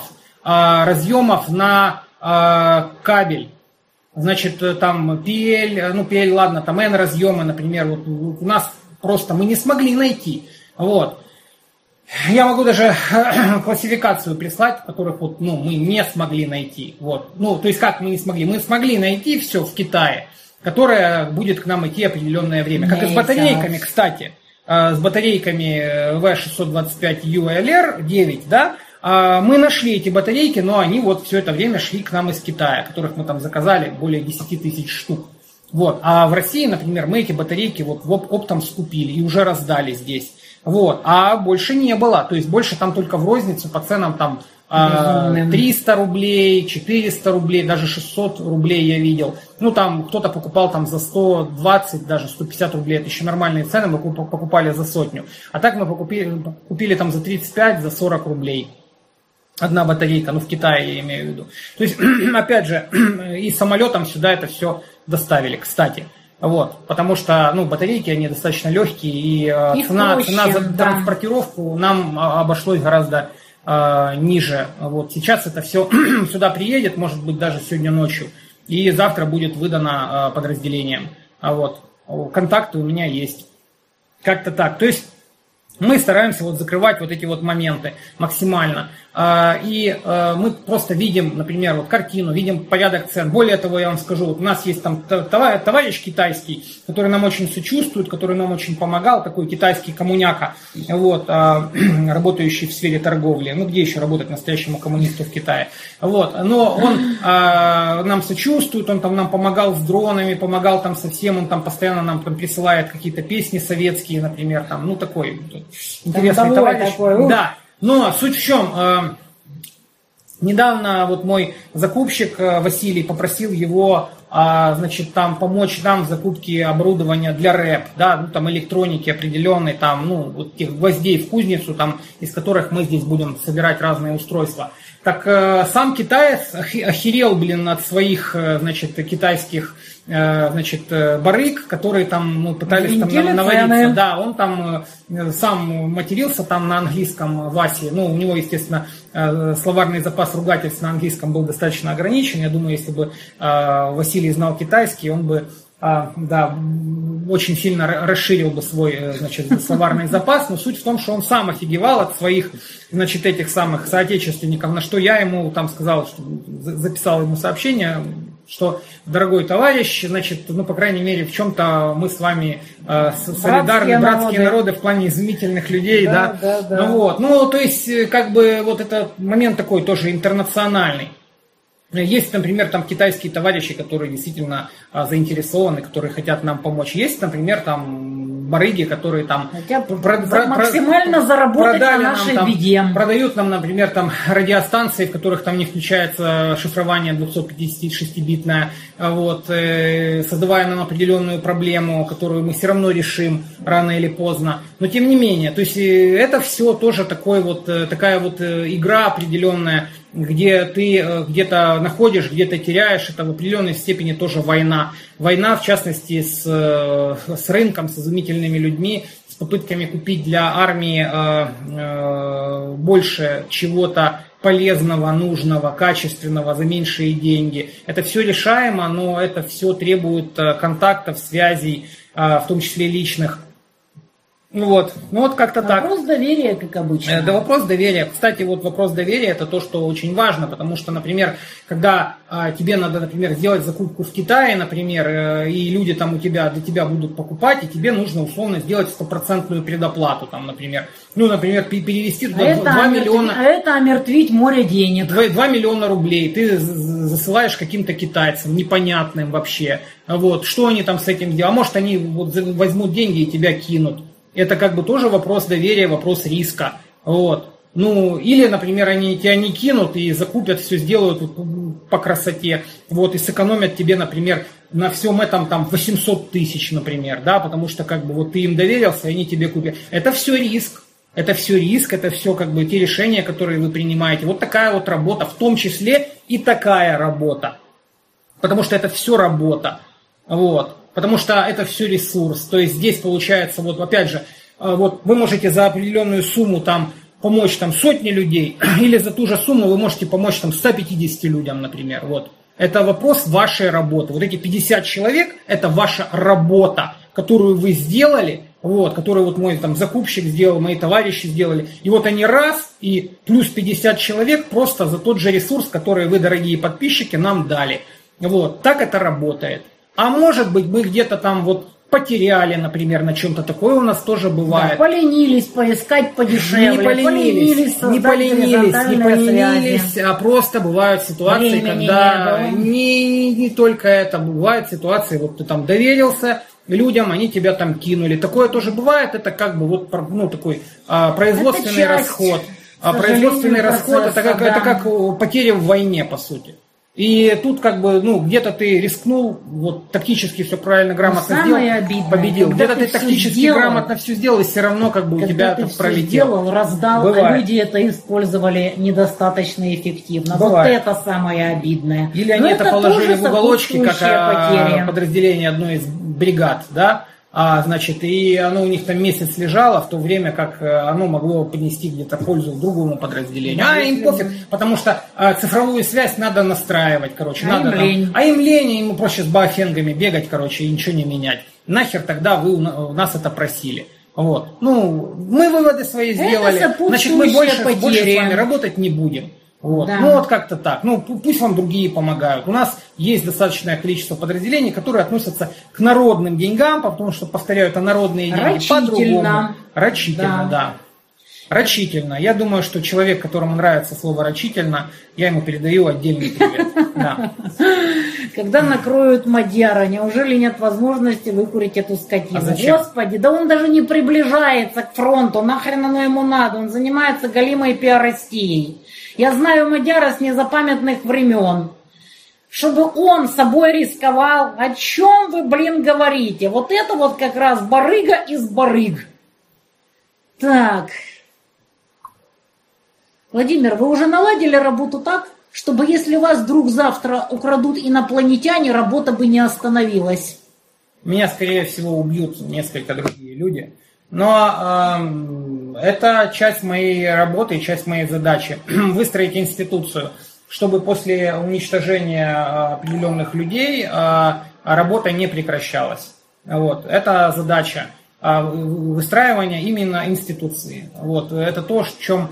на кабель. Значит, там PL, ладно, там N разъемы, например, вот у нас просто мы не смогли найти. Вот. Я могу даже классификацию прислать, которых вот, ну, мы не смогли найти. Вот. Ну, то есть как мы не смогли? Мы смогли найти все в Китае, которое будет к нам идти определенное время. Как и с батарейками, кстати. С батарейками V625ULR9, да, мы нашли эти батарейки, но они вот все это время шли к нам из Китая, которых мы там заказали более 10 тысяч штук. Вот. А в России, например, мы эти батарейки вот оптом скупили и уже раздали здесь. Вот. А больше не было. То есть больше там только в розницу по ценам там 300 рублей, 400 рублей, даже 600 рублей я видел. Ну, там кто-то покупал там за 120, даже 150 рублей. Это еще нормальные цены, мы покупали за 100. А так мы купили там за 35, за 40 рублей. Одна батарейка, ну в Китае я имею в виду. То есть, опять же, и самолетом сюда это все доставили, кстати. Вот, потому что, ну, батарейки, они достаточно легкие, и цена за транспортировку нам обошлось гораздо ниже. Вот, сейчас это все сюда приедет, может быть, даже сегодня ночью, и завтра будет выдано подразделением. Вот, контакты у меня есть. Как-то так. То есть, мы стараемся вот закрывать вот эти вот моменты максимально. И мы просто видим, например, вот картину, видим порядок цен. Более того, я вам скажу, вот у нас есть там товарищ китайский, который нам очень сочувствует, который нам очень помогал, такой китайский коммуняка, вот, работающий в сфере торговли. Ну, где еще работать настоящему коммунисту в Китае? Вот, но он нам сочувствует, он там нам помогал с дронами, помогал там со всем, он там постоянно нам там присылает какие-то песни советские, например, там, ну, такой интересный товарищ. Такой, да. Но суть в чем, недавно вот мой закупщик Василий попросил его, значит, там помочь нам в закупке оборудования для рэп, да, ну, там электроники определенной, там, ну, вот тех гвоздей в кузницу, там, из которых мы здесь будем собирать разные устройства. Так сам китаец охерел, блин, от своих, значит, китайских, значит, барыг, которые там, ну, пытались там наводиться. Да, он там сам матерился там на английском, Васе. Ну, у него, естественно, словарный запас ругательств на английском был достаточно ограничен. Я думаю, если бы Василий знал китайский, он бы, да, очень сильно расширил бы свой, значит, словарный запас, но суть в том, что он сам офигевал от своих, значит, этих самых соотечественников, на что я ему там сказал, что записал ему сообщение, что, дорогой товарищ, значит, ну, по крайней мере, в чем-то мы с вами солидарны, братские народы в плане изумительных людей, да. Ну, вот, ну, то есть, как бы, вот это момент такой тоже интернациональный. Есть, например, там китайские товарищи, которые действительно заинтересованы, которые хотят нам помочь. Есть, например, там барыги, которые там максимально заработать на нашей беде. Продают нам, например, там радиостанции, в которых там не включается шифрование 256-битное, вот, создавая нам определенную проблему, которую мы все равно решим рано или поздно. Но тем не менее, то есть это все тоже такая вот игра определенная, где ты где-то находишь, где-то теряешь, это в определенной степени тоже война. Война, в частности, с рынком, с изумительными людьми, с попытками купить для армии больше чего-то полезного, нужного, качественного за меньшие деньги. Это все решаемо, но это все требует контактов, связей, в том числе личных. Ну вот как-то так. Вопрос доверия, как обычно. Да, вопрос доверия. Кстати, вот вопрос доверия — это то, что очень важно, потому что, например, когда тебе надо, например, сделать закупку в Китае, например, и люди там для тебя будут покупать, и тебе нужно условно сделать 100% предоплату, там, например. Ну, например, перевести туда 2 миллиона... А это омертвить море денег. 2 миллиона рублей ты засылаешь каким-то китайцам, непонятным вообще. Вот, что они там с этим делают? А может, они вот возьмут деньги и тебя кинут. Это как бы тоже вопрос доверия, вопрос риска. Вот. Ну, или, например, они тебя не кинут и закупят, все сделают по красоте, вот, и сэкономят тебе, например, на всем этом там 800 тысяч, например, да, потому что как бы вот ты им доверился, и они тебе купят. Это все риск. Это все риск, это все как бы те решения, которые вы принимаете. Вот такая вот работа, в том числе и такая работа. Потому что это все работа. Вот. Потому что это все ресурс. То есть здесь получается, вот опять же, вот вы можете за определенную сумму там помочь там сотни людей, или за ту же сумму вы можете помочь там 150 людям, например. Вот. Это вопрос вашей работы. Вот эти 50 человек – это ваша работа, которую вы сделали, вот, которую вот мой там закупщик сделал, мои товарищи сделали. И вот они раз, и плюс 50 человек просто за тот же ресурс, который вы, дорогие подписчики, нам дали. Вот. Так это работает. А может быть, мы где-то там вот потеряли, например, на чем-то. Такое у нас тоже бывает. Да, поленились поискать подешевле. Не поленились, а просто бывают ситуации, времени когда не только это. Бывают ситуации, вот ты там доверился людям, они тебя там кинули. Такое тоже бывает, это как бы вот, ну, такой производственный расход. А производственный расход это как потеря в войне, по сути. И тут как бы, где-то ты рискнул, вот тактически все правильно, грамотно сделал, обидное, победил. Где-то ты тактически грамотно все сделал, и все равно как бы у тебя это пролетело. Сделал, раздал, а люди это использовали недостаточно эффективно. Бывает. Вот это самое обидное. Или они это положили в уголочки, как подразделение одной из бригад, да? Значит, и оно у них там месяц лежало, в то время как оно могло принести где-то пользу другому подразделению. Им пофиг, потому что цифровую связь надо настраивать, надо им лень. Им лень, ему проще с баофенгами бегать, и ничего не менять. Нахер тогда вы у нас это просили. Вот. Мы выводы свои сделали, значит, мы больше с вами работать не будем. Вот. Да. Вот как-то так. Пусть вам другие помогают. У нас есть достаточное количество подразделений, которые относятся к народным деньгам, потому что, повторяю, это народные деньги по-другому. Рачительно, да. Рачительно. Я думаю, что человек, которому нравится слово рачительно, я ему передаю отдельный привет. Да. Когда накроют Мадьяра, неужели нет возможности выкурить эту скотину? Господи, да он даже не приближается к фронту, нахрен оно ему надо, он занимается галимой пиаростией. Я знаю Мадьяра с незапамятных времен. Чтобы он собой рисковал, о чем вы, говорите? Вот это вот как раз барыга из барыг. Так. Владимир, вы уже наладили работу так, чтобы если вас вдруг завтра украдут инопланетяне, работа бы не остановилась? Меня, скорее всего, убьют несколько другие люди. Но это часть моей работы, часть моей задачи. Выстроить институцию, чтобы после уничтожения определенных людей работа не прекращалась. Вот. Это задача выстраивания именно институции. Вот. Это то, в чем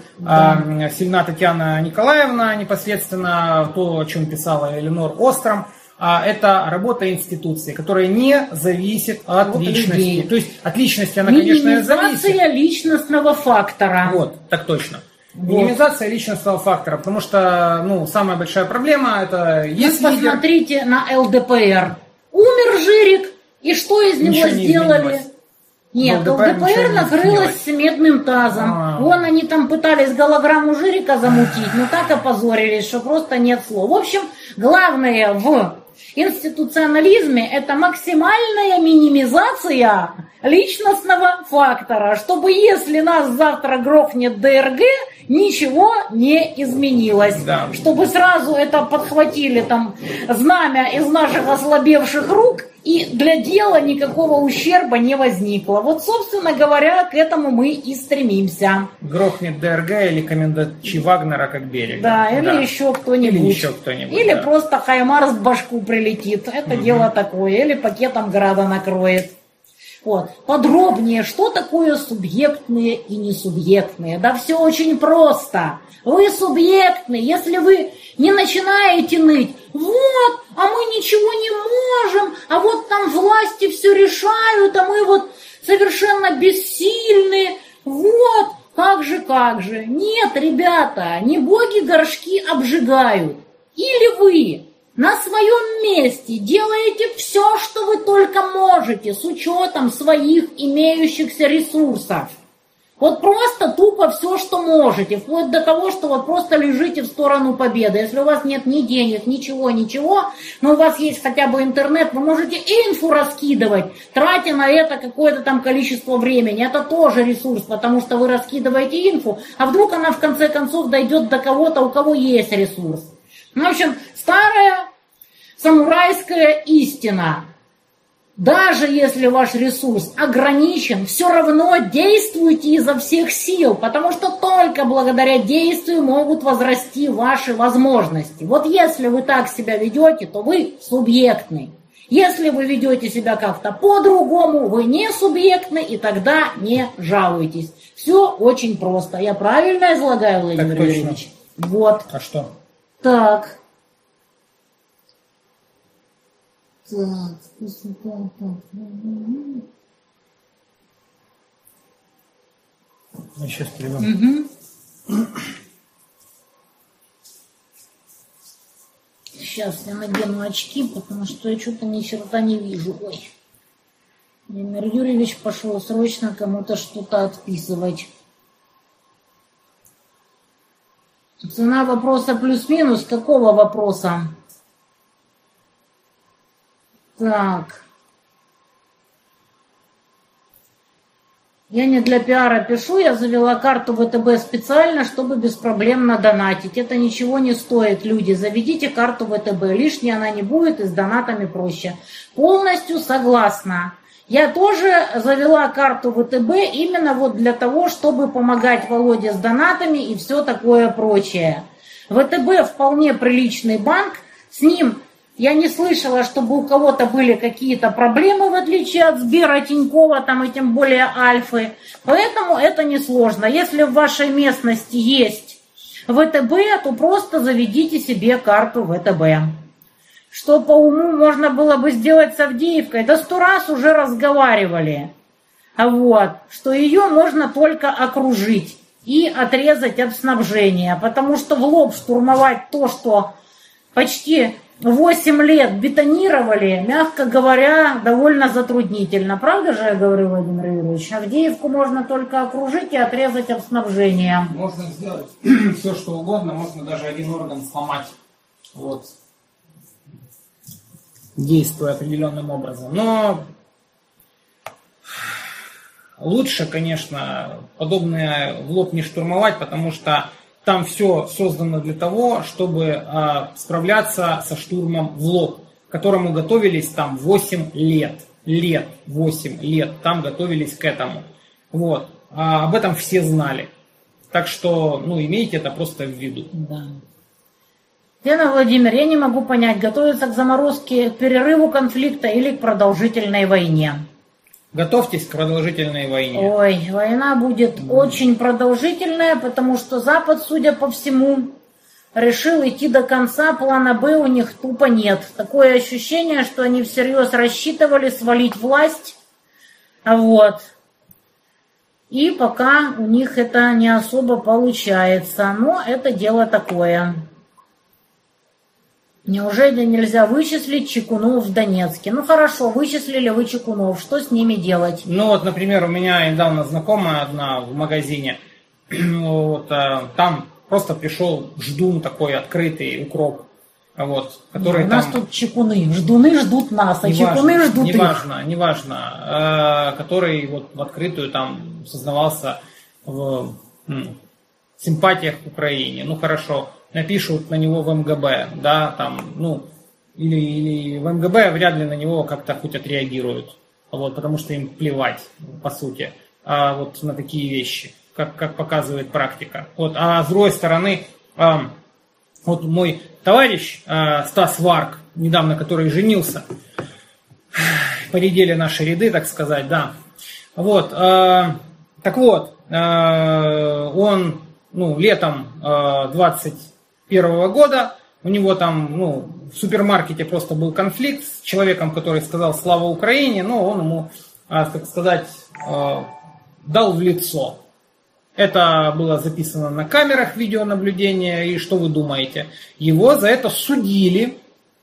сильна Татьяна Николаевна непосредственно, то, о чем писала Эленор Остром. Это работа институции, которая не зависит от личности. Людей. То есть от личности она, конечно, зависит. Минимизация личностного фактора. Вот, так точно. Вот. Минимизация личностного фактора, потому что, самая большая проблема это есть лидер. Посмотрите на ЛДПР. Умер Жирик, и что из него сделали? Нет, ЛДПР накрылась с медным тазом. Вон они там пытались голограмму Жирика замутить, но так опозорились, что просто нет слов. В общем, главное в институционализме это максимальная минимизация личностного фактора, чтобы если нас завтра грохнет ДРГ, ничего не изменилось. Да. Чтобы сразу это подхватили там знамя из наших ослабевших рук, и для дела никакого ущерба не возникло. Вот, собственно говоря, к этому мы и стремимся. Грохнет ДРГ или комендантчи Вагнера как берег. Да, или еще кто-нибудь. Или просто Хаймарс в башку прилетит. Это дело такое. Или пакетом града накроет. Вот. Подробнее, что такое субъектные и несубъектные. Да все очень просто. Вы субъектны, если вы не начинаете ныть. Вот, а мы ничего не можем, а вот там власти все решают, а мы вот совершенно бессильны. Вот, как же. Нет, ребята, не боги горшки обжигают. Или вы на своем месте делаете все, что вы только можете, с учетом своих имеющихся ресурсов. Вот просто тупо все, что можете, вплоть до того, что вот просто лежите в сторону победы. Если у вас нет ни денег, ничего, но у вас есть хотя бы интернет, вы можете инфу раскидывать, тратя на это какое-то там количество времени. Это тоже ресурс, потому что вы раскидываете инфу, а вдруг она в конце концов дойдет до кого-то, у кого есть ресурс. В общем, старая самурайская истина. Даже если ваш ресурс ограничен, все равно действуйте изо всех сил, потому что только благодаря действию могут возрасти ваши возможности. Вот если вы так себя ведете, то вы субъектны. Если вы ведете себя как-то по-другому, вы не субъектны, и тогда не жалуйтесь. Все очень просто. Я правильно излагаю, Владимир Юрьевич? Вот. А что? Так. Сейчас перейдем. Сейчас я надену очки, потому что я что-то ни черта не вижу. Ой. Владимир Юрьевич пошел срочно кому-то что-то отписывать. Цена вопроса плюс-минус. Какого вопроса? Так. Я не для пиара пишу, я завела карту ВТБ специально, чтобы беспроблемно донатить. Это ничего не стоит, люди. Заведите карту ВТБ, лишней она не будет и с донатами проще. Полностью согласна. Я тоже завела карту ВТБ именно вот для того, чтобы помогать Володе с донатами и все такое прочее. ВТБ вполне приличный банк, с ним... Я не слышала, чтобы у кого-то были какие-то проблемы, в отличие от Сбера, Тинькова, там, и тем более Альфы. Поэтому это несложно. Если в вашей местности есть ВТБ, то просто заведите себе карту ВТБ. Что по уму можно было бы сделать с Авдеевкой, да 100 раз уже разговаривали. Вот, что ее можно только окружить и отрезать от снабжения. Потому что в лоб штурмовать то, что почти... 8 лет бетонировали, мягко говоря, довольно затруднительно. Правда же я говорю, Владимир Юрьевич? Авдеевку можно только окружить и отрезать от снабжения. Можно сделать все, что угодно, можно даже один орган сломать, вот, действуя определенным образом. Но лучше, конечно, подобное в лоб не штурмовать, потому что там все создано для того, чтобы справляться со штурмом в лоб, к которому готовились там 8 лет. 8 лет там готовились к этому. Вот. Об этом все знали. Так что, имейте это просто в виду. Да. Лена Владимир, я не могу понять, готовиться к заморозке, к перерыву конфликта или к продолжительной войне? Готовьтесь к продолжительной войне. Ой, война будет очень продолжительная, потому что Запад, судя по всему, решил идти до конца. Плана Б у них тупо нет. Такое ощущение, что они всерьез рассчитывали свалить власть. Вот. И пока у них это не особо получается. Но это дело такое. Неужели нельзя вычислить чекунов в Донецке? Ну хорошо, вычислили вы чекунов, что с ними делать? Вот, например, у меня недавно знакомая одна в магазине, вот, там просто пришел ждун такой открытый, укроп, вот, который у нас тут чекуны, ждуны ждут нас, а чекуны ждут их. Неважно, который вот в открытую там сознавался в симпатиях к Украине. Ну хорошо. Напишут на него в МГБ, да, там, или в МГБ вряд ли на него как-то хоть отреагируют, вот, потому что им плевать, по сути, вот на такие вещи, как показывает практика. Вот, а с другой стороны, вот мой товарищ Стас Варк, недавно который женился, поредели наши ряды, так сказать, да, вот, так вот, он, летом 21 года, у него там, в супермаркете просто был конфликт с человеком, который сказал «Слава Украине», но он ему, так сказать, дал в лицо. Это было записано на камерах видеонаблюдения, и что вы думаете? Его за это судили.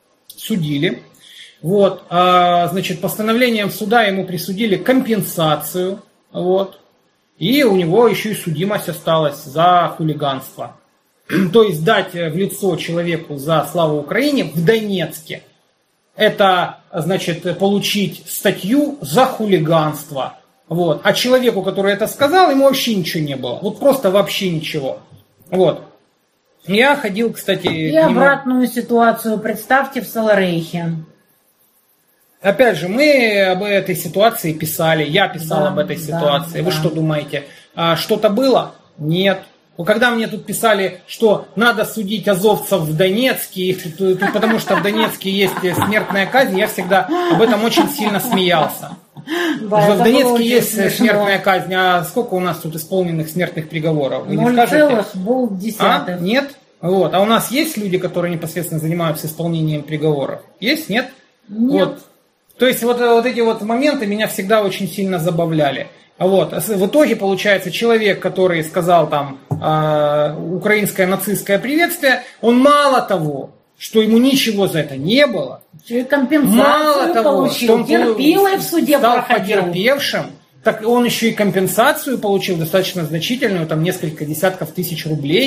Вот, значит, постановлением суда ему присудили компенсацию, вот, и у него еще и судимость осталась за хулиганство. То есть дать в лицо человеку за славу Украине в Донецке, это, значит, получить статью за хулиганство. Вот. А человеку, который это сказал, ему вообще ничего не было. Вот просто вообще ничего. Вот. Я ходил, кстати... И обратную ситуацию представьте в Саларейхе. Опять же, мы об этой ситуации писали, я писал об этой ситуации. Вы что думаете, что-то было? Нет. Когда мне тут писали, что надо судить азовцев в Донецке, потому что в Донецке есть смертная казнь, я всегда об этом очень сильно смеялся. Да, в Донецке есть смертная казнь, а сколько у нас тут исполненных смертных приговоров? Вы не скажете? 0,2. Нет? Вот. А у нас есть люди, которые непосредственно занимаются исполнением приговоров? Есть? Нет? Нет. Вот. То есть вот эти вот моменты меня всегда очень сильно забавляли. Вот. В итоге, получается, человек, который сказал там украинское нацистское приветствие, он мало того, что ему ничего за это не было, и компенсацию мало того, получил, что он терпил и в суде стал проходил. потерпевшим, так он еще и компенсацию получил достаточно значительную, там несколько десятков тысяч рублей.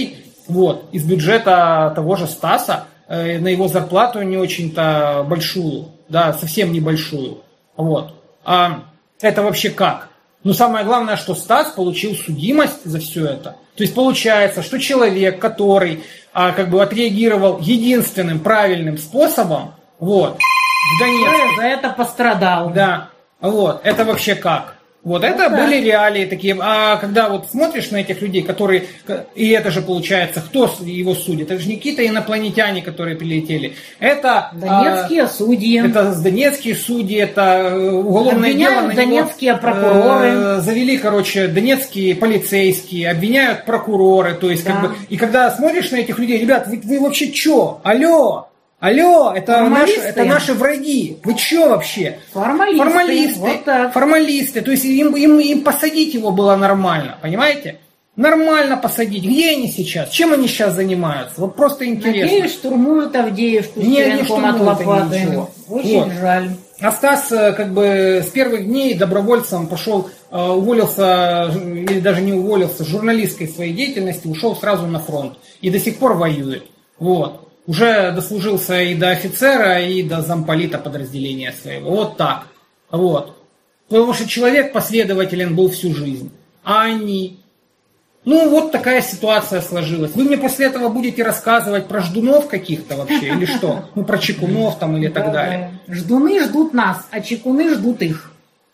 Вот, из бюджета того же Стаса, на его зарплату не очень-то большую, да, совсем небольшую. Вот. А это вообще как? Но самое главное, что Стас получил судимость за все это. То есть получается, что человек, который как бы отреагировал единственным правильным способом, вот, в Донецке, за это пострадал. да, вот, это вообще как? Вот это были реалии такие. А когда вот смотришь на этих людей, которые... И это же получается, кто его судит? Это же не какие-то инопланетяне, которые прилетели. Это... Донецкие судьи. Это донецкие судьи, это уголовное дело на донецкие прокуроры. Завели, короче, донецкие полицейские, обвиняют прокуроры. То есть, как бы... И когда смотришь на этих людей, ребят, вы вообще чё? Алло, это наши враги. Вы что вообще? Формалисты. Вот так. Формалисты. То есть им посадить его было нормально, понимаете? Нормально посадить. Где они сейчас? Чем они сейчас занимаются? Вот просто интересно. Надеюсь, штурмуют Авдеевку с черенком от лопаты. Очень вот. Жаль. А Стас как бы с первых дней добровольцем пошел, уволился, или даже не уволился, с журналистской своей деятельности, ушел сразу на фронт. И до сих пор воюет. Вот. Уже дослужился и до офицера, и до замполита подразделения своего. Вот так. Вот. Потому что человек последователен был всю жизнь. А они... Ну, вот такая ситуация сложилась. Вы мне после этого будете рассказывать про ждунов каких-то вообще, или что? Ну, про чекунов там, или так далее. Ждуны ждут нас, а чекуны ждут их.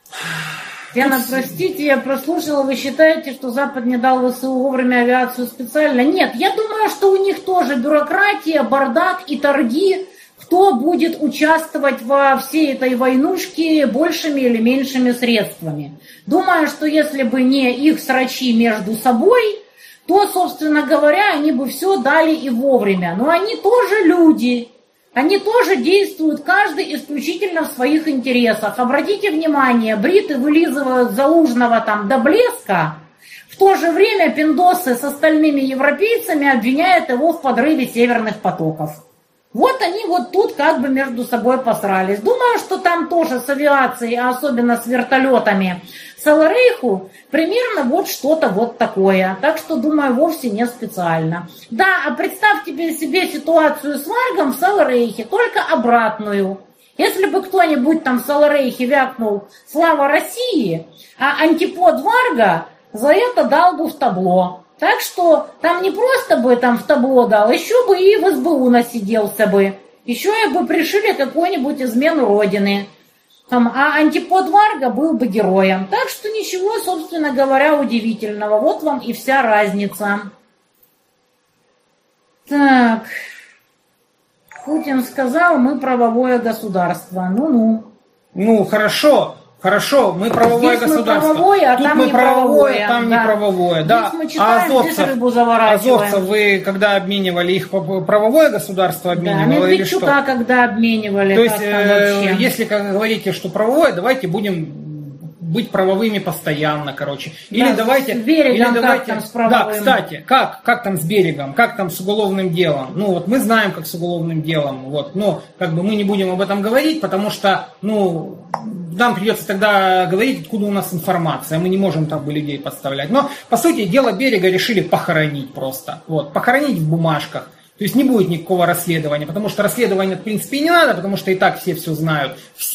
Яна, простите, я прослушала, вы считаете, что Запад не дал ВСУ вовремя авиацию специально? Нет, я думаю, что у них тоже бюрократия, бардак и торги, кто будет участвовать во всей этой войнушке большими или меньшими средствами. Думаю, что если бы не их срачи между собой, то, собственно говоря, они бы все дали и вовремя. Но они тоже люди. Они тоже действуют, каждый исключительно в своих интересах. Обратите внимание, бриты вылизывают Залужного там до блеска, в то же время пиндосы с остальными европейцами обвиняют его в подрыве северных потоков. Вот они вот тут как бы между собой посрались. Думаю, что там тоже с авиацией, а особенно с вертолетами, с Аларейху примерно вот что-то вот такое. Так что, думаю, вовсе не специально. Да, а представьте себе ситуацию с Варгом в Саларейхе, только обратную. Если бы кто-нибудь там в Саларейхе вякнул «Слава России», а антипод Варга за это дал бы в табло. Так что там не просто бы там в табло дал, еще бы и в СБУ насиделся бы. Еще и бы пришили какую-нибудь измену Родины. Там, а антипод Варга был бы героем. Так что ничего, собственно говоря, удивительного. Вот вам и вся разница. Так. Путин сказал, мы правовое государство. Ну-ну. Ну, хорошо. Хорошо, мы правовое здесь государство. Мы правовое, а тут там мы не правовое, там да. не правовое. Да. Здесь мы читаем, здесь рыбу заворачиваем. Азовцев вы когда обменивали, их правовое государство обменивало, да, или что? Медведчука когда обменивали. То есть, если как говорите, что правовое, давайте будем быть правовыми постоянно, короче. Или да, давайте... С берегом, или давайте, как там с правовым? Да, кстати, как там с берегом, как там с уголовным делом? Ну, вот мы знаем, как с уголовным делом, вот, но как бы мы не будем об этом говорить, потому что, ну, нам придется тогда говорить, откуда у нас информация, мы не можем там бы людей подставлять. Но, по сути, дело берега решили похоронить просто, вот, похоронить в бумажках. То есть не будет никакого расследования, потому что расследования, в принципе, и не надо, потому что и так все знают,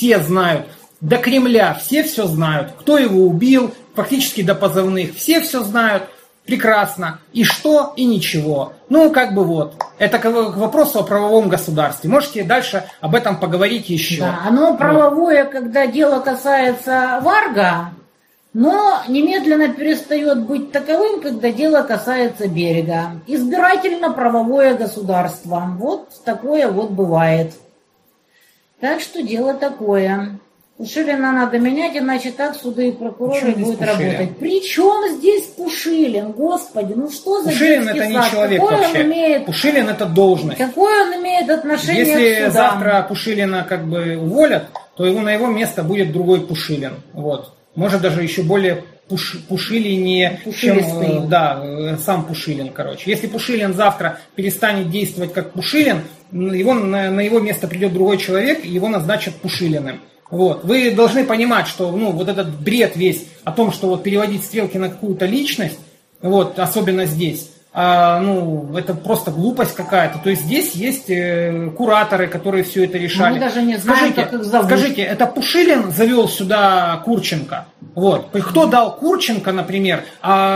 до Кремля все знают, кто его убил, фактически до позывных, все знают, прекрасно, и что, и ничего. Ну, как бы вот, это к вопросу о правовом государстве. Можете дальше об этом поговорить еще. Да, оно правовое, когда дело касается Варга, но немедленно перестает быть таковым, когда дело касается берега. Избирательно правовое государство. Вот такое вот бывает. Так что дело такое. Пушилина надо менять, иначе так суды и прокуроры будут работать. Причем здесь Пушилин? Господи, ну что за Пушилин это не человек какое вообще. Пушилин это должность. Какое он имеет отношение Если к судам? завтра Пушилина как бы уволят, то на его место будет другой Пушилин. Вот. Может даже еще более пушилинее, чем сам Пушилин, короче. Если Пушилин завтра перестанет действовать как Пушилин, на его место придет другой человек, и его назначат Пушилиным. Вот. Вы должны понимать, что вот этот бред весь о том, что вот переводить стрелки на какую-то личность, вот, особенно здесь, это просто глупость какая-то. То есть здесь есть кураторы, которые все это решали. Мы даже не знаем, как их зовут. Скажите, это Пушилин завел сюда Курченко? Вот. Кто дал Курченко, например,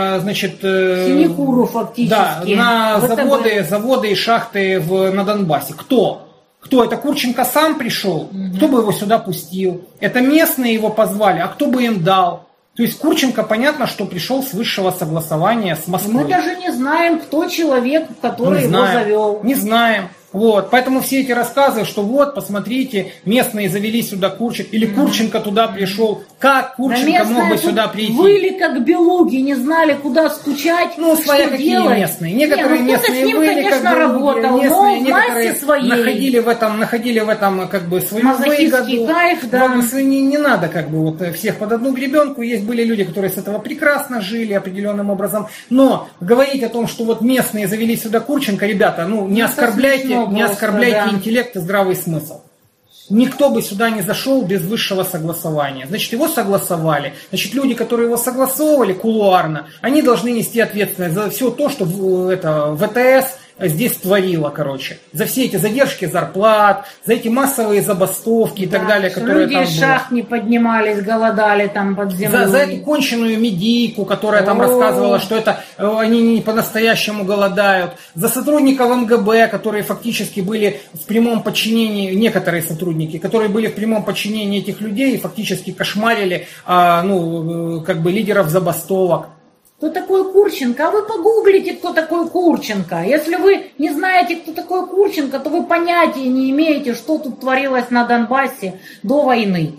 Синекуру фактически. Да, на заводы и шахты на Донбассе. Кто? Это Курченко сам пришел? Кто бы его сюда пустил? Это местные его позвали, а кто бы им дал? То есть Курченко, понятно, что пришел с высшего согласования с Москвой. Мы даже не знаем, кто человек, который его завел. Не знаем. Вот, поэтому все эти рассказы, что вот, посмотрите, местные завели сюда Курченко, или Курченко туда пришел. Как Курченко мог бы сюда прийти? Выли как белуги, не знали, куда стучать, своя что какие делать. Местные. Некоторые местные с ним, выли конечно, как работал, местные, но некоторые находили в этом как бы свою мазохистский кайф, да. Не надо как бы вот всех под одну гребенку. Были люди, которые с этого прекрасно жили определенным образом. Но говорить о том, что вот местные завели сюда Курченко, ребята, не оскорбляйте интеллект и здравый смысл. Никто бы сюда не зашел без высшего согласования. Значит, его согласовали. Значит, люди, которые его согласовывали кулуарно, они должны нести ответственность за все то, что ВТС здесь творила, за все эти задержки зарплат, за эти массовые забастовки и так далее, которые люди там из шахт не поднимались, голодали там под землей. За эту конченую медийку, которая там рассказывала, что это они не по-настоящему голодают. За сотрудников МГБ, которые фактически были в прямом подчинении, некоторые сотрудники, которые были в прямом подчинении этих людей и фактически кошмарили лидеров забастовок. Кто такой Курченко? А вы погуглите, кто такой Курченко. Если вы не знаете, кто такой Курченко, то вы понятия не имеете, что тут творилось на Донбассе до войны.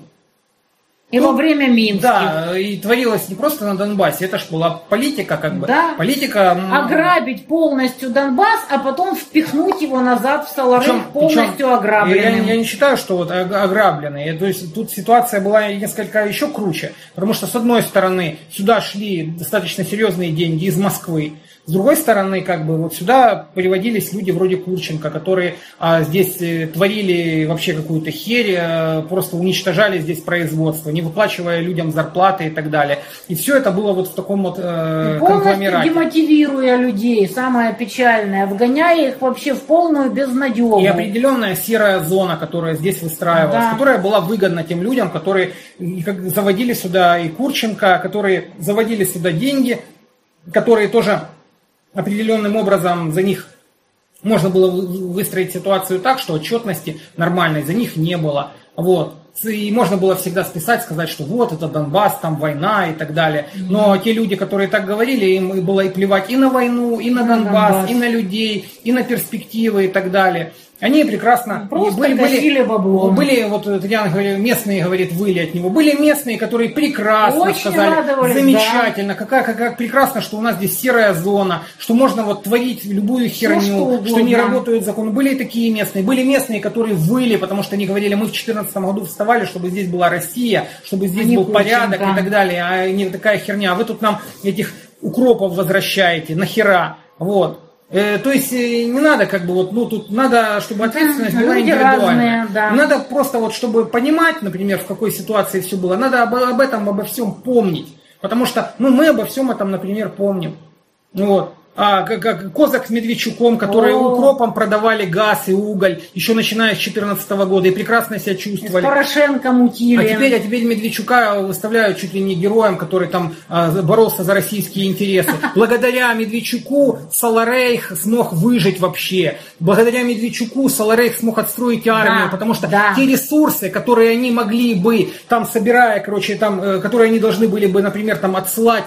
И во время Минска. Да, и творилось не просто на Донбассе, это ж была политика, Да. Политика... Ограбить полностью Донбасс, а потом впихнуть его назад в Саларейх полностью ограбленным. Я не считаю, что вот ограбленный. То есть тут ситуация была несколько еще круче. Потому что, с одной стороны, сюда шли достаточно серьезные деньги из Москвы. С другой стороны, сюда приводились люди вроде Курченко, которые здесь творили вообще какую-то херь, просто уничтожали здесь производство, не выплачивая людям зарплаты и так далее. И все это было вот в таком вот конгломерате. Полностью демотивируя людей, самое печальное, вгоняя их вообще в полную безнадегу. И определенная серая зона, которая здесь выстраивалась, которая была выгодна тем людям, которые заводили сюда и Курченко, которые заводили сюда деньги, которые тоже... определенным образом за них можно было выстроить ситуацию так, что отчетности нормальной за них не было. Вот. И можно было всегда списать, сказать, что вот это Донбасс, там война и так далее. Но те люди, которые так говорили, им было и плевать и на войну, и на Донбасс, и на людей, и на перспективы и так далее. Они прекрасно были баблом. Были, вот Татьяна говорит, местные, говорит, выли от него. Были местные, которые прекрасно очень сказали, замечательно, как прекрасно, что у нас здесь серая зона, что можно вот творить любую херню, что не работают законы. Были и такие местные. Были местные, которые выли, потому что они говорили, мы в 2014 году вставали, чтобы здесь была Россия, чтобы здесь был порядок и так далее, а не такая херня. А вы тут нам этих укропов возвращаете, нахера? Вот. То есть не надо тут надо, чтобы ответственность была индивидуальная. Да. Надо просто чтобы понимать, например, в какой ситуации все было, надо обо всем помнить. Потому что мы обо всем этом, например, помним. Вот. Как Козак с Медведчуком, которые укропом продавали газ и уголь, еще начиная с 2014 года, и прекрасно себя чувствовали. С Порошенко мутили. А теперь Медведчука выставляют чуть ли не героем, который там боролся за российские интересы. Благодаря Медведчуку Саларейх смог выжить вообще. Благодаря Медведчуку Саларейх смог отстроить армию, потому что те ресурсы, которые они могли бы, там собирая, которые они должны были бы, например, там отсылать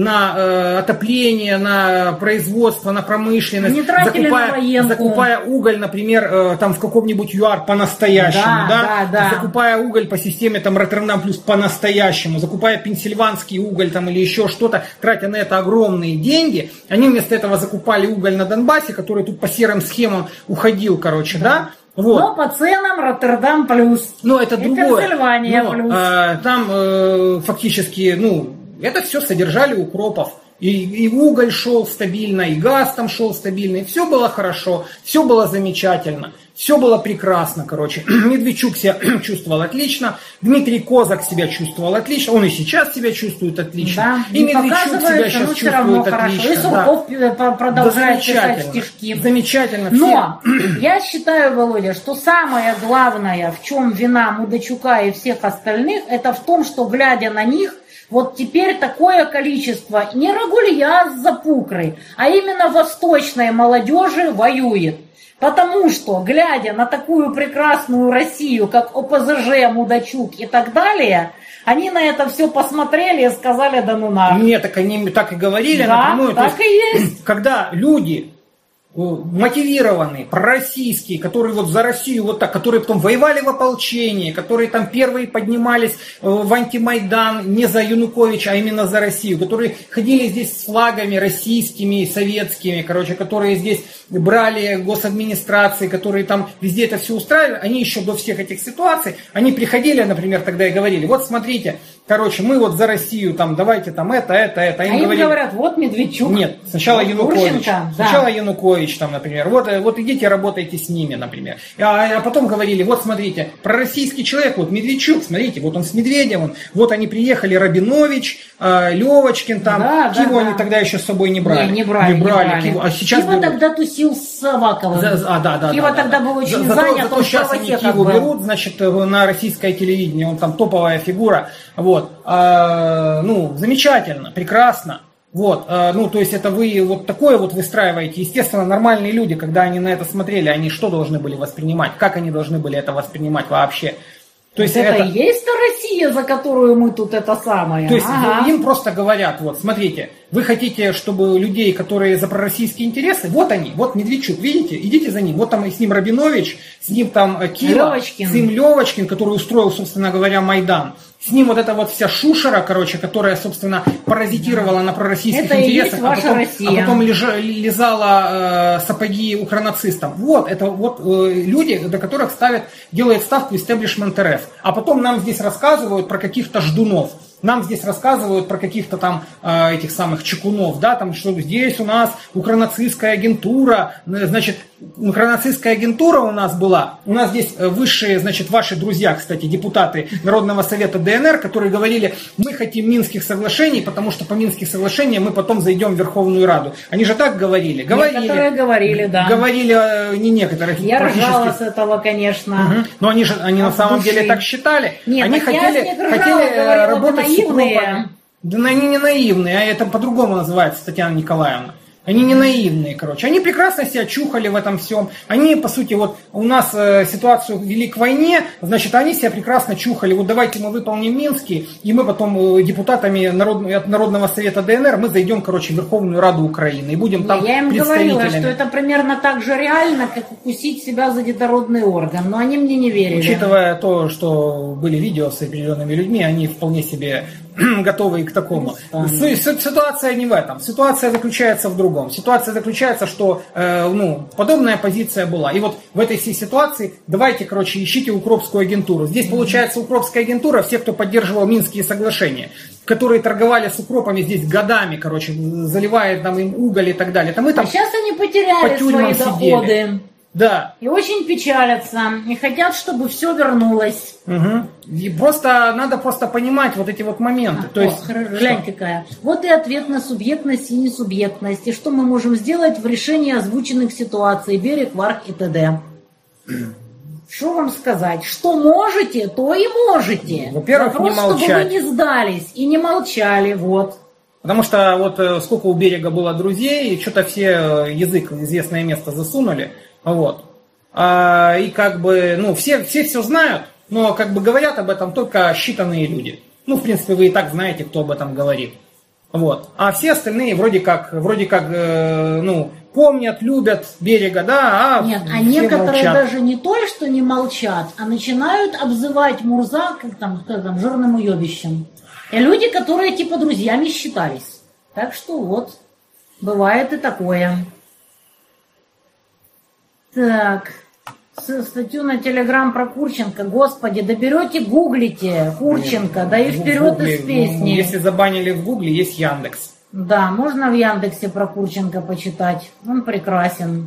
на отопление, на производство, на промышленность, закупая уголь, например, там в каком-нибудь ЮАР по-настоящему, закупая уголь по системе там Роттердам плюс по-настоящему, закупая пенсильванский уголь там или еще что-то, тратя на это огромные деньги, они вместо этого закупали уголь на Донбассе, который тут по серым схемам уходил, Вот. Но по ценам Роттердам плюс. Но это другое. Пенсильвания плюс. Там фактически, это все содержали укропов. И уголь шел стабильно, и газ там шел стабильно, и все было хорошо, все было замечательно. Все было прекрасно, короче. Медведчук себя чувствовал отлично, Дмитрий Козак себя чувствовал отлично, он и сейчас себя чувствует отлично. Да, и Медведчук себя сейчас чувствует отлично. И Сурков продолжает писать стишки. Замечательно. Но я считаю, Володя, что самое главное, в чем вина Мудачука и всех остальных, это в том, что, глядя на них, вот теперь такое количество не Рагулья с Запукрой, а именно восточной молодежи воюет. Потому что, глядя на такую прекрасную Россию, как ОПЗЖ, Мудачук и так далее, они на это все посмотрели и сказали, да ну нахуй. Нет, так они так и говорили. Да, напрямую. так и есть. Когда люди мотивированные, пророссийские, которые вот за Россию вот так, которые потом воевали в ополчении, которые там первые поднимались в антимайдан не за Януковича, а именно за Россию, которые ходили здесь с флагами российскими, советскими, короче, которые здесь брали госадминистрации, которые там везде это все устраивали, они еще до всех этих ситуаций, они приходили, например, тогда и говорили, вот смотрите, короче, мы вот за Россию, там, давайте там это. А им говорят, вот Медведчук. Нет, сначала вот Янукович. Да. Сначала Янукович, там, например. Вот идите, работайте с ними, например. А потом говорили, вот смотрите, пророссийский человек, вот Медведчук, смотрите, вот он с Медведевым, вот они приехали, Рабинович, Левочкин, там, Киву они тогда еще с собой не брали. Не брали. Киву, а сейчас Кива тогда тусил с Аваковым. Кива тогда был очень занят. Зато сейчас они Киву берут, значит, на российское телевидение, он там топовая фигура. Вот. Замечательно, прекрасно. Вот, то есть это вы вот такое вот выстраиваете. Естественно, нормальные люди, когда они на это смотрели, они что должны были воспринимать? Как они должны были это воспринимать вообще? То есть это и есть та Россия, за которую мы тут это самое. То есть им просто говорят, вот, смотрите, вы хотите, чтобы людей, которые за пророссийские интересы, вот они, вот Медведчук, видите, идите за ним. Вот там с ним Рабинович, с ним там Кива, с ним Левочкин, который устроил, собственно говоря, Майдан. С ним вот эта вот вся шушера, короче, которая, собственно, паразитировала на пророссийских это интересах, а потом лизала сапоги укронацистам. Вот, это вот люди, до которых делает ставку истеблишмент РФ. А потом нам здесь рассказывают про каких-то ждунов. Нам здесь рассказывают про каких-то там этих самых чекунов, да, там, что здесь у нас укронацистская агентура, значит, укронацистская агентура у нас была, у нас здесь высшие, значит, ваши друзья, кстати, депутаты Народного совета ДНР, которые говорили, мы хотим Минских соглашений, потому что по Минских соглашениям мы потом зайдем в Верховную Раду. Они же так говорили? Некоторые говорили, да. Говорили не некоторые. Я ржала с этого, конечно. Угу. Но они на самом деле так считали. Нет, они хотели работать с укропами. Да они не наивные, а это по-другому называется, Татьяна Николаевна. Они не наивные, короче. Они прекрасно себя чухали в этом всем. Они, по сути, вот у нас ситуацию вели к войне, значит, они себя прекрасно чухали. Вот давайте мы выполним Минский, и мы потом депутатами от Народного совета ДНР мы зайдем, короче, в Верховную Раду Украины и будем там представителями. Я им говорила, что это примерно так же реально, как укусить себя за детородный орган. Но они мне не верили. Учитывая то, что были видео с определенными людьми, они вполне себе готовы к такому. Ситуация не в этом. Ситуация заключается в другом. Ситуация заключается, что подобная позиция была. И вот в этой всей ситуации давайте, короче, ищите укропскую агентуру. Здесь получается укропская агентура, все, кто поддерживал Минские соглашения, которые торговали с укропами здесь годами, короче, заливая там им уголь и так далее. Там, а сейчас они потеряли свои доходы. Да. И очень печалятся, и хотят, чтобы все вернулось. Угу. И надо понимать вот эти вот моменты. Глянь какая. Вот и ответ на субъектность и несубъектность. И что мы можем сделать в решении озвученных ситуаций. Берег, Варг и т.д. Что вам сказать? Что можете, то и можете. Во-первых, вопрос, не молчать. Чтобы вы не сдались и не молчали, вот. Потому что вот сколько у Берега было друзей, и что-то все язык в известное место засунули. Вот. И как бы, все знают, но как бы говорят об этом только считанные люди. В принципе, вы и так знаете, кто об этом говорит. Вот. А все остальные вроде как, помнят, любят Берега, да, Нет, а некоторые молчат. Даже не то, что не молчат, а начинают обзывать Мурза, как там, жирным уебищем. И люди, которые типа друзьями считались. Так что вот, бывает и такое. Так, статью на Телеграм про Курченко. Господи, доберете, гуглите Курченко, да и вперед из песни. Если забанили в Гугле, есть Яндекс. Да, можно в Яндексе про Курченко почитать. Он прекрасен.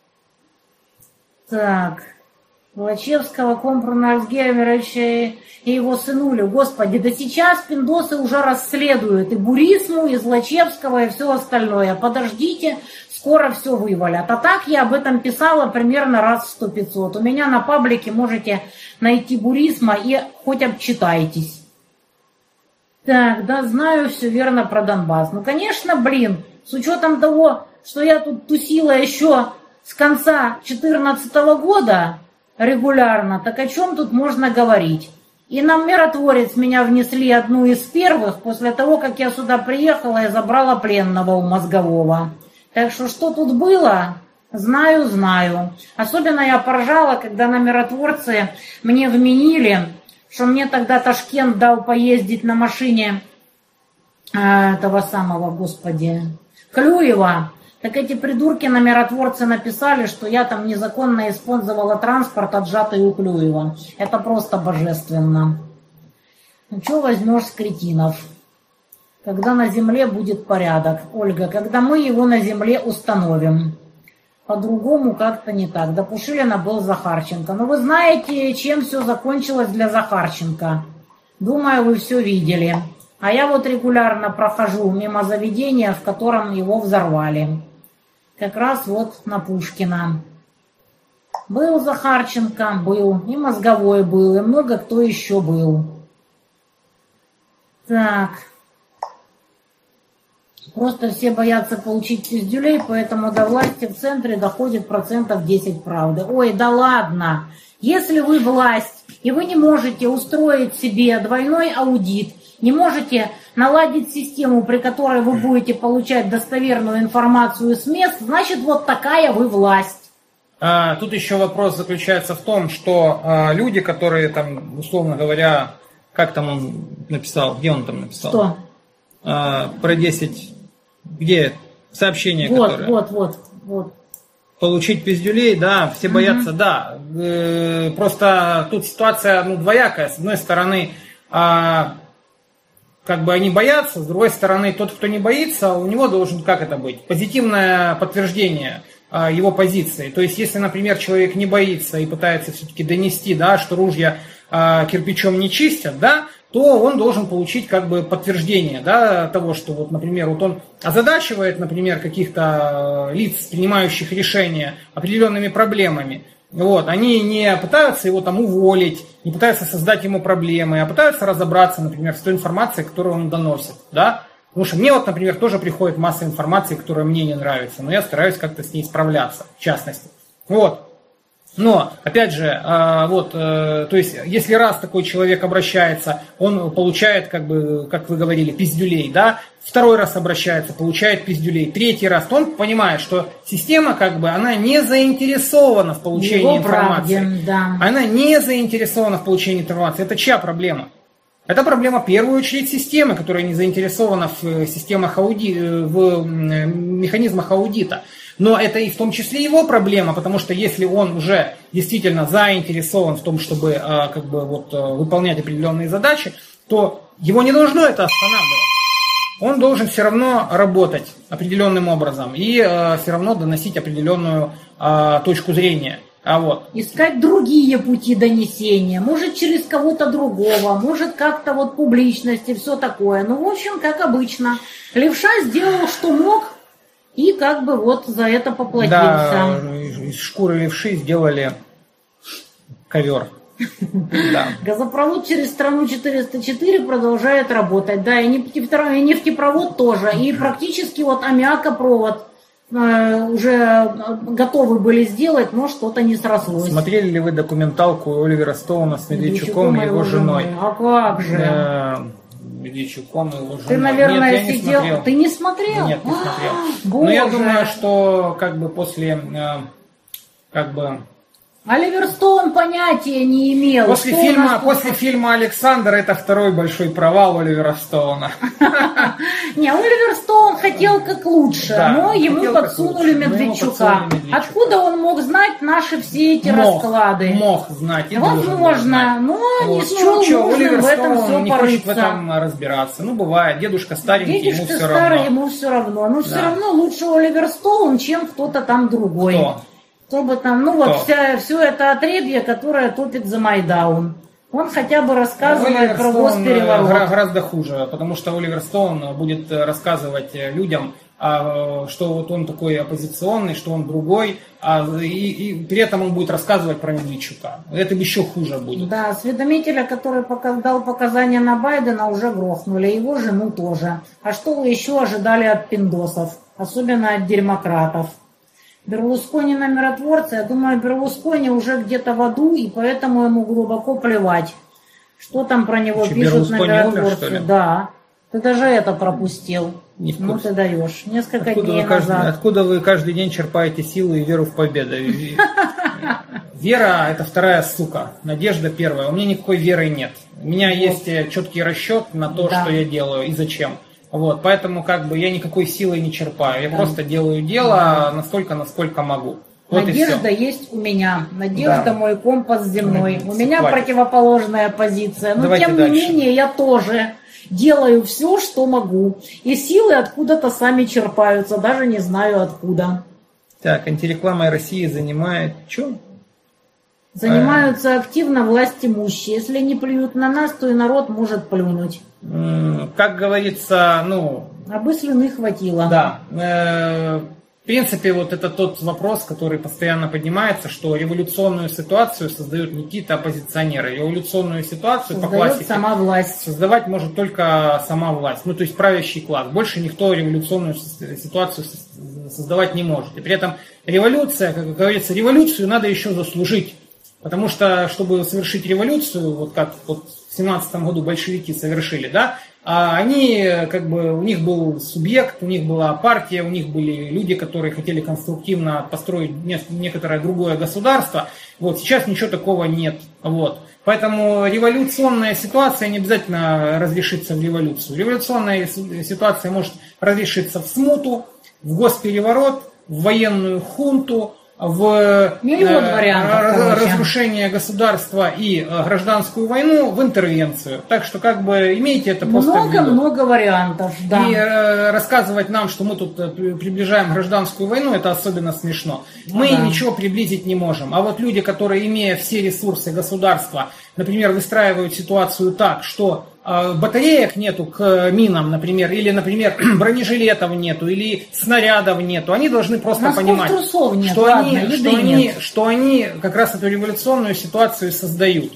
Так. Лачевского, Компруна, Альцгеймеровича и его сынулю. Господи, да сейчас пиндосы уже расследуют и Бурисму, и Злачевского, и все остальное. Подождите, скоро все вывалят. А так я об этом писала примерно раз в 100-500. У меня на паблике можете найти Бурисма и хоть обчитайтесь. Так, да, знаю все верно про Донбасс. Ну, конечно, блин, с учетом того, что я тут тусила еще с конца 2014 года регулярно, так о чем тут можно говорить? И на Миротворец меня внесли одну из первых после того, как я сюда приехала и забрала пленного у Мозгового. Так что тут было, знаю. Особенно я поржала, когда на Миротворце мне вменили, что мне тогда Ташкент дал поездить на машине этого самого, господи, Клюева. Так эти придурки на Миротворце написали, что я там незаконно использовала транспорт, отжатый у Клюева. Это просто божественно. Ну что возьмешь с кретинов? Когда на земле будет порядок, Ольга, когда мы его на земле установим. По-другому как-то не так. До Пушилина был Захарченко. Но вы знаете, чем все закончилось для Захарченко? Думаю, вы все видели. А я вот регулярно прохожу мимо заведения, в котором его взорвали. Как раз вот на Пушкина. Был Захарченко, был. И Мозговой был, и много кто еще был. Так... Просто все боятся получить пиздюлей, поэтому до власти в центре доходит 10% правды. Ой, да ладно. Если вы власть, и вы не можете устроить себе двойной аудит, не можете наладить систему, при которой вы будете получать достоверную информацию с мест, значит, вот такая вы власть. Тут еще вопрос заключается в том, что люди, которые там, условно говоря, как там он написал, где он там написал? Что? Про 10... Где сообщения, которые... Вот. Получить пиздюлей, да, все боятся, да. Просто тут ситуация, двоякая. С одной стороны, как бы они боятся, с другой стороны, тот, кто не боится, у него должен, как это быть, позитивное подтверждение его позиции. То есть, если, например, человек не боится и пытается все-таки донести, да, что ружья кирпичом не чистят, да, то он должен получить как бы подтверждение, да, того, что вот, например, вот он озадачивает, например, каких-то лиц, принимающих решения определенными проблемами. Вот, они не пытаются его там уволить, не пытаются создать ему проблемы, а пытаются разобраться, например, с той информацией, которую он доносит, да. Потому что мне вот, например, тоже приходит масса информации, которая мне не нравится, но я стараюсь как-то с ней справляться, в частности. Вот. Но, опять же, то есть, если раз такой человек обращается, он получает, как бы, как вы говорили, пиздюлей, да, второй раз обращается, получает пиздюлей, третий раз, то он понимает, что система, как бы, она не заинтересована в получении информации. Правде, да. Она не заинтересована в получении информации. Это чья проблема? Это проблема, в первую очередь, системы, которая не заинтересована в системах в механизмах аудита. Но это и в том числе его проблема, потому что если он уже действительно заинтересован в том, чтобы выполнять определенные задачи, то его не должно это останавливать. Он должен все равно работать определенным образом и все равно доносить определенную точку зрения. Искать другие пути донесения, может через кого-то другого, может как-то вот публичность и все такое. Ну, в общем, как обычно. Левша сделал, что мог, и как бы вот за это поплатился. Да, из шкуры левши сделали ковер. Газопровод через страну 404 продолжает работать. Да, и нефтепровод тоже. И практически вот аммиакопровод уже готовы были сделать, но что-то не срослось. Смотрели ли вы документалку Оливера Стоуна с Медведчуком и его женой? А как же? Медведчуком и его женой. Ты, наверное, Нет, я сидел... не смотрел. Ты не смотрел? Нет, не смотрел. Боже. Но я думаю, что как бы после... Оливер Стоун понятия не имел. После фильма «Александр» это второй большой провал Оливера Стоуна. Не, Оливер Стоун хотя хотел как лучше, Да, но он ему хотел как подсунули лучше, но ему Медведчука. подсунули Медведчука. Откуда он мог знать наши все эти расклады? Мог знать и должен был Возможно, знать. но не Вот. счел нужным Оливер в этом Стоун все не хочет в порыться. этом разбираться. Ну, бывает, дедушка старенький, ему Дедушка все старый, равно. ему все равно. Но все Да. равно лучше Оливер Стоун, чем кто-то там другой. Кто бы там, ну вот все это отребье, которое топит за Майдаун. Он хотя бы рассказывает Оливер про Стоун госпереворот. гораздо хуже, потому что Оливер Стоун будет рассказывать людям, что вот он такой оппозиционный, что он другой, и при этом он будет рассказывать про Медведчука. Это еще хуже будет. Да, осведомителя, который дал показания на Байдена, уже грохнули, его жену тоже. А что вы еще ожидали от пиндосов, особенно от демократов? Берлускони на миротворца, я думаю, Берлускони уже где-то в аду, и поэтому ему глубоко плевать, что там про него Что, пишут на Берлускони умер, миротворце. что ли? Да, ты даже это пропустил. Не в Ну курсе. ты даешь. Несколько Откуда дней назад. откуда вы каждый день черпаете силы и веру в победу? Вера – это вторая сука, надежда первая. У меня никакой веры нет. У меня есть четкий расчет на то, Да. что я делаю и зачем. Вот, поэтому как бы я никакой силой не черпаю. Я просто делаю дело настолько, насколько могу. Вот Надежда и все. есть у меня. Надежда Да. мой компас земной. У меня Хватит. противоположная позиция. Но Давайте тем дальше. не менее я тоже делаю все, что могу. И силы откуда-то сами черпаются. Даже не знаю откуда. Так, антирекламой России занимает... Что? Занимаются активно власть имущие. Если не плюют на нас, то и народ может плюнуть. Как говорится, Абы слюны хватило. да. В принципе, вот это тот вопрос, который постоянно поднимается, что революционную ситуацию создают не какие-то оппозиционеры. Революционную ситуацию по Создает классике сама власть. создавать может только сама власть. Ну, то есть правящий класс. Больше никто революционную ситуацию создавать не может. И при этом революция, как говорится, революцию надо еще заслужить. Потому что, чтобы совершить революцию, вот как вот в 17 году большевики совершили, да, они, как бы, у них был субъект, у них была партия, у них были люди, которые хотели конструктивно построить некоторое другое государство. Вот сейчас ничего такого нет. Вот. Поэтому революционная ситуация не обязательно разрешится в революцию. Революционная ситуация может разрешиться в смуту, в госпереворот, в военную хунту, в Миллион вариантов, разрушение государства и гражданскую войну, в интервенцию. Так что как бы имейте это просто в виду. Много вариантов, да. И рассказывать нам, что мы тут приближаем гражданскую войну, это особенно смешно. Мы да. ничего приблизить не можем. А вот люди, которые, имея все ресурсы государства, например, выстраивают ситуацию так, что батареек нету к минам, например, или, например, бронежилетов нету, или снарядов нету, они должны просто Носков понимать, трусов нет, что, ладно, они, еды что, они, нет. что они как раз эту революционную ситуацию создают.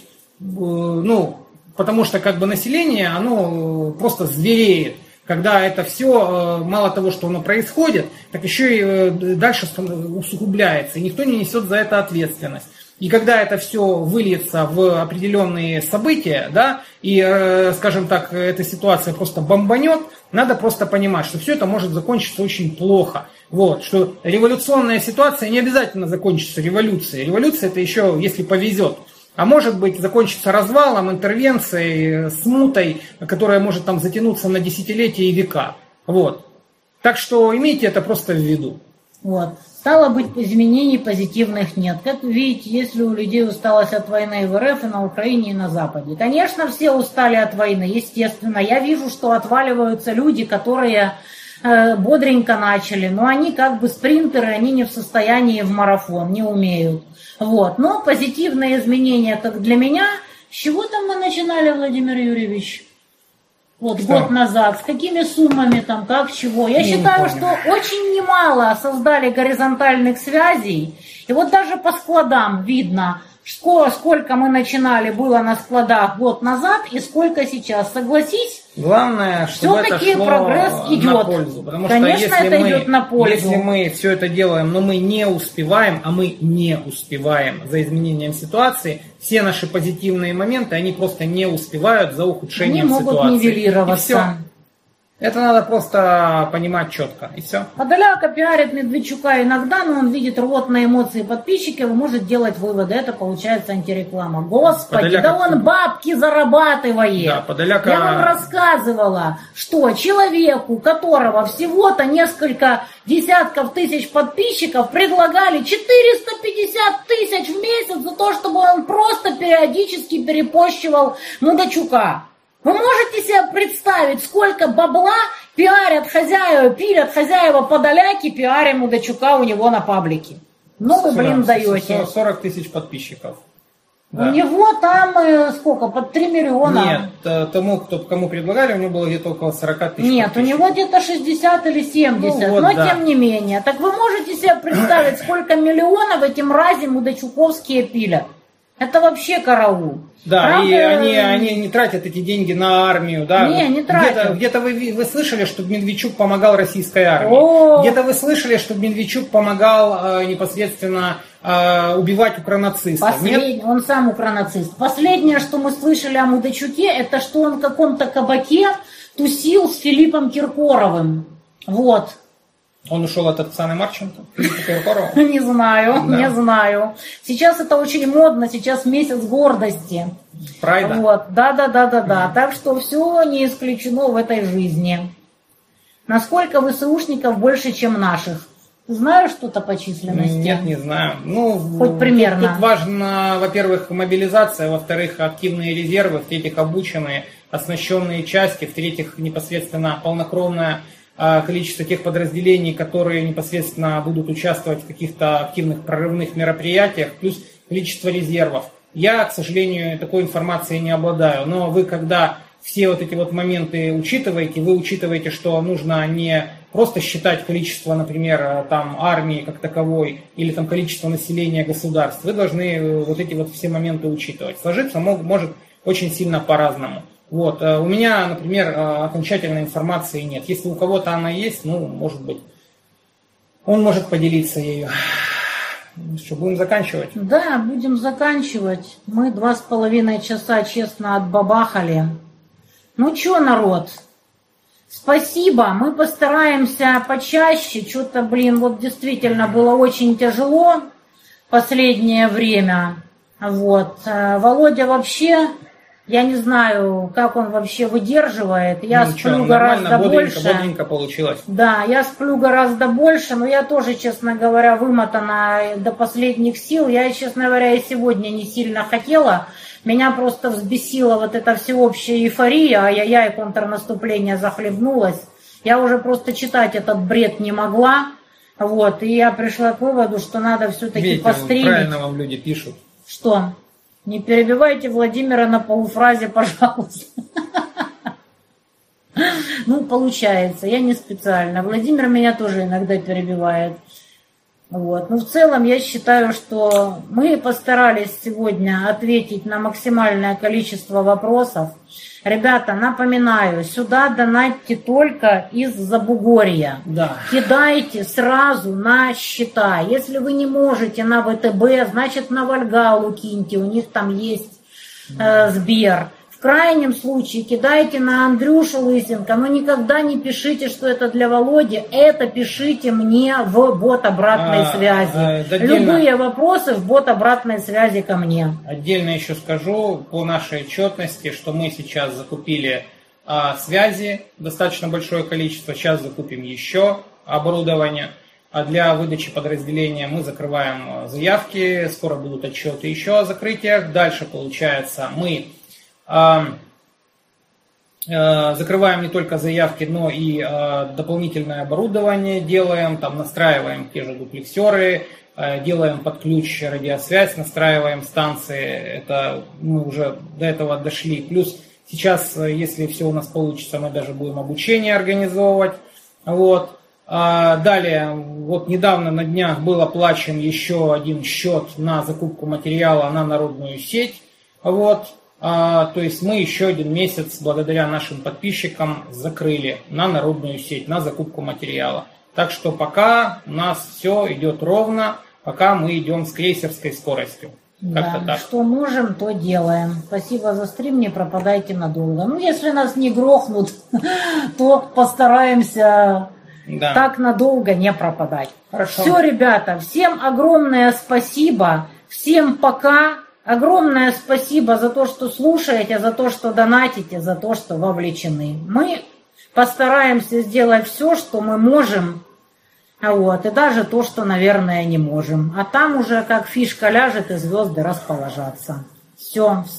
Ну, потому что как бы население, оно просто звереет. Когда это все, мало того, что оно происходит, так еще и дальше усугубляется, и никто не несет за это ответственность. И когда это все выльется в определенные события, да, и, скажем так, эта ситуация просто бомбанет, надо просто понимать, что все это может закончиться очень плохо. Вот, что революционная ситуация не обязательно закончится революцией. Революция это еще, если повезет. А может быть, закончится развалом, интервенцией, смутой, которая может там затянуться на десятилетия и века. Вот. Так что имейте это просто в виду. Вот. Стало быть, изменений позитивных нет. Как вы видите, если у людей усталость от войны в РФ, и на Украине, и на Западе. Конечно, все устали от войны, естественно. Я вижу, что отваливаются люди, которые бодренько начали, но они как бы спринтеры, они не в состоянии в марафон, не умеют. Вот. Но позитивные изменения, как для меня, с чего там мы начинали, Владимир Юрьевич? Вот Что? год назад, с какими суммами там, как, чего. Я считаю, что очень немало создали горизонтальных связей. И вот даже по складам видно, сколько мы начинали было на складах год назад и сколько сейчас. Согласись? Главное, чтобы это Все-таки шло прогресс идет. на пользу. Потому Конечно, что это идет на пользу. Если мы все это делаем, но мы не успеваем, а мы не успеваем за изменением ситуации, все наши позитивные моменты, они просто не успевают за ухудшением Они могут ситуации. нивелироваться. И всё. Это надо просто понимать четко, и все. Подоляка пиарит Медведчука иногда, но он видит рвотные эмоции подписчиков и может делать выводы. Это получается антиреклама. Господи, Подоляка... да он бабки зарабатывает. Да, Подоляка... Я вам рассказывала, что человеку, у которого всего-то несколько десятков тысяч подписчиков, предлагали 450 тысяч в месяц за то, чтобы он просто периодически перепощивал Мудачука. Вы можете себе представить, сколько бабла пилят хозяева Подоляки, пиаря Мудачука у него на паблике? Ну вы, блин, даете. 40 тысяч подписчиков. Да. У него там сколько? Под 3 миллиона. Нет, кому предлагали, у него было где-то около 40 тысяч. Нет, у него где-то 60 или 70, ну, вот, но да. Тем не менее. Так вы можете себе представить, сколько миллионов эти мрази мудачуковские пилят? Это вообще караул. Да, правда, и они не тратят эти деньги на армию. Да? Не тратят. Где-то вы слышали, что Медведчук помогал российской армии. Где-то вы слышали, что Медведчук помогал непосредственно убивать укронацистов. Он сам укронацист. Последнее, что мы слышали о Мудачуке, это что он в каком-то кабаке тусил с Филиппом Киркоровым. Вот. Он ушел от Оксаны Марченко? Не знаю. Сейчас это очень модно, сейчас месяц гордости. Прайда. Вот. Да. Так что все не исключено в этой жизни. Насколько ВСУшников больше, чем наших? Ты знаешь что-то по численности? Нет, не знаю. Хоть примерно. Тут важно, во-первых, мобилизация, во-вторых, активные резервы, в-третьих, обученные, оснащенные части, в-третьих, непосредственно полнокровная количество тех подразделений, которые непосредственно будут участвовать в каких-то активных прорывных мероприятиях, плюс количество резервов. Я, к сожалению, такой информацией не обладаю, но вы, когда все вот эти вот моменты учитываете, вы учитываете, что нужно не просто считать количество, например, там, армии как таковой или там, количество населения государств. Вы должны вот эти вот все моменты учитывать. Сложиться может очень сильно по-разному. Вот. У меня, например, окончательной информации нет. Если у кого-то она есть, может быть, он может поделиться ею. Что, будем заканчивать? Да, будем заканчивать. Мы 2,5 часа честно отбабахали. Ну что, народ, спасибо. Мы постараемся почаще. Что-то, вот действительно было очень тяжело последнее время. Вот. Володя вообще... Я не знаю, как он вообще выдерживает. Я сплю гораздо больше. Бодренько получилось. Да, я сплю гораздо больше, но я тоже, честно говоря, вымотана до последних сил. Я, честно говоря, и сегодня не сильно хотела. Меня просто взбесила вот эта всеобщая эйфория. Ай-яй-яй, контрнаступление захлебнулось. Я уже просто читать этот бред не могла. Вот, и я пришла к выводу, что надо все-таки постримить. Правильно вам люди пишут. Что? Не перебивайте Владимира на полуфразе, пожалуйста. Получается, я не специально. Владимир меня тоже иногда перебивает. Вот. В целом я считаю, что мы постарались сегодня ответить на максимальное количество вопросов. Ребята, напоминаю, сюда донатьте только из Забугорья. Да. Кидайте сразу на счета. Если вы не можете на ВТБ, значит на Вальгалу киньте, у них там есть Сбер. В крайнем случае кидайте на Андрюшу Лысенко, но никогда не пишите, что это для Володи, это пишите мне в бот обратной связи. Любые вопросы в бот обратной связи ко мне. Отдельно еще скажу по нашей отчетности, что мы сейчас закупили связи, достаточно большое количество, сейчас закупим еще оборудование. А для выдачи подразделения мы закрываем заявки, скоро будут отчеты еще о закрытиях. Дальше, получается, мы закрываем не только заявки, но и дополнительное оборудование делаем, там настраиваем те же дуплексеры, делаем под ключ радиосвязь, настраиваем станции, это мы уже до этого дошли. Плюс сейчас, если все у нас получится, мы даже будем обучение организовывать. Вот. Далее, недавно на днях был оплачен еще один счет на закупку материала на народную сеть. То есть мы еще один месяц благодаря нашим подписчикам закрыли на народную сеть, на закупку материала. Так что пока у нас все идет ровно, пока мы идем с крейсерской скоростью. Да, Как-то так. что можем, то делаем. Спасибо за стрим, не пропадайте надолго. Ну, если нас не грохнут, то постараемся Да. так надолго не пропадать. Хорошо. Все, ребята, всем огромное спасибо. Всем пока. Огромное спасибо за то, что слушаете, за то, что донатите, за то, что вовлечены. Мы постараемся сделать все, что мы можем. Вот, и даже то, что, наверное, не можем. А там уже как фишка ляжет и звезды расположатся. Все.